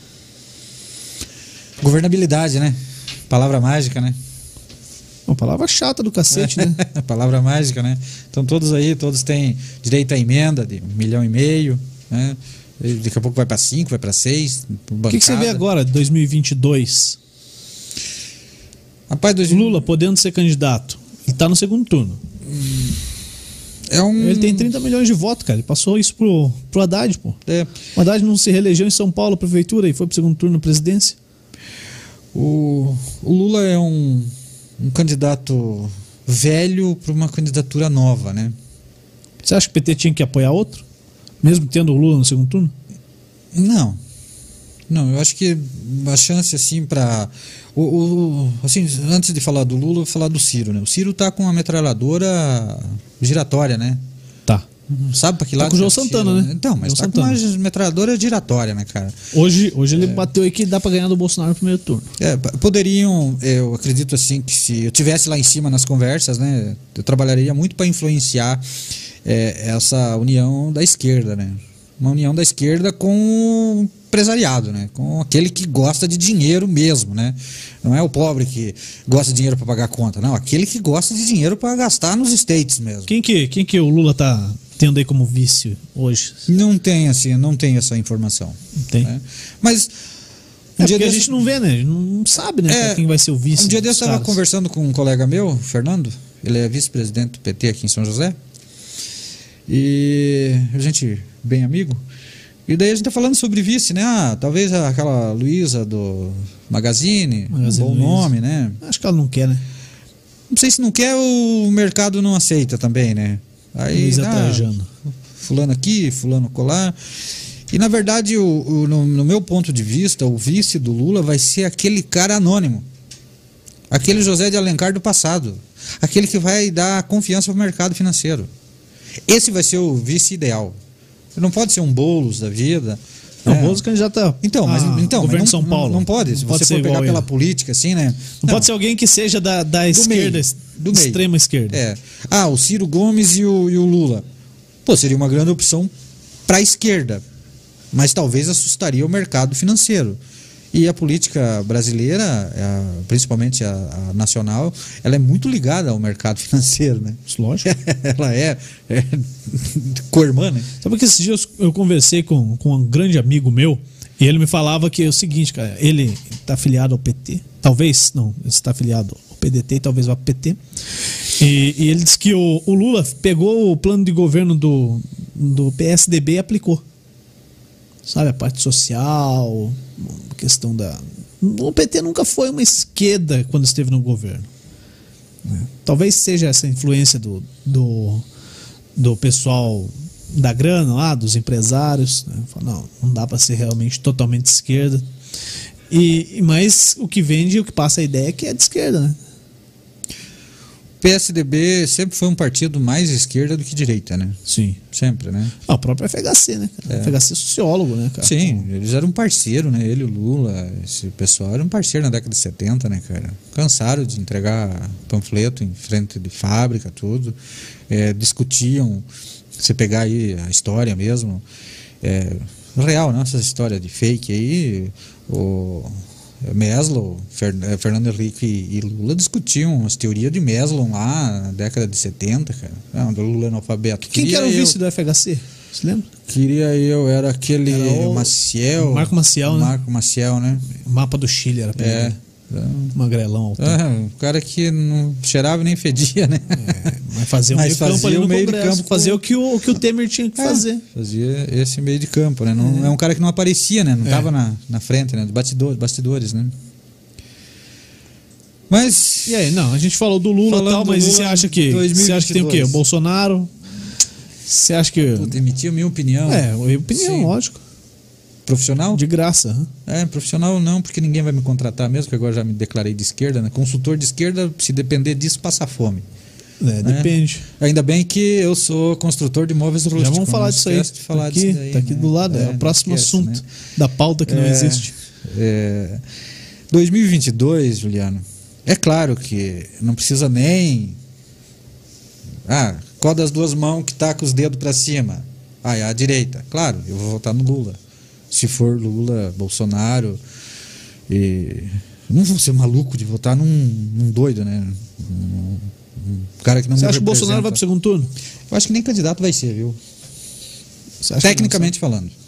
Governabilidade, né? Palavra mágica, né? Uma palavra chata do cacete, né? Palavra mágica, né? Então todos aí, todos têm direito à emenda de um milhão e meio, né? E daqui a pouco vai para cinco, vai para seis. O que, que você vê agora, dois mil e vinte e dois? Rapaz, dois... Lula podendo ser candidato. Ele tá no segundo turno. É um... Ele tem trinta milhões de votos, cara. Ele passou isso pro, pro Haddad, pô. É. O Haddad não se reelegeu em São Paulo, prefeitura, e foi pro segundo turno na presidência. O, o Lula é um, um candidato velho para uma candidatura nova, né? Você acha que o P T tinha que apoiar outro? Mesmo tendo o Lula no segundo turno? Não. Não, eu acho que a chance, assim, para... O, o, assim, antes de falar do Lula, eu vou falar do Ciro, né? O Ciro tá com uma metralhadora giratória, né? Tá. Sabe para que Tá lado? com o João que Santana, atira, né? Então, mas João tá Santana. com uma metralhadora giratória, né, cara? Hoje, hoje ele bateu aí que dá pra ganhar do Bolsonaro no primeiro turno. É, p- poderiam, eu acredito assim, que se eu tivesse lá em cima nas conversas, né, eu trabalharia muito para influenciar é, essa união da esquerda, né? Uma união da esquerda com o empresariado, né? Com aquele que gosta de dinheiro mesmo, né? Não é o pobre que gosta de dinheiro para pagar a conta, não. Aquele que gosta de dinheiro para gastar nos States mesmo. Quem que, quem que o Lula tá tendo aí como vice hoje? Não tem assim, não tem essa informação. Não tem. Né? Mas Um um é dia porque a desse- gente não vê, né? A gente não sabe, né? É, cara, quem vai ser o vice. Um dia dos desse eu estava caras. conversando com um colega meu, o Fernando, ele é vice-presidente do P T aqui em São José, e a gente, bem amigo, e daí a gente tá falando sobre vice, né? Ah, talvez aquela Luísa do Magazine, Magazine um bom Luiza. nome, né? Acho que ela não quer, né? Não sei se não quer, o mercado não aceita também, né? Aí, Luísa ah, Trajano. fulano aqui, fulano colar. E na verdade, o, o- no, no meu ponto de vista, o vice do Lula vai ser aquele cara anônimo. Aquele José de Alencar do passado. Aquele que vai dar confiança ao mercado financeiro. Esse vai ser o vice ideal. Não pode ser um Boulos da vida. Não, né? o Boulos candidata Então, mas, a então, governo mas de não, São Paulo. Não, não pode. Se Não pode você ser for pegar igual pela ele. política, assim, né? Não, pode ser alguém que seja da, da esquerda, meio, do meio. extrema esquerda. É. Ah, o Ciro Gomes e o, e o Lula. Pô, seria uma grande opção para a esquerda, mas talvez assustaria o mercado financeiro. E a política brasileira, a- principalmente a, a nacional, ela é muito ligada ao mercado financeiro, né? Isso, lógico. Ela é, é co-irmã, né? Sabe que esses dias eu conversei com, com um grande amigo meu e ele me falava que é o seguinte, cara, ele está afiliado ao P T, talvez, não, ele está afiliado ao P D T e talvez vá para o P T. E, e ele disse que o, o Lula pegou o plano de governo do, do P S D B e aplicou. Sabe, a parte social, a questão da... O P T nunca foi uma esquerda quando esteve no governo. Né? Talvez seja essa influência do, do, do pessoal da grana lá, dos empresários. Né? Fala, não, não dá para ser realmente totalmente de esquerda. E, mas o que vende, o que passa a ideia é que é de esquerda, né? O P S D B sempre foi um partido mais esquerda do que direita, né? Sim. Sempre, né? Ah, o próprio F H C, né? Cara? É. F H C é sociólogo, né, cara? Sim, eles eram um parceiro, né? Ele e o Lula, esse pessoal era um parceiro na década de setenta, né, cara? Cansaram de entregar panfleto em frente de fábrica, tudo. É, discutiam, você pegar aí a história mesmo, é, real, né? Essa história de fake aí, o Maslow, Fer, Fernando Henrique e Lula discutiam as teorias de Maslow lá na década de setenta, cara. Não, do Lula analfabeto. Quem que Queria era o eu- vice do F H C? Você lembra? Queria eu, era aquele Era o Maciel. Marco Maciel, né? Marco Maciel, né? O mapa do Chile era pra É. ele. Magrelão. Altão. Ah, um cara que não cheirava nem fedia, né? É, mas fazer o Mas meio campo fazia ali o no meio de Congresso, campo fazer com- o que o, o que o Temer tinha que É, fazer. Fazia esse meio de campo, né? Não, é. um cara que não aparecia, né? Não É. tava na, na frente, né? Dos bastidores, bastidores, né? Mas... E aí, não, a gente falou do Lula e Falando tal, do mas e Lula você acha que dois mil e você acha que tem o quê? O vinte e dois. Bolsonaro? Você acha que Vou emitir a minha opinião. é, opinião, Sim. lógico, Profissional? de graça. hã? É, profissional não, porque ninguém vai me contratar mesmo, que agora já me declarei de esquerda, né? Consultor de esquerda, se depender disso, passa fome. É, depende. Ainda bem que eu sou construtor de móveis rústicos. Já vamos falar não disso aí. esquece de falar tá aqui, disso daí, tá aqui né? do lado, é, É, o não próximo esquece, assunto né? da pauta que não É, existe. é, dois mil e vinte e dois, Juliano, é claro que não precisa nem... Ah, qual das duas mãos que tá com os dedos para cima? Ah, é a direita. Claro, eu vou votar no Lula. Se for Lula, Bolsonaro... E... Não vou ser maluco de votar num, num doido, né? Um, um cara que não Você me acha que o Bolsonaro vai representa. pro segundo turno? Eu acho que nem candidato vai ser, viu? Você acha que Tecnicamente falando. não?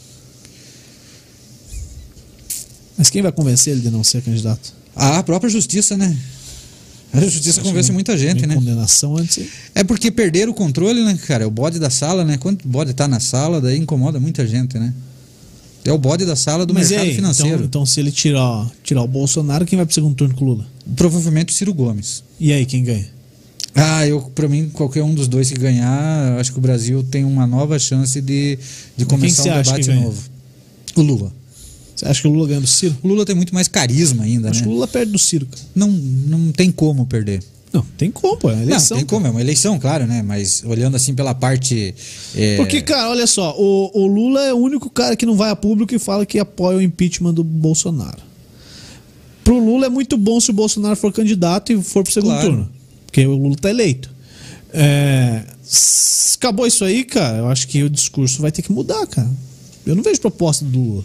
Mas quem vai convencer ele de não ser candidato? A própria justiça, né? A justiça convence muita gente, Tem né? condenação antes. É porque perderam o controle, né, cara? É o bode da sala, né? Quando o bode tá na sala, daí incomoda muita gente, né? É o bode da sala do Mas e mercado aí? financeiro. Então, então, se ele tirar, tirar o Bolsonaro, quem vai pro segundo turno com o Lula? Provavelmente o Ciro Gomes. E aí, quem ganha? Ah, eu, pra mim, qualquer um dos dois que ganhar, acho que o Brasil tem uma nova chance de, de começar você um acha que debate ganha? novo. O Lula. Você acha que o Lula ganha do Ciro? O Lula tem muito mais carisma ainda, Acho né? que o Lula perde do Ciro, cara. Não, não tem como perder. Não, tem como, pô. É uma eleição. não, tem como, é uma eleição, claro, né? Mas olhando assim pela parte. é, Porque, cara, olha só, o, o Lula é o único cara que não vai a público e fala que apoia o impeachment do Bolsonaro. Pro Lula é muito bom se o Bolsonaro for candidato e for pro segundo Claro. turno. Porque o Lula tá eleito. É, s- acabou isso aí, cara. Eu acho que o discurso vai ter que mudar, cara. Eu não vejo proposta do Lula.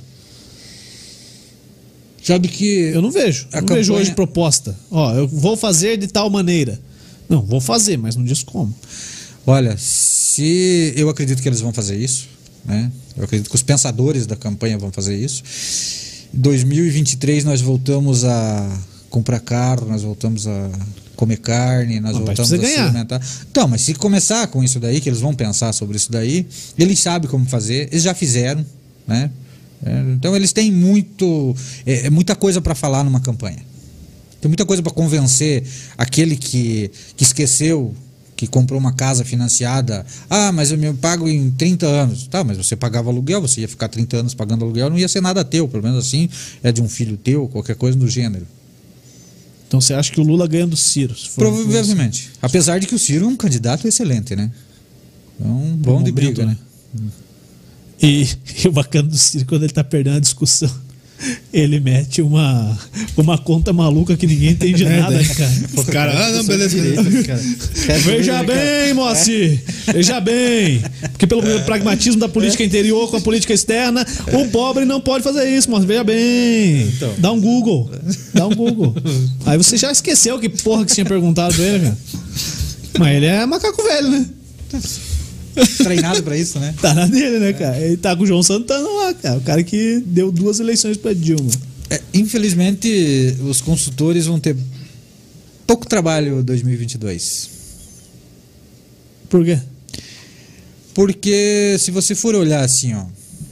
Sabe que. Eu não vejo. A Eu não campanha- vejo hoje proposta. Ó, eu vou fazer de tal maneira. Não, vou fazer, mas não diz como. Olha, se eu acredito que eles vão fazer isso, né? Eu acredito que os pensadores da campanha vão fazer isso. Em dois mil e vinte e três nós voltamos a comprar carro, nós voltamos a comer carne, nós Ah, mas voltamos precisa a se ganhar. alimentar. Então, mas se começar com isso daí, que eles vão pensar sobre isso daí, eles sabem como fazer, eles já fizeram, né? É, então eles têm muito, é, é muita coisa para falar numa campanha. Tem muita coisa para convencer aquele que, que esqueceu, que comprou uma casa financiada. Ah, mas eu me pago em trinta anos. Tá, mas você pagava aluguel, você ia ficar trinta anos pagando aluguel, não ia ser nada teu, pelo menos assim, é de um filho teu, qualquer coisa do gênero. Então você acha que o Lula ganha do Ciro? Se for- Provavelmente. Apesar de que o Ciro é um candidato excelente, né? É um bom de momento, briga, né? E, e o bacana do Ciro, quando ele tá perdendo a discussão, ele mete uma, uma conta maluca que ninguém entende É, nada, daí- né, cara? O cara, ah, não, beleza. Veja bem, Moacir, veja bem. Porque pelo pragmatismo da política interior com a política externa, o pobre não pode fazer isso, Moacir. Veja bem. Dá um Google. Dá um Google. Aí você já esqueceu que porra que você tinha perguntado pra ele, cara. Mas ele é macaco velho, né? Treinado pra isso, né? Tá na dele, né, cara? Ele tá com o João Santana lá, cara. O cara que deu duas eleições pra Dilma. É, infelizmente, os consultores vão ter pouco trabalho em dois mil e vinte e dois. Por quê? Porque se você for olhar assim, ó,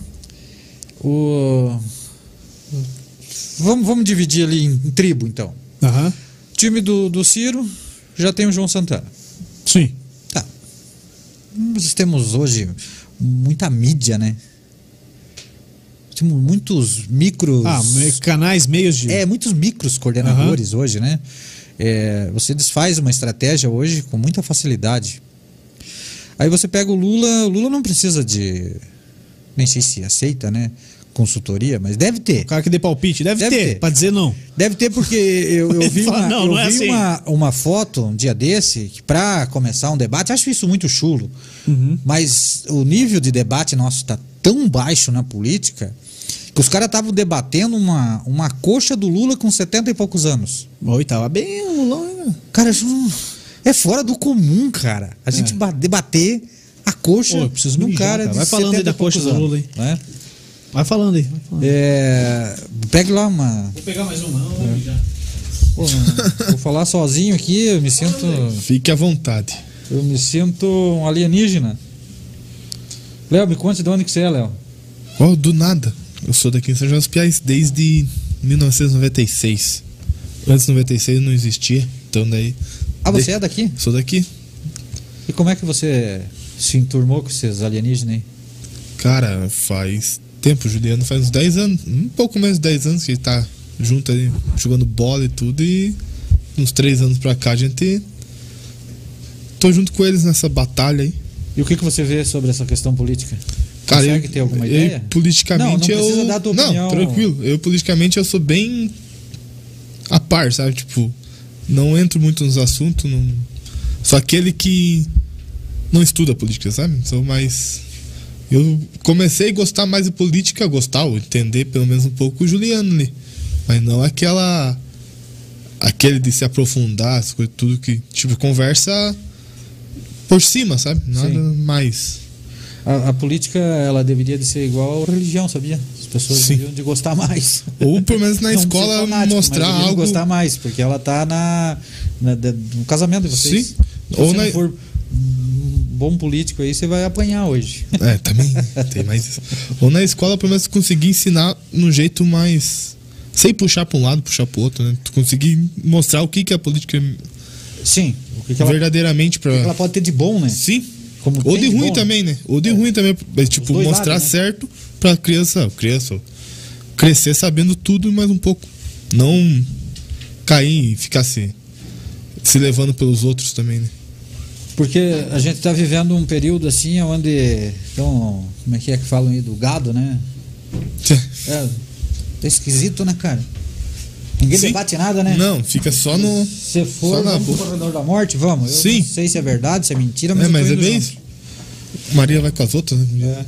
o vamos, vamos dividir ali em, em tribo, então. Aham. O time do, do Ciro já tem o João Santana. Sim. Tá. Nós temos hoje muita mídia, né? Temos muitos micros. Ah, me- canais, meios de. É, muitos micros coordenadores hoje, né? É, você desfaz uma estratégia hoje com muita facilidade. Aí você pega o Lula, o Lula não precisa de, nem sei se aceita, né? Consultoria, mas deve ter. O cara que dê palpite. Deve, Deve ter, ter. pra dizer não. Deve ter porque eu, eu vi, Fala, uma, não, eu não é vi assim. uma, uma foto um dia desse que para começar um debate, acho isso muito chulo, Uhum. mas o nível de debate nosso está tão baixo na política que os caras estavam debatendo uma, uma coxa do Lula com setenta e poucos anos. Oi, tava bem o Lulão, né? Cara, isso não- é fora do comum, cara. A gente ba- debater a coxa Ô, eu preciso de um mijar, cara cara. de Vai falando aí setenta da e poucos coxa do anos, Lula aí. né? Vai falando aí. Vai falando. É, pegue lá uma... Vou pegar mais uma. Não, vou mijar. Pô, vou falar sozinho aqui, eu me sinto. Fique à vontade. Eu me sinto um alienígena. Léo, me conte de onde que você é, Léo. Oh, do nada. Eu sou daqui em São João dos Piais desde mil novecentos e noventa e seis. Antes de noventa e seis não existia. Então daí. Ah, você de... é daqui? Sou daqui. E como é que você se enturmou com esses alienígenas aí? Cara, faz tempo, Juliano, faz uns dez anos, um pouco menos de dez anos que ele tá junto ali, jogando bola e tudo, e uns três anos pra cá a gente... Tô junto com eles nessa batalha aí. E o que, que você vê sobre essa questão política? Cara, Consegue eu, ter alguma eu, ideia? politicamente não, não precisa eu... dar a tua opinião. Não, tranquilo, eu politicamente eu sou bem a par, sabe, tipo, não entro muito nos assuntos, não... sou aquele que não estuda política, sabe, sou mais... Eu comecei a gostar mais de política, gostar, ou entender pelo menos um pouco o Juliano ali. Mas não aquela. Aquele de se aprofundar, as coisas, tudo que. Tipo, conversa por cima, sabe? Nada Sim. mais. A, a política, ela deveria de ser igual à religião, sabia? As pessoas Sim. deveriam de gostar mais. Ou pelo menos na Não escola ser fanático, mostrar mas deveriam algo. gostar mais, porque ela tá na, na, de- no casamento de vocês. Sim. Se Ou você na- não for um bom político aí, você vai apanhar hoje. É, também tem mais isso. Ou na escola, pelo menos, conseguir ensinar num jeito mais. Sem puxar pra um lado, puxar pro outro, né? Tu conseguir mostrar o que, que é a política Sim. O que, que, ela, o verdadeiramente pra. que que ela pode ter de bom, né? Sim. Como Ou tem de ruim bom, também, né? Ou de ruim também. Mas, tipo, dois mostrar lados, né? certo pra criança, criança crescer sabendo tudo e mais um pouco. Não cair e ficar se, se levando pelos outros também, né? Porque a gente tá vivendo um período assim onde. Então, como é que é que falam aí do gado, né? É, tá esquisito, né, cara? Ninguém Sim. debate nada, né? Não, fica só no. Se for, Só na vamos pro boca. corredor da morte, vamos. Eu Sim. não sei se é verdade, se é mentira, mas É, eu tô mas é indo bem junto. isso. Maria vai com as outras, né? É.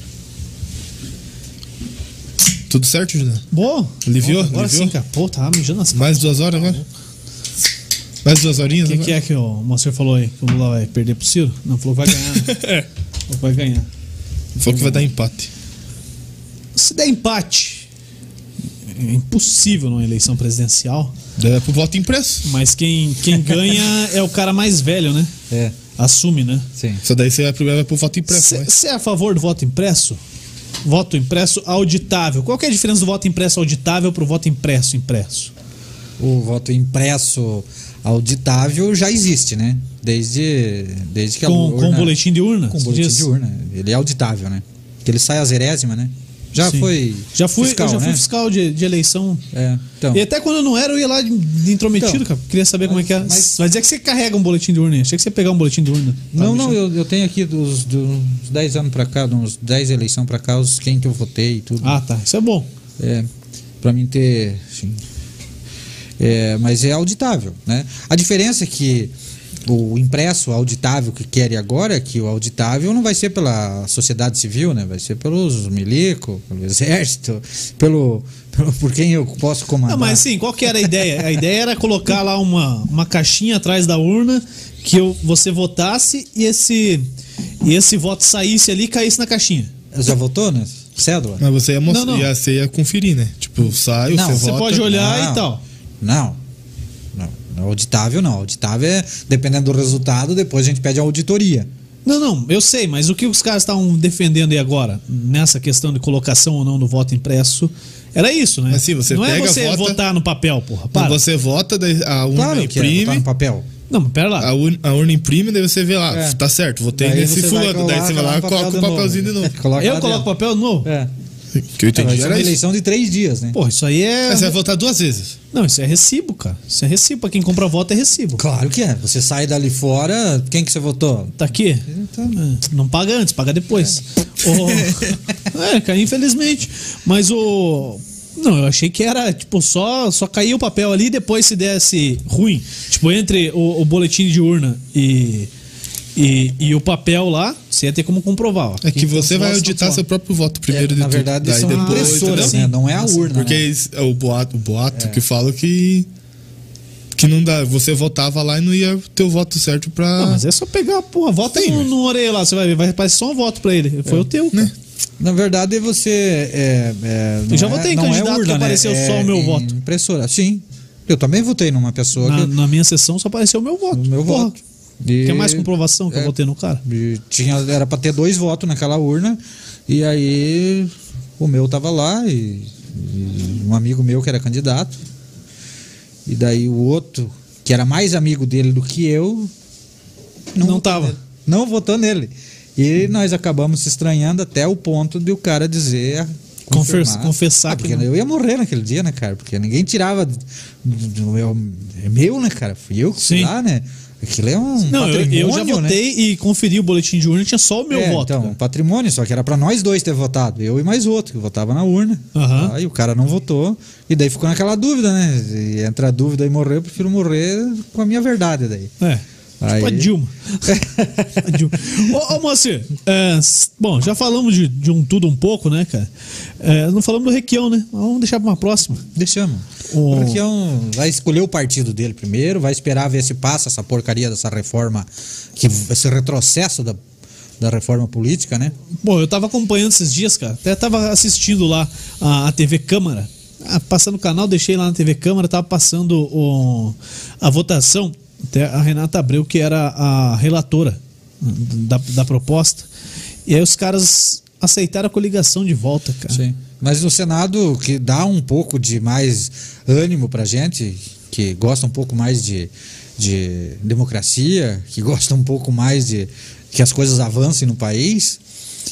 Tudo certo, Juliano? Boa. Aliviou? Agora Aliviou? sim, cara. Pô, tá mijando as Mais duas horas agora? Mais duas horinhas O que, agora? que é que o Moacir falou aí? Que o Lula vai perder pro Ciro? Não, falou que vai ganhar. Né? É. Falou que vai ganhar. Falou que vai dar empate. Se der empate, é impossível numa eleição presidencial, Daí é pro voto impresso. mas quem, quem ganha é o cara mais velho, né? É, Assume, né? sim. Só daí você vai primeiro vai pro voto impresso. vai. Você é a favor do voto impresso? Voto impresso auditável. Qual que é a diferença do voto impresso auditável pro voto impresso impresso? O voto impresso auditável já existe, né? Desde, desde que a Com, urna, com boletim de urna? com você boletim diz? de urna. Ele é auditável, né? Porque ele sai às erésima, né? Já Sim. foi Já fui, fiscal, eu já fui né? fiscal de, de eleição. É, então. E até quando eu não era, eu ia lá de, de intrometido, Então, cara. Queria saber como é que é. mas- Vai dizer que você carrega um boletim de urna aí. Achei que você ia pegar um boletim de urna. Tá Não, não, mexendo. eu, eu tenho aqui dos, dos dez anos pra cá, uns dez eleições pra cá, os quem que eu votei e tudo. Ah, tá. Isso é bom. É, pra mim ter. Assim, é, mas é auditável, né? A diferença é que o impresso auditável que querem agora é que o auditável não vai ser pela sociedade civil, né? Vai ser pelos milico, pelo exército, pelo, pelo por quem eu posso comandar. Não, mas assim, qual que era a ideia? A ideia era colocar lá uma, uma caixinha atrás da urna que eu, você votasse e esse, e esse voto saísse ali e caísse na caixinha. Já votou, né? Cédula? Mas você ia, mostrar, Não, não. Ia, você ia conferir, né? Tipo, sai, Não, você Você vota. pode olhar Não. e tal. Não. Não. Auditável não. Auditável é, dependendo do resultado, depois a gente pede a auditoria. Não, não, eu sei, mas o que os caras estavam defendendo aí agora, nessa questão de colocação ou não do voto impresso, era isso, né? Mas sim, você não pega, é você vota- votar no papel, porra. Quando Para. você vota, daí a urna Claro que é, imprime. botar no papel. Não, mas pera lá. A urna, a urna imprime, daí você vê lá, É. tá certo, votei Daí nesse você vai fulano. Daí colar você vai lá no e coloca papel o de papelzinho de novo. Coloca Eu lá coloco dentro. papel de novo? É. Que eu É, vai entendi ser era uma isso. eleição de três dias, né? Porra, isso aí é. Mas você vai votar duas vezes. Não, isso é recibo, cara. Isso é recibo. Pra quem compra voto é recibo. Claro que é. Você sai dali fora, quem que você votou? Tá aqui? Então, É, não paga antes, paga depois. O- É, cara, infelizmente. Mas o. Não, eu achei que era, tipo, só, só caía o papel ali e depois se desse ruim. Tipo, entre o, o boletim de urna e, e, e o papel lá, você ia ter como comprovar. Ó. É que Quem você tem vai os votos auditar não seu próprio voto primeiro É, de na tudo. verdade, Daí são depois, impressoras, entendeu? né? Não é a urna. Porque né? esse- é o boato, o boato que fala que que não dá, você votava lá e não ia ter o voto certo pra. Não, mas é só pegar, porra, vota Sim, no, mas- no orelha lá, você vai ver, vai aparecer só um voto pra ele. Foi o teu, cara. né? Na verdade, você. É, é, não Eu já é- votei em não é candidato que urna, né? apareceu É só o meu voto. Impressora, sim. Eu também votei numa pessoa Na, que... na minha sessão só apareceu o meu voto. O meu Porra, voto. E- Quer mais comprovação que é, eu votei no cara? e tinha, era pra ter dois votos naquela urna. E aí o meu tava lá e, e um amigo meu que era candidato. E daí o outro, que era mais amigo dele do que eu, Não votou tava. nele. Não votou nele. E nós acabamos se estranhando até o ponto de o cara dizer... Confer- confirmar. confessar Ah, que porque não. eu ia morrer naquele dia, né, cara? Porque ninguém tirava do do meu... É meu, né, cara? Fui eu que fui Sim. lá, né? Aquilo é um Não, eu, eu já patrimônio, né? votei e conferi o boletim de urna, tinha só o meu É, voto. Então, cara. patrimônio, só que era pra nós dois ter votado. Eu e mais outro, que votava na urna. Aham. Aí o cara não votou. E daí ficou naquela dúvida, né? E entre a dúvida e morrer, eu prefiro morrer com a minha verdade daí. É. Aí- Tipo a Dilma. A Dilma. Ô, ô Moacir, é, s- bom, já falamos de, de um tudo um pouco, né, cara? É, não falamos do Requião, né? Mas vamos deixar pra uma próxima. Deixamos. O- O Requião vai escolher o partido dele primeiro, vai esperar ver se passa essa porcaria dessa reforma, que, esse retrocesso da, da reforma política, né? Bom, eu tava acompanhando esses dias, cara. Até tava assistindo lá a, a T V Câmara. Ah, passando o canal, deixei lá na T V Câmara, tava passando o, a votação. Até a Renata Abreu, que era a relatora da, da proposta. E aí os caras aceitaram a coligação de volta, cara. Sim. Mas no Senado, que dá um pouco de mais ânimo pra gente, que gosta um pouco mais de, de democracia, que gosta um pouco mais de que as coisas avancem no país,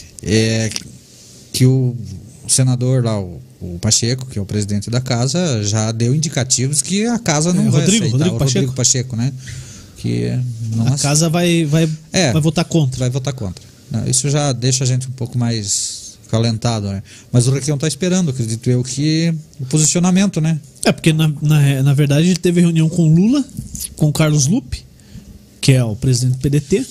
é que o senador lá, o, o Pacheco, que é o presidente da casa, já deu indicativos que a casa não É, vai Rodrigo, aceitar. Rodrigo o Pacheco. Rodrigo Pacheco, né? Que não A aceita. casa vai, vai, É. vai votar contra. Vai votar contra. Não, isso já deixa a gente um pouco mais calentado, né? Mas o Requião tá esperando, acredito eu, que o posicionamento, né? É, porque na, na, na verdade ele teve reunião com o Lula, com o Carlos Lupe, que é o presidente do P D T.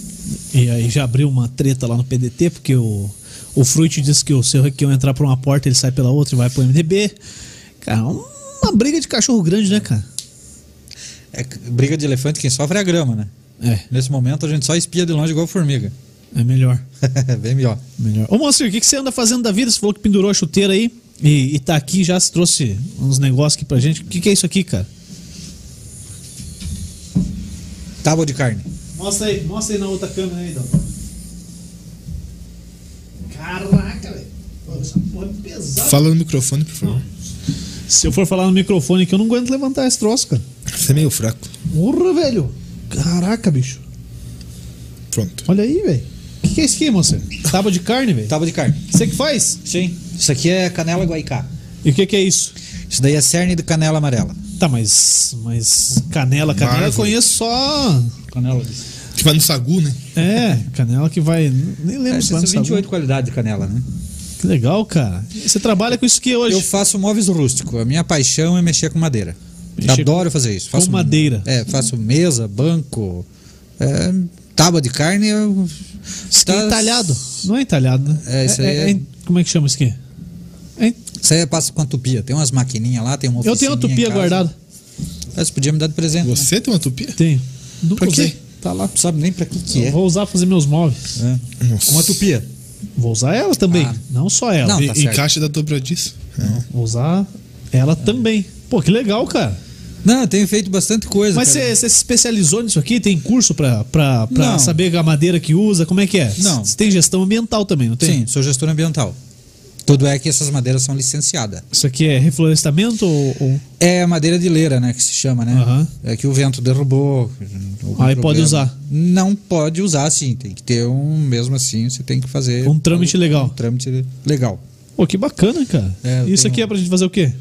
E aí já abriu uma treta lá no P D T, porque o, o Fruit disse que o seu Requião entrar por uma porta, ele sai pela outra e vai pro M D B. Cara, uma briga de cachorro grande, né, cara? É briga de elefante, quem sofre é a grama, né? É, Nesse momento a gente só espia de longe igual formiga. é melhor. Bem melhor. melhor. Ô, Moacir, o que, que você anda fazendo da vida? Você falou que pendurou a chuteira aí e, e tá aqui, já se trouxe uns negócios aqui pra gente. O que, que é isso aqui, cara? Tábua de carne. Mostra aí, mostra aí na outra câmera aí, Dom. Caraca, velho. Pô, essa porra é pesada. Fala no microfone, por favor. Se eu for falar no microfone aqui, eu não aguento levantar esse troço, cara. Você é meio fraco. Porra, velho. Caraca, bicho. Pronto. Olha aí, velho. O que, que é isso aqui, moça? Tábua de carne, velho? Tábua de carne. Você que faz? Sim. Isso aqui é canela guaicá. E o que, que é isso? Isso daí é cerne de canela amarela. Tá, mas. Mas canela, canela eu Marvel. conheço só. Canela de... Que vai no sagu, né? É, canela que vai. Nem lembro É, se vai no são vinte e oito sabor. qualidades de canela, né? Que legal, cara. E você trabalha com isso aqui hoje? Eu faço móveis rústicos. A minha paixão é mexer com madeira. Mexer Adoro fazer isso. com Faço, madeira. É, faço mesa, banco, é, tábua de carne. Eu, Isso aqui é entalhado. Não é entalhado, né? É, isso aí é- é- Como é que chama isso aqui? É- Isso aí eu passo com a tupia. Tem umas maquininhas lá, tem uma Eu tenho uma oficininha tupia em casa. guardada. Ah, você podia me dar de presente. Você tem uma tupia? Tenho. Nunca Pra quê? usei. Tá lá. Não sabe nem pra que que Eu é. vou usar pra fazer meus móveis. É. Nossa. Uma tupia. Vou usar ela também. Ah. Não só ela. Não, E- tá e certo. Encaixe da dobradiça. Vou usar ela também. Pô, que legal, cara. Não, eu tenho feito bastante coisa. Mas cara. você você se especializou nisso aqui? Tem curso pra, pra, pra Não. saber a madeira que usa? Como é que é? Não. Você tem gestão ambiental também, não tem? Sim, sou gestor ambiental. Tudo é que essas madeiras são licenciadas. Isso aqui é reflorestamento ou. ou- É madeira de leira, né? Que se chama, né? Aham. É que o vento derrubou. algum Aí pode problema. usar. Não pode usar, sim. Tem que ter um. Mesmo assim, você tem que fazer. Um trâmite legal. Um trâmite legal. Pô, que bacana, cara. É, eu Isso tenho- aqui é pra gente fazer o quê?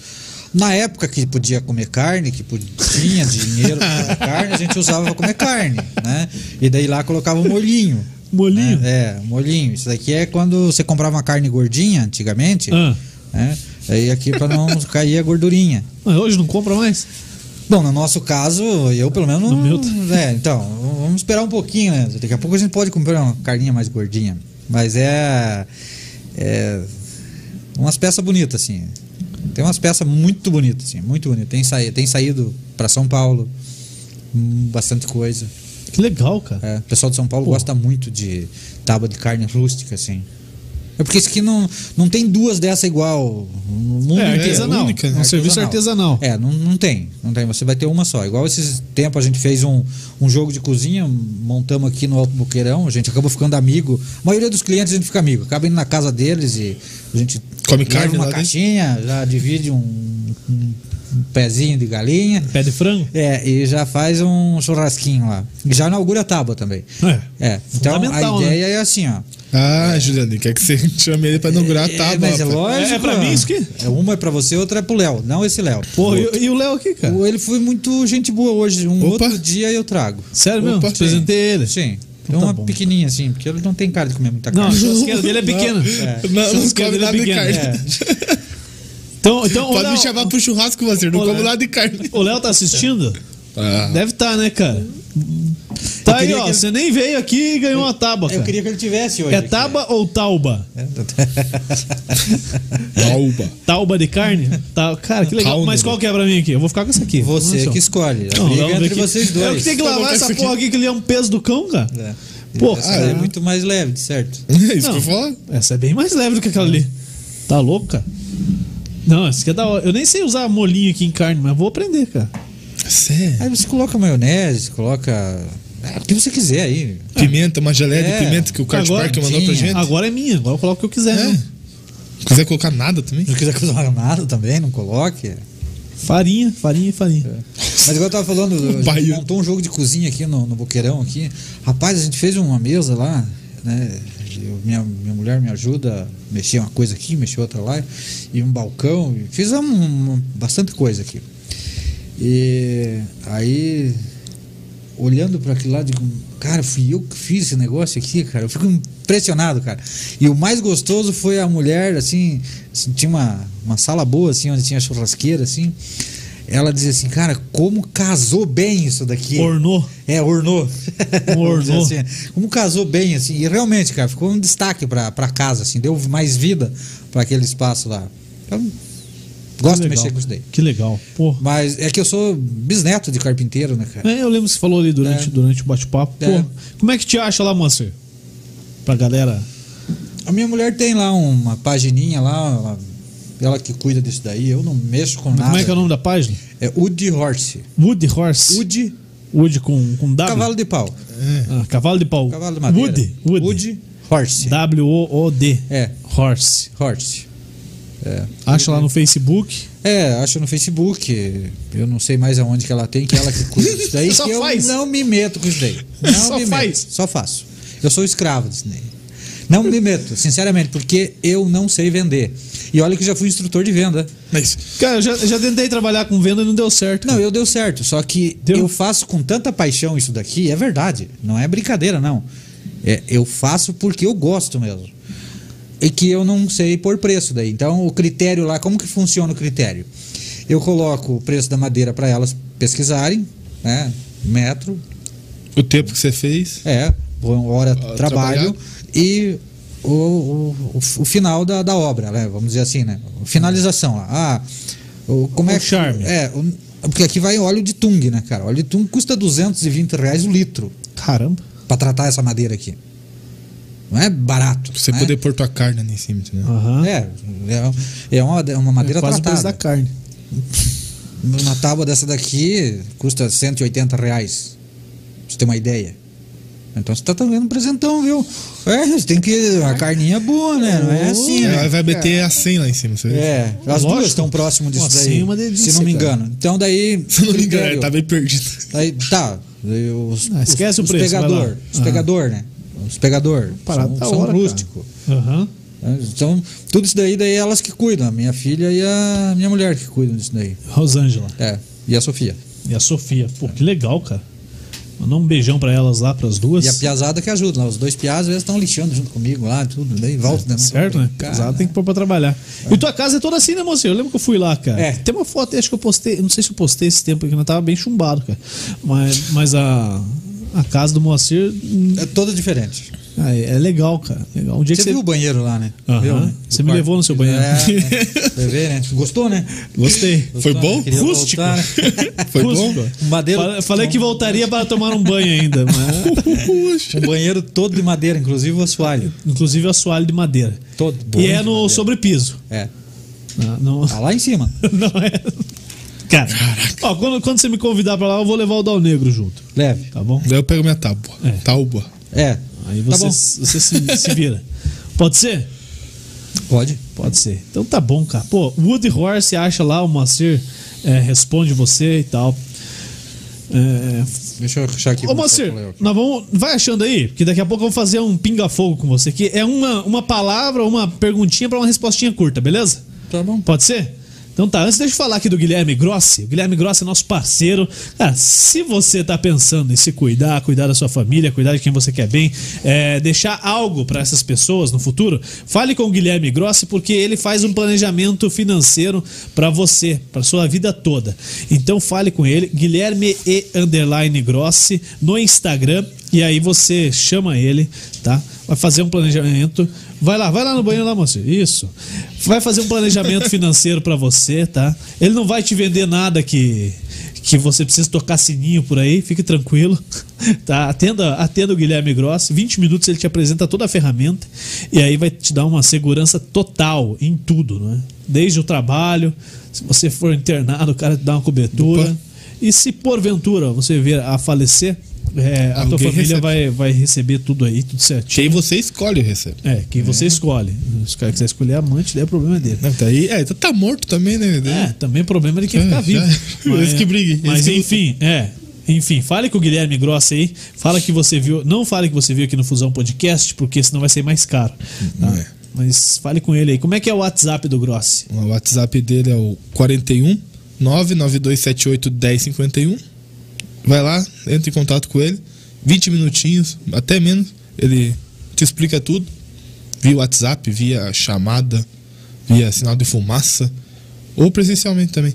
Na época que podia comer carne, que podia, tinha dinheiro pra comer carne, a gente usava pra comer carne, né? E daí lá colocava um molhinho. Molinho? Né? É, molhinho. Isso daqui é quando você comprava uma carne gordinha antigamente, Ah. né? Aí aqui pra não cair a gordurinha. Mas hoje não compra mais? Bom, no nosso caso, eu pelo menos. No não- meu É, então, vamos esperar um pouquinho, né? Daqui a pouco a gente pode comprar uma carninha mais gordinha. Mas é. É. Umas peças bonitas, assim. Tem umas peças muito bonitas, assim, muito bonitas. Tem, saído, tem saído pra São Paulo, hum, bastante coisa. Que legal, cara. É, o pessoal de São Paulo Pô. gosta muito de tábua de carne rústica, assim. É porque isso aqui não, não tem duas dessa igual. No mundo É, inteiro. artesanal. única, né? É um serviço artesanal. É, não, não tem. Não tem. Você vai ter uma só. Igual esses tempos a gente fez um, um jogo de cozinha, montamos aqui no Alto Boqueirão, a gente acabou ficando amigo. A maioria dos clientes a gente fica amigo. Acaba indo na casa deles e a gente Come leva carne uma lá caixinha, já divide um, um, um pezinho de galinha. Pé de frango? É, e já faz um churrasquinho lá. E já inaugura a tábua também. É. É. Então a Fundamental, ideia é assim, ó. Ah, Juliano, quer que você chame ele pra inaugurar a É, tábua. mas é rapaz. lógico. É- é pra mim isso aqui? É, uma é pra você, outra é pro Léo. Não esse Léo. Pô, O e, outro. e o Léo aqui, cara? O- Ele foi muito gente boa hoje. Um Opa. outro dia eu trago. Sério mesmo? Opa. Apresentei ele. Sim. Então Então tá uma bom. pequenininha assim, porque ele não tem cara de comer muita Não, a carne. churrasqueira dele é pequena. Não, não, A não churrasqueira come dele é nada de pequena. carne. É. Então, então o Pode Léo, me chamar pro churrasco, você não Ô, como Léo. nada de carne. o Léo tá assistindo? Ah. Deve tá, né, cara? Tá Eu aí, queria ó. que- Você nem veio aqui e ganhou uma tábua, cara. Eu queria que ele tivesse hoje. É aqui. tábua ou tauba? Alba. Tauba de carne? Tá, cara, que legal. Caldo. Mas qual que é pra mim aqui? Eu vou ficar com essa aqui. Você Vamos que só. escolhe. A Não, briga vamos é ver entre aqui. vocês dois. Eu que tenho que Tá bom, lavar tá essa isso aqui. porra aqui que ele é um peso do cão, cara. É. Porra, Essa é muito mais leve, de certo. É isso Não, que eu falo. essa é bem mais leve do que aquela ali. Tá louco, cara? Não, essa aqui é da hora. Eu nem sei usar molinho aqui em carne, mas vou aprender, cara. Sério? Aí você coloca maionese, coloca. É, o que você quiser aí. Pimenta, uma geleia É. de pimenta que o Kart Agora Park mandou pra tinha. gente. Agora é minha, agora eu coloco o que eu quiser. É. né? Se quiser colocar nada também. Se quiser colocar nada também, não coloque. Farinha, farinha e farinha. Mas igual eu tava falando, a gente Baiano. montou um jogo de cozinha aqui no, no Boqueirão aqui. Rapaz, a gente fez uma mesa lá, né? Eu- minha, minha mulher me ajuda a mexer uma coisa aqui, mexer outra lá, e um balcão. E fizemos um- um- bastante coisa aqui. E aí, olhando para aquilo lá, digo, cara, fui eu que fiz esse negócio aqui, cara. Eu fico impressionado, cara. E o mais gostoso foi a mulher, assim, assim, tinha uma, uma sala boa, assim, onde tinha churrasqueira, assim. Ela dizia assim, cara, como casou bem isso daqui. Ornou. É, ornou. Vamos dizer Ornou. assim, como casou bem, assim. E realmente, cara, ficou um destaque pra, pra casa, assim. Deu mais vida pra aquele espaço lá. Então, gosto de Que legal. mexer com isso daí. Que legal. Porra. Mas é que eu sou bisneto de carpinteiro, né, cara? É, eu lembro que você falou ali durante, É. durante o bate-papo. Pô, É. como é que te acha lá, Moacir? Pra galera. A minha mulher tem lá uma pagininha lá, ela, ela que cuida disso daí. Eu não mexo com nada. Como é que é o nome da página? É Wood Horse. Wood Horse. Wood, Wood com, com W. cavalo de pau. Ah, cavalo de pau. Cavalo de madeira. Wood. Wood. Wood Horse. W O O D. É, Horse. Horse. É. Acha lá no Facebook. É, acho no Facebook. Eu não sei mais aonde que ela tem, que ela que cuida disso daí. Só que eu faz. não me meto com isso daí. Não Só me faz. meto. Só faço. Eu sou escravo disso daí. Não me meto, sinceramente, porque eu não sei vender. E olha que já fui instrutor de venda. Mas Cara, eu já, já tentei trabalhar com venda e não deu certo. Não, cara. eu deu certo, só que Deu? eu faço com tanta paixão isso daqui, é verdade, não é brincadeira, não. É, eu faço porque eu gosto mesmo. E que eu não sei pôr preço daí. Então, o critério lá, como que funciona o critério? Eu coloco o preço da madeira para elas pesquisarem, né? Metro, o tempo que você fez. é, hora de Ah, trabalho trabalhar. e o, o, o, o final da, da obra, né? Vamos dizer assim, né? Finalização lá. Ah, o, como O é que. charme. É, o- porque aqui vai óleo de tung, né, cara? Óleo de tung custa duzentos e vinte reais o litro Caramba. para tratar essa madeira aqui. Não é barato. Pra você né? poder pôr tua carne ali em cima, entendeu? Aham. É, é, é uma, é uma madeira É quase o preço da tratada. carne. Uma tábua dessa daqui custa cento e oitenta reais. Pra você ter uma ideia. Então você tá ganhando um presentão, viu? É, você tem que. A carninha é boa, né? Não é assim, Ela né? vai meter a cem lá em cima, você vê? É, as Lógico. duas estão próximo disso Nossa, daí. sim, uma delícia, se não me cara. engano. Então daí. Se eu não me engano, critério- ele tá bem perdido. Aí, tá. Daí Os, Ah, esquece os, o preço, vai lá. Pegador, os Ah. pegador, né? Os pegador. Parada São, da são hora, cara. rústico. Aham. Né? Então, tudo isso daí, daí elas que cuidam. A minha filha e a minha mulher que cuidam disso daí. Rosângela. É. E a Sofia. E a Sofia. Pô, que legal, cara. Mandar um beijão pra elas lá, pras duas. E a piazada que ajuda lá. Os dois piás, às vezes, estão lixando junto comigo lá, tudo. Daí volta, né? Certo, né? Cara, Casado tem que pôr pra trabalhar. E tua casa é toda assim, né, moço? Eu lembro que eu fui lá, cara. É. Tem uma foto, acho que eu postei. Não sei se eu postei esse tempo aí, que eu tava bem chumbado, cara. Mas, mas a, a casa do Moacir. hum, É toda diferente. Ah, é é legal, cara. Legal. Um dia Você que viu o banheiro lá, né? Aham. Viu, né? Você Do me quarto. levou no seu banheiro. É, né? Levei, né? Gostou, né? Gostei. Foi Gostou, bom? né? Queria Rústico. voltar, né? Foi Rústico. bom? Um madeiro. Falei, falei que voltaria para tomar um banho ainda. Mas... Puxa. Um banheiro todo de madeira, inclusive o assoalho. Inclusive o assoalho de madeira. Todo. E é de no madeira. sobrepiso. É. Não, não, Tá lá em cima. não é. Cara, ó, quando, quando você me convidar pra lá, eu vou levar o Dal Negro junto. Leve. Tá bom? Daí eu pego minha tábua. É. Tábua. É. Aí Tá você, bom. você se, se vira. Pode ser? Pode. Pode ser. Então tá bom, cara. Pô, Woody Horse acha lá, o Moacir é, responde você e tal. É... Deixa eu achar aqui. Ô, Moacir, nós vamos. Vai achando aí, porque daqui a pouco eu vou fazer um pinga-fogo com você aqui. É uma, uma palavra, uma perguntinha pra uma respostinha curta, beleza? Tá bom. Pode ser? Então tá, antes deixa eu falar aqui do Guilherme Grossi. O Guilherme Grossi é nosso parceiro. Cara, se você tá pensando em se cuidar, cuidar da sua família, cuidar de quem você quer bem, é, deixar algo para essas pessoas no futuro, fale com o Guilherme Grossi, porque ele faz um planejamento financeiro para você, para sua vida toda. Então fale com ele, Guilherme E underline Grossi no Instagram, e aí você chama ele, tá? Vai fazer um planejamento. Vai lá, vai lá no banheiro lá, moço. Isso. Vai fazer um planejamento financeiro pra você, tá? Ele não vai te vender nada que que você precisa tocar sininho por aí, fique tranquilo, tá? Atenda, atenda o Guilherme Grossi. vinte minutos ele te apresenta toda a ferramenta e aí vai te dar uma segurança total em tudo, né? Desde o trabalho, se você for internado, o cara te dá uma cobertura. Opa. E se porventura você vir a falecer, é, a tua Alguém família recebe. vai, vai receber tudo aí, tudo certinho. Quem você escolhe recebe. É, quem você escolhe. Se o cara quiser escolher amante, daí é problema dele. Não, tá aí, é, então tá morto também, né? É, também é problema de quem É, ficar vivo. já- esse que brigue, Mas esse que enfim, é. Enfim, fale com o Guilherme Grossi aí. Fala que você viu. Não fale que você viu aqui no Fusão Podcast, porque senão vai ser mais caro. Tá? É. Mas fale com ele aí. Como é que é o WhatsApp do Grossi? O WhatsApp dele é o quarenta e um nove nove dois sete oito um zero cinco um. Vai lá, entra em contato com ele. vinte minutinhos, até menos. Ele te explica tudo. Via WhatsApp, via chamada, via sinal de fumaça. Ou presencialmente também.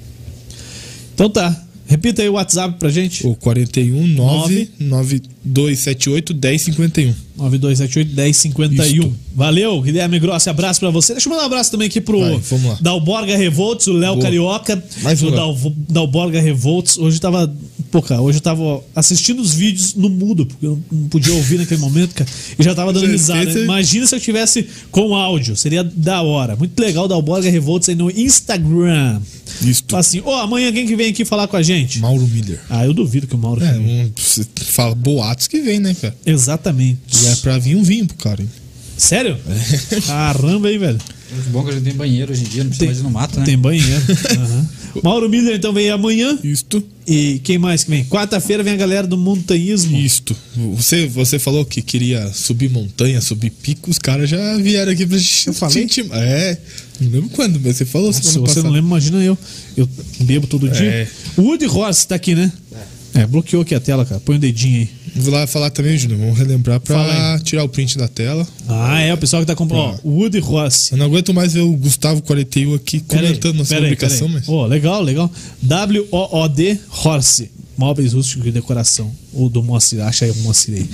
Então tá. Repita aí o WhatsApp pra gente. O quarenta e um nove nove dois sete oito um zero cinco um. nove dois sete oito, um zero cinco um. Isto. Valeu, Guilherme Grossi, abraço pra você. Deixa eu mandar um abraço também aqui pro Vai, vamos lá. Dalborga Revolts, o Léo Boa. Carioca. Mais um do Léo. Dal, Dalborga Revolts. Hoje eu tava. Pô, cara, hoje eu tava assistindo os vídeos no mudo, porque eu não podia ouvir naquele momento, cara. E já tava dando Esse- risada. esse- Imagina se eu tivesse com áudio, seria da hora. Muito legal o Dalborga Revolts aí no Instagram. Isto. Fala assim, ô, amanhã quem que vem aqui falar com a gente? Mauro Miller. Ah, eu duvido que o Mauro. É, um, você fala boatos que vem, né, cara? Exatamente. E é pra vir um vinho pro cara, hein? Sério? É. Caramba, hein, velho? Muito bom que a gente tem banheiro hoje em dia, não precisa Tem- mais ir no mato, né? Tem banheiro. Aham. Mauro Miller então vem amanhã. Isto. E quem mais que vem? Quarta-feira vem a galera do montanhismo. Isto. Você, você falou que queria subir montanha, subir pico, os caras já vieram aqui pra gente. Eu falei? gente- É, não lembro quando, mas você falou Nossa, se semana você passada. não lembra, imagina eu. Eu bebo todo dia. É. O Woody Horse tá aqui, né? É, bloqueou aqui a tela, cara. Põe o dedinho aí. Vou lá falar também, Júnior. Vamos relembrar Fala pra tirar o print da tela. Ah, é, o pessoal que tá comprando. Ó, o Woody Horse. Eu não aguento mais ver o Gustavo quarenta e um aqui Pera aí, comentando nossa pera aí, publicação, pera aí. mas. Ó, legal, legal. W O O D Horse. Móveis rústicos de decoração. Ou do Moacir, acha aí o Moacir aí.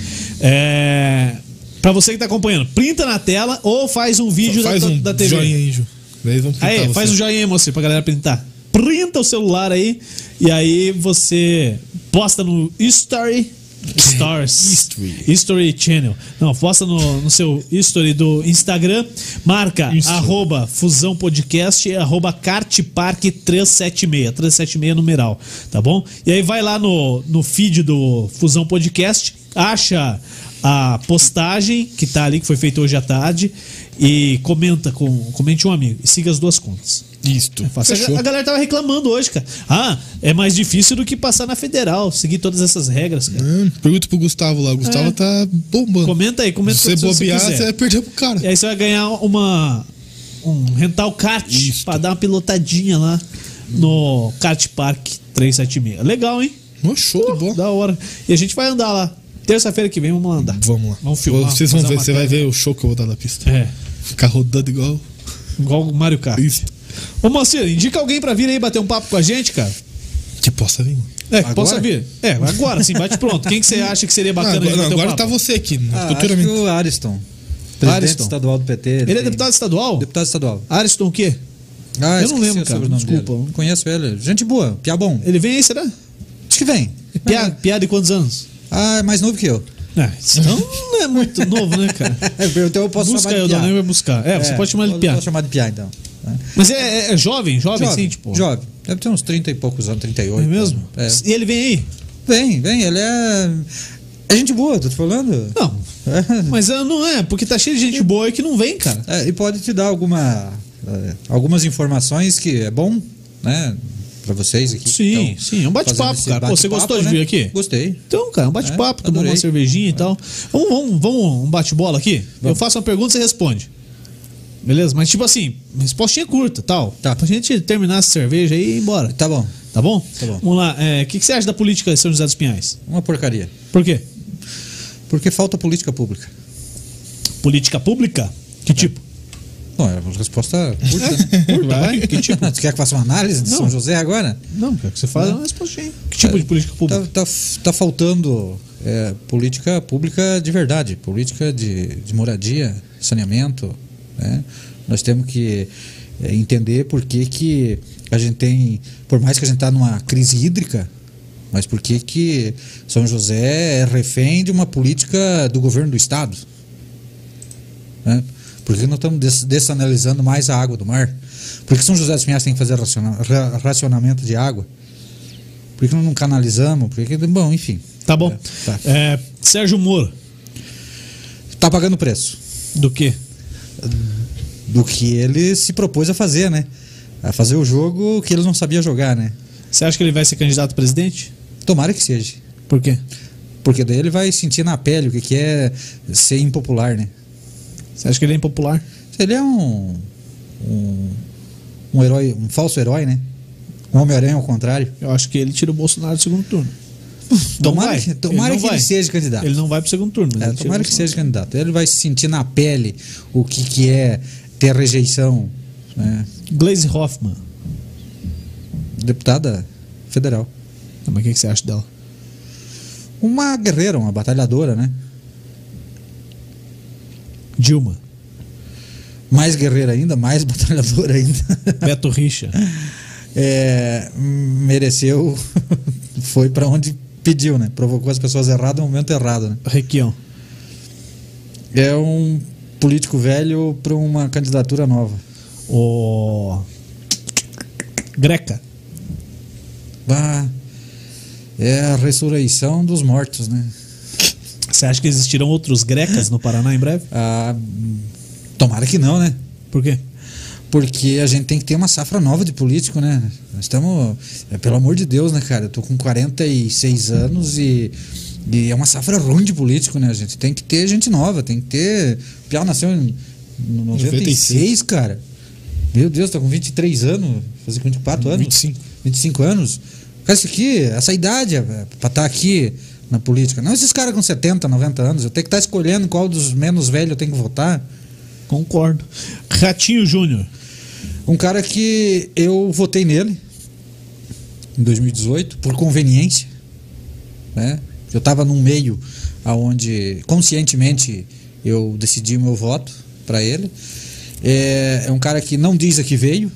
É. Pra você que tá acompanhando, printa na tela ou faz um vídeo Faz da, um da T V. joinha aí, Ju. Daí vamos printar Aí, você. faz um joinha aí, moço, pra galera printar. Printa o celular aí e aí você posta no Story. Stars. History. History Channel. Não, posta no, no seu History do Instagram. Marca Isso. arroba Fusão Podcast e arroba Kartpark trezentos e setenta e seis. trezentos e setenta e seis numeral, tá bom? E aí vai lá no, no feed do Fusão Podcast, acha a postagem que tá ali, que foi feita hoje à tarde, e comenta com. Comente um amigo. E siga as duas contas. Isto. É fácil. Fechou. A, a galera tava reclamando hoje, cara. Ah, é mais difícil do que passar na federal, seguir todas essas regras, cara. Hum, pergunta pro Gustavo lá. O Gustavo É. tá bombando. Comenta aí, comenta Se você se você bobear, quiser. você vai perder pro cara. E aí você vai ganhar uma um rental kart Isso. pra dar uma pilotadinha lá no Kart Park trezentos e setenta e seis. Legal, hein? Oh, show de bola. Da hora. E a gente vai andar lá. Terça-feira que vem vamos lá andar. Vamos lá. Vamos filmar. Vocês vão fazer ver, uma você vai matéria. ver o show que eu vou dar na pista. É, Ficar rodando igual. igual o Mario Kart. Isso. Ô, Moacir, indica alguém pra vir aí bater um papo com a gente, cara. Que possa vir. É, que Agora? possa vir. É, agora sim, bate pronto. Quem que você acha que seria Não, bacana? agora de não, bater um agora papo? tá você aqui. né? Ah, acho Futuramente. que o Ariston, presidente Ariston. estadual do P T. Ele é tem- deputado estadual? Deputado estadual. Ariston o quê? Ah, Eu não esqueci lembro, o cara, sobrenome desculpa. dele. Conheço ele. Gente boa, piá bom. Ele vem aí, será? Acho que vem. Piada, piada de quantos anos? Ah, é mais novo que eu. Ah, isso não não é muito novo, né, cara? Então eu posso Busca aí, chamar o de piá. Daniel vai buscar. É, você pode chamar ele de posso- piada. Posso chamar de piá, então. Mas é, é- é jovem, jovem, Jovem, sim, tipo. jovem. Deve ter uns trinta e poucos anos, trinta e oito. É mesmo? É. E ele vem aí? Vem, vem, ele é. É gente boa, tô te falando. Não. É. Mas ah, não é, porque tá cheio de gente boa aí que não vem, cara. É, e pode te dar alguma, é, algumas informações que é bom, né? Pra vocês aqui. Sim, Então, sim, é um bate-papo, fazendo esse cara. Pô, você bate-papo, gostou de né? vir aqui? Gostei. Então, cara, um bate-papo, É, tomar uma adorei. cervejinha e tal. Vamos, vamos, vamos um bate-bola aqui? Eu faço uma pergunta e você responde. Beleza? Mas tipo assim, respostinha curta, tal. Tá. Pra gente terminar essa cerveja aí e ir embora. Tá bom. Tá bom? Tá bom. Vamos lá. é, O que, que você acha da política de São José dos Pinhais? Uma porcaria. Por quê? Porque falta política pública. Política pública? Que tipo? Bom, é uma resposta curta, né? Curta, vai? Que tipo? Você quer que eu faça uma análise de Não. São José agora? Não, quero que você faça Não. uma respostinha. Que tipo de política pública? Tá, tá, tá faltando é, política pública de verdade, política de, de moradia, saneamento, né? Nós temos que é, entender por que, que a gente tem, por mais que a gente está numa crise hídrica, mas por que, que São José é refém de uma política do governo do estado, né? Por que nós estamos des dessanalizando mais a água do mar? Por que São José dos Pinhais tem que fazer raciona ra racionamento de água? Por que nós não canalizamos? Por que... Bom, enfim. Tá bom. É, tá. É, Sérgio Moro, Tá pagando preço do quê? do que ele se propôs a fazer, né? A fazer o jogo que ele não sabia jogar, né? Você acha que ele vai ser candidato a presidente? Tomara que seja. Por quê? Porque daí ele vai sentir na pele o que que é ser impopular, né? Você acha que ele é impopular? Ele é um, um, um herói, um falso herói, né? Um Homem-Aranha ao contrário. Eu acho que ele tira o Bolsonaro do segundo turno. Tomara vai. que, Ele tomara não que vai. ele seja candidato. Ele não vai pro segundo turno. Mas É, ele tira tomara o que Bolsonaro. seja candidato. Ele vai sentir na pele o que, que é ter rejeição, né? Gleisi Hoffmann. Deputada federal. Não, mas o que que você acha dela? Uma guerreira, uma batalhadora, né? Dilma. Mais guerreira ainda, mais batalhadora ainda. Beto Richa. É, mereceu, foi pra onde pediu, né? Provocou as pessoas erradas no momento errado, né? Requião. É um político velho para uma candidatura nova. O Greca. Bah, é a ressurreição dos mortos, né? Você acha que existirão outros grecas no Paraná em breve? Ah, tomara que não, né? Por quê? Porque a gente tem que ter uma safra nova de político, né? Nós estamos, é, pelo amor de Deus, né, cara? Eu tô com quarenta e seis anos e, e é uma safra ruim de político, né? A gente tem que ter gente nova, tem que ter. O Piau nasceu em noventa e seis, cara. Meu Deus, tá com vinte e três anos, fazer vinte e quatro anos? vinte e cinco. vinte e cinco anos. Cara, isso aqui, essa idade é pra estar aqui na política. Não esses caras com setenta, noventa anos. Eu tenho que estar escolhendo qual dos menos velhos eu tenho que votar. Concordo. Ratinho Júnior. Um cara que eu votei nele em dois mil e dezoito por conveniência, né? Eu estava num meio aonde conscientemente eu decidi o meu voto para ele. É, é um cara que não diz a que veio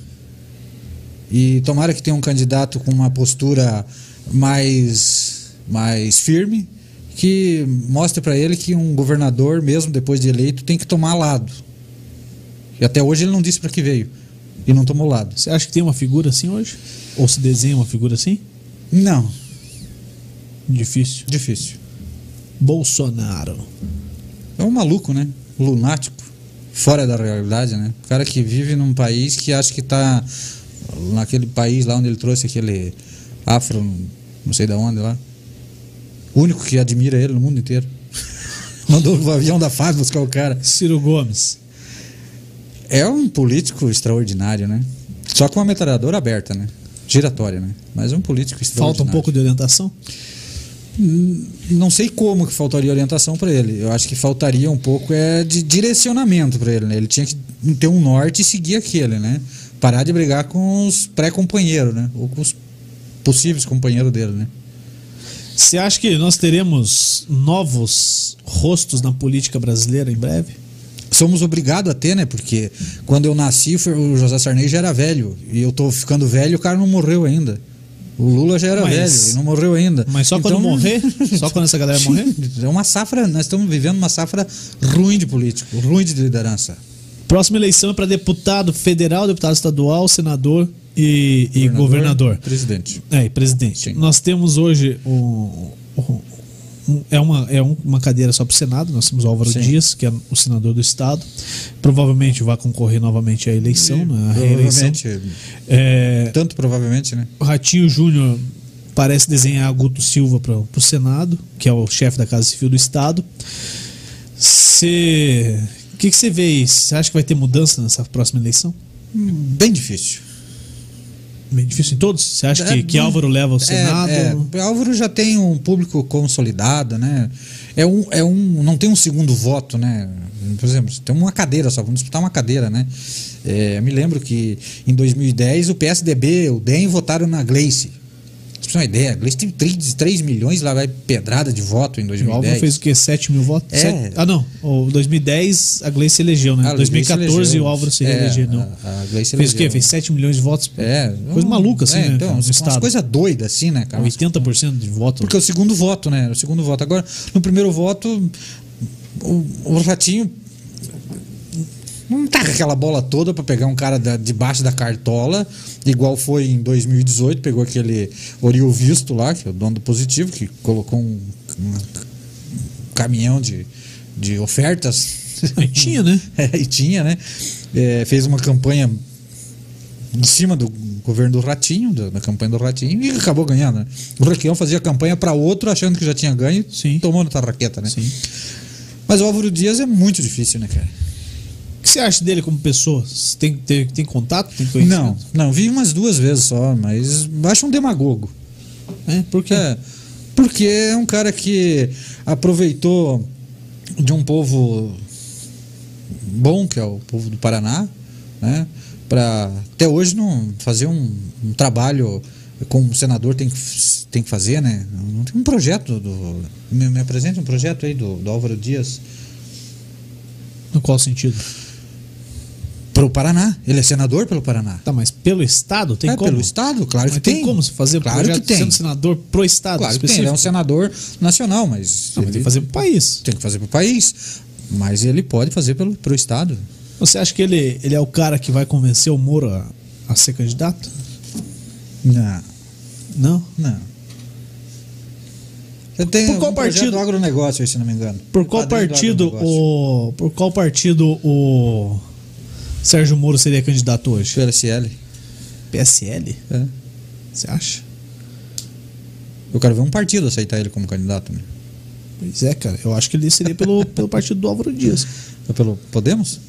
e tomara que tenha um candidato com uma postura mais mais firme, que mostre para ele que um governador, mesmo depois de eleito, tem que tomar lado. E até hoje ele não disse para que veio. E não tomou lado. Você acha que tem uma figura assim hoje? Ou se desenha uma figura assim? Não. Difícil. Difícil. Bolsonaro. É um maluco, né? Lunático. Fora da realidade, né? O cara que vive num país que acha que tá naquele país lá onde ele trouxe aquele afro, não sei de onde lá. O único que admira ele no mundo inteiro. Mandou o avião da F A B buscar o cara. Ciro Gomes. É um político extraordinário, né? Só com uma metralhadora aberta, né? Giratória, né? Mas é um político extraordinário. Falta um pouco de orientação? Não sei como que faltaria orientação para ele. Eu acho que faltaria um pouco é de direcionamento para ele, né? Ele tinha que ter um norte e seguir aquele, né? Parar de brigar com os pré-companheiros, né? Ou com os possíveis companheiros dele, né? Você acha que nós teremos novos rostos na política brasileira em breve? Somos obrigados a ter, né? Porque quando eu nasci, o José Sarney já era velho. E eu tô ficando velho e o cara não morreu ainda. O Lula já era Mas- velho e não morreu ainda. Mas só quando Então, morrer? Só quando essa galera morrer? É uma safra, nós estamos vivendo uma safra ruim de político, ruim de liderança. Próxima eleição é para deputado federal, deputado estadual, senador e, e governador. Presidente. É, e presidente. Sim. Nós temos hoje um, um- um- é, uma, é um- uma cadeira só para o Senado. Nós temos o Álvaro Sim. Dias, que é o senador do estado. Provavelmente vai concorrer novamente à eleição, né, à reeleição. Provavelmente, É, tanto provavelmente, né? o Ratinho Júnior parece desenhar Guto Silva para o Senado, que é o chefe da Casa Civil do Estado. Você. O que que você vê aí? Você acha que vai ter mudança nessa próxima eleição? Bem difícil. Bem difícil em todos? Você acha que, É, que Álvaro leva o Senado? É, é, Álvaro já tem um público consolidado, né? É um, é um, não tem um segundo voto, né? Por exemplo, tem uma cadeira só, vamos disputar uma cadeira, né? É, eu me lembro que em dois mil e dez o P S D B, o D E M votaram na Gleice. Pra você ter uma ideia, a Gleice teve três milhões, lá vai pedrada de voto em O dois mil e Álvaro dez. fez o quê? sete mil votos? É. Sete- Ah, não. O dois mil e dez a Gleice se elegeu, né? Ah, a dois mil e Gleice quatorze elegeu. o Álvaro se É, elegeu, não. a- a Gleice Fez o quê? elegeu. Fez sete milhões de votos? É, Coisa um- maluca, assim, é, né? Então, cara, no umas, estado. umas coisas doidas, assim, né, cara? oitenta por cento de voto. Porque é o segundo voto, né? O segundo voto. Agora, no primeiro voto, o, o Ratinho não tá com aquela bola toda pra pegar um cara da, debaixo da cartola, igual foi em dois mil e dezoito, pegou aquele Oriol Visto lá, que é o dono do Positivo, que colocou um, um caminhão de, de ofertas. E tinha, né? É, e tinha, né? É, fez uma campanha em cima do governo do Ratinho, da, da campanha do Ratinho, e acabou ganhando, né? O Requião fazia campanha para outro, achando que já tinha ganho, Sim. tomou na tarraqueta, né? Sim. Mas o Álvaro Dias é muito difícil, né, cara? O que você acha dele como pessoa? Você Tem, tem, tem contato? Tem Não, conhecimento? não, vi umas duas vezes só, mas acho um demagogo. É, por quê? É, porque é um cara que aproveitou de um povo bom, que é o povo do Paraná, né? Para até hoje não fazer um, um trabalho como o senador tem que, tem que fazer, né? Não tem um projeto do. Me, me apresente um projeto aí do, do Álvaro Dias No qual sentido? para o Paraná. Ele é senador pelo Paraná. Tá, mas pelo Estado tem é como? pelo Estado, claro Mas que tem. tem. como se fazer Claro projeto que tem. sendo senador pro Estado Claro que tem. específico? Ele é um senador nacional, mas. Não, mas tem ele que fazer pro país. tem que fazer para o país. Mas ele pode fazer pelo, pelo Estado. Você acha que ele, ele é o cara que vai convencer o Moro a, a ser candidato? Não, Não? não. Você tem Por qual um projeto partido? do agronegócio aí, se não me engano. Por qual Padrinho do partido agronegócio. o por qual partido o Sérgio Moro seria candidato hoje? P S L. P S L? É. Você acha? Eu quero ver um partido aceitar ele como candidato. Né? Pois é, cara. Eu acho que ele seria pelo, pelo partido do Álvaro Dias. É pelo Podemos?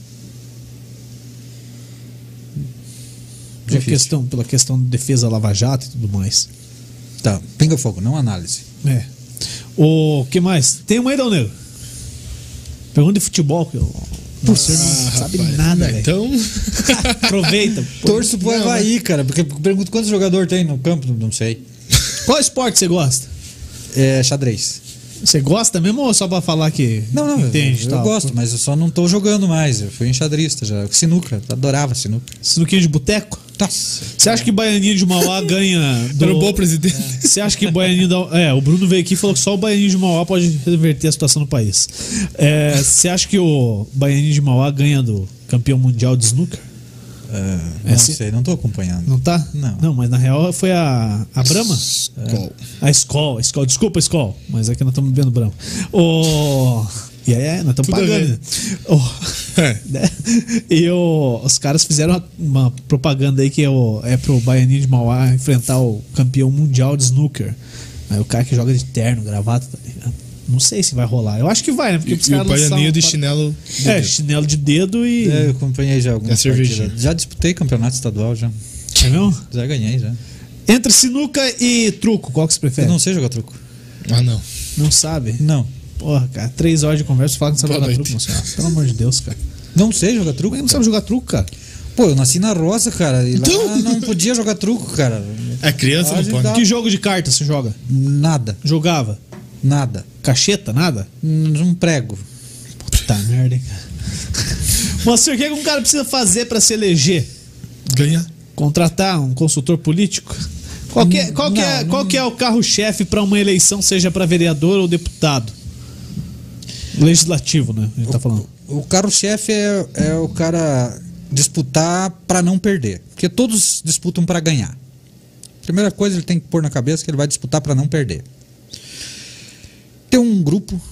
Pela Difícil. questão, pela questão de defesa Lava Jato e tudo mais. Tá, pinga fogo, não análise. É. O que mais? Tem uma aí, Dal Negro? Pergunta de futebol, que eu. Você não Ah, sabe rapaz. nada, velho. Então, Aproveita. pô. Torço pro Não, Havaí, cara, porque pergunto quantos jogadores tem no campo, não sei. Qual esporte você gosta? É xadrez. Você gosta mesmo ou só pra falar que Não, não, entende? eu, eu tal? gosto, mas eu só não tô jogando mais. Eu fui enxadrista já. Sinuca, adorava sinuca. Sinuquinha de boteco? Nossa. Você acha que Baianinho de Mauá ganha do... era um bom presidente. Você acha que Baianinho da... É, o Bruno veio aqui e falou que só o Baianinho de Mauá pode reverter a situação no país. É, você acha que o Baianinho de Mauá ganha do campeão mundial de snooker? É, É, não se- sei, não tô acompanhando. Não tá? Não. Não, mas na real foi a, a Brahma. Skol. A Skol, a Skol. Desculpa, Skol. Mas aqui nós estamos bebendo Brahma. O... E aí, nós estamos Tudo a pagando. ver. né? O... É. né? E o... os caras fizeram uma, uma propaganda aí que é, o... é pro Baianinho de Mauá enfrentar o campeão mundial de snooker. Aí o cara que joga de terno, gravata, tá ligado? Não sei se vai rolar. Eu acho que vai, né? Porque E, os e o caras lançaram baianinho um de pa- chinelo. de É, dedo. chinelo de dedo e. É, eu acompanhei já algumas É cervejinha. partidas. Já disputei campeonato estadual já. É mesmo? Já ganhei já. Entre sinuca e truco, qual que você Eu prefere? não sei jogar truco. Ah, não. Não sabe? Não. Porra, cara, três horas de conversa fala que não sabe Boa jogar noite. truco, moço. Pelo amor de Deus, cara. Não sei jogar truco. Como é que não sabe jogar truco, cara? Pô, eu nasci na roça, cara. E Então? lá não podia jogar truco, cara. É criança, Pode não pode. dar. Que jogo de carta você joga? Nada, Jogava? nada. Cacheta, nada? Um prego. Puta merda, hein, cara. Moacir, o que, é que um cara precisa fazer pra se eleger? Ganhar. Contratar um consultor político? Qual que é, qual que é, Não, qual não. que é o carro-chefe pra uma eleição, seja pra vereador ou deputado? Legislativo, né? A gente tá falando. O carro-chefe é, é o cara disputar pra não perder. Porque todos disputam pra ganhar. Primeira coisa, ele tem que pôr na cabeça que ele vai disputar pra não perder. Tem um grupo,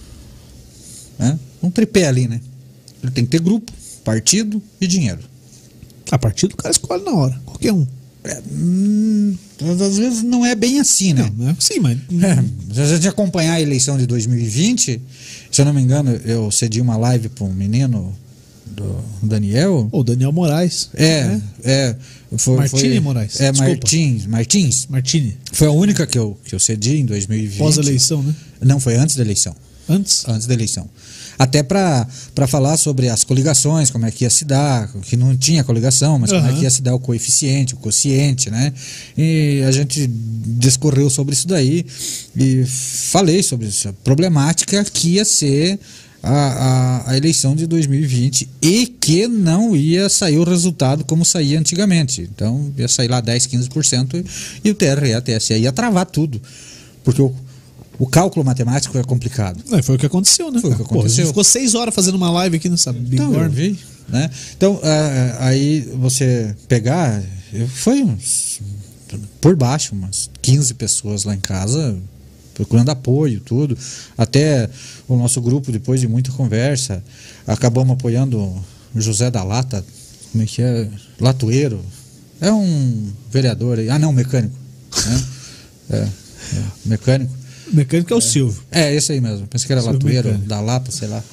né? Um tripé ali, né? Ele tem que ter grupo, partido e dinheiro. A partir do cara escolhe na hora, qualquer um. É, hum, às vezes não é bem assim, né? Não, não é assim, mas. É, se a gente acompanhar a eleição de dois mil e vinte, se eu não me engano, eu cedi uma live para um menino, do Daniel. O Daniel Moraes. É, né? é. Foi, Martini foi, Moraes, É, desculpa. Martins. Martins. Martini. Foi a única que eu, que eu cedi em dois mil e vinte. Pós-eleição, né? Não, foi antes da eleição. Antes? Antes da eleição. Até para falar sobre as coligações, como é que ia se dar, que não tinha coligação, mas como é Aham. que ia se dar o coeficiente, o quociente, né? E a gente discorreu sobre isso daí e falei sobre essa problemática que ia ser a, a, a eleição de dois mil e vinte e que não ia sair o resultado como saía antigamente. Então ia sair lá dez, quinze por cento e o T R E, a T S E ia travar tudo. Porque o O cálculo matemático é complicado. É, foi o que aconteceu, né? Foi o que Pô, a gente aconteceu. ficou seis horas fazendo uma live aqui nessa Então, eu bigorna. vi, né? Então, ah, ah, aí você pegar, eu- foi uns, por baixo, umas quinze pessoas lá em casa, procurando apoio, tudo. Até o nosso grupo, depois de muita conversa, acabamos apoiando o José da Lata, como é que é? Latoeiro. É um vereador aí. Ah, não, mecânico. Né? É, é, mecânico. O mecânico é o Silvio. É, esse aí mesmo. Pensei que era Silvio Latoeiro, Mecânico. da Lata, sei lá.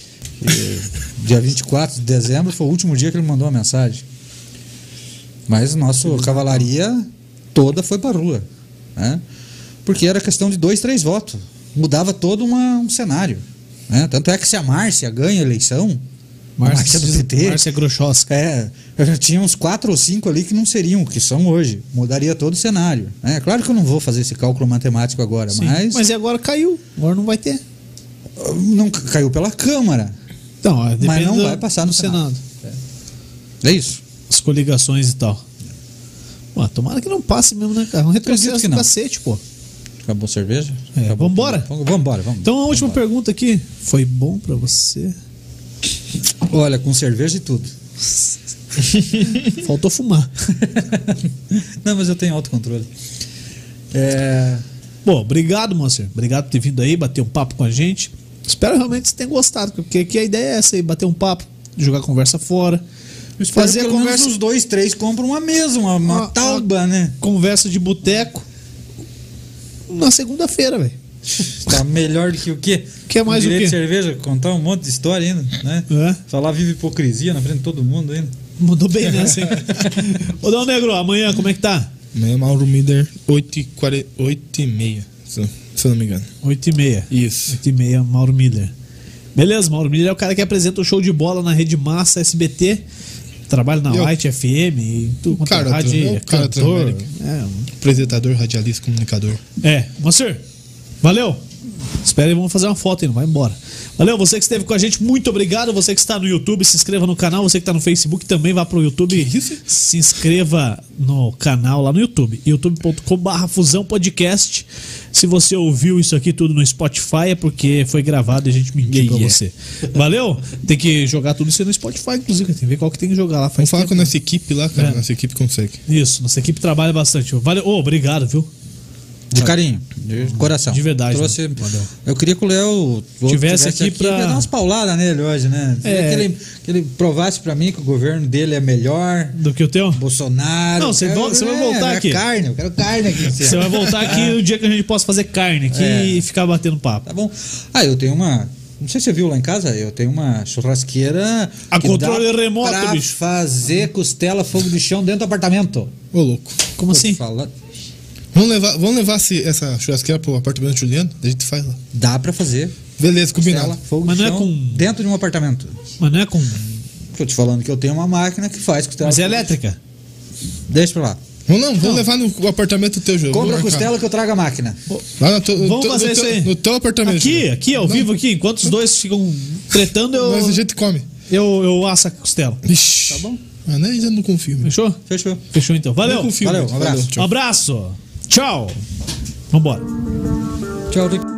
E, dia vinte e quatro de dezembro foi o último dia que ele mandou uma mensagem. Mas nossa cavalaria toda foi pra rua. Né? Porque era questão de dois, três votos. Mudava todo uma, um cenário. Né? Tanto é que se a Márcia ganha a eleição, Márcia, Márcia do P T, Márcia Grochowska. é, eu tinha uns quatro ou cinco ali que não seriam o que são hoje. Mudaria todo o cenário. É claro que eu não vou fazer esse cálculo matemático agora, Sim. mas, Mas e agora caiu. Agora não vai ter. não c- caiu pela Câmara. Então, ó, depende Mas não do- vai passar no do Senado. Senado. É isso. As coligações e tal. Pô, tomara que não passe mesmo, né, cara? Um retrocesso que do não. cacete, pô. Acabou a cerveja? É, Acabou vambora? tudo. Vamos embora, vamos. Então a última Vambora. pergunta aqui. Foi bom pra você? Olha, com cerveja e tudo. Faltou fumar. Não, mas eu tenho autocontrole. É... Bom, obrigado, Moacir. Obrigado por ter vindo aí, bater um papo com a gente. Espero realmente que você tenha gostado, porque aqui a ideia é essa aí, bater um papo, jogar a conversa fora. Espero Fazer que a pelo conversa, menos os dois, três compram uma mesa, uma, uma Uma- tauba, né? conversa de boteco na segunda-feira, velho. Tá melhor do que o quê? Quer mais Com o direito quê? de cerveja, contar um monte de história ainda, né? É. Falar viva hipocrisia na frente de todo mundo ainda. Mandou bem nessa, hein? Ô, Dão Negro, amanhã como é que tá? Amanhã Mauro Miller, oito e quarenta, oito e meia, se, se eu não me engano. oito e meia. Isso. oito e meia, Mauro Miller. Beleza, Mauro Miller é o cara que apresenta o show de bola na Rede Massa S B T. Trabalha na E eu- White F M e tudo quanto é cara rádio, tra- é é o cara cantor. Transamérica. É, Apresentador, radialista, comunicador. É, Moacir, valeu. Espera aí, vamos fazer uma foto aí, não vai embora. Valeu, você que esteve com a gente, muito obrigado. Você que está no YouTube, se inscreva no canal. Você que está no Facebook, também vá pro YouTube. Se inscreva no canal lá no YouTube, youtube ponto com barra Fusão Podcast. Se você ouviu isso aqui tudo no Spotify, é porque foi gravado e a gente mentiu pra Yeah. você. Valeu? Tem que jogar tudo isso no Spotify, inclusive. Tem que ver qual que tem que jogar lá. Faz Vamos falar tempo. com a nossa equipe lá, cara. É. Nossa equipe consegue. Isso, nossa equipe trabalha bastante. Valeu, ô, obrigado, viu? De carinho, de coração. De verdade, Trouxe, né? Valeu. eu queria que o Léo Tivesse aqui pra- ia dar umas pauladas nele hoje, né? É. Que, ele, que ele provasse pra mim que o governo dele é melhor. Do que o teu? Bolsonaro. Não, você eu quero- vo- você vai é, voltar eu quero aqui. carne, eu quero carne aqui. Você vai voltar aqui o dia que a gente possa fazer carne aqui É. e ficar batendo papo. Tá bom. Ah, eu tenho uma. Não sei se você viu lá em casa, eu tenho uma churrasqueira. A que controle dá remoto, pra bicho. fazer costela, fogo de chão dentro do apartamento. Ô, louco. Como Tô assim? te falando. Vamos levar, vamos levar esse- essa churrasqueira pro apartamento do Juliano? A gente faz lá. Dá pra fazer. Beleza, Costela, combinado. fogo Mas de não é chão com- dentro de um apartamento. Mas não é com Tô te falando que eu tenho uma máquina que faz costela. Mas é elétrica? Deixa pra lá. Vamos não, vamos Não. levar no apartamento teu, João. Compra a Vamos marcar. costela que eu trago a máquina. Lá no teu, no Vamos teu- fazer no isso teu- aí. No teu apartamento. Aqui, João. aqui, ao Não. vivo aqui. Enquanto os dois ficam tretando, eu, Mas a gente come. eu, eu asso a costela. Ixi. Tá bom? Ah, nem já não confio. meu. Fechou? Fechou. Fechou então. Valeu. Não confio, Valeu, meu. um abraço. Tchau. Um abraço. Tchau. Vambora. Tchau, Rick.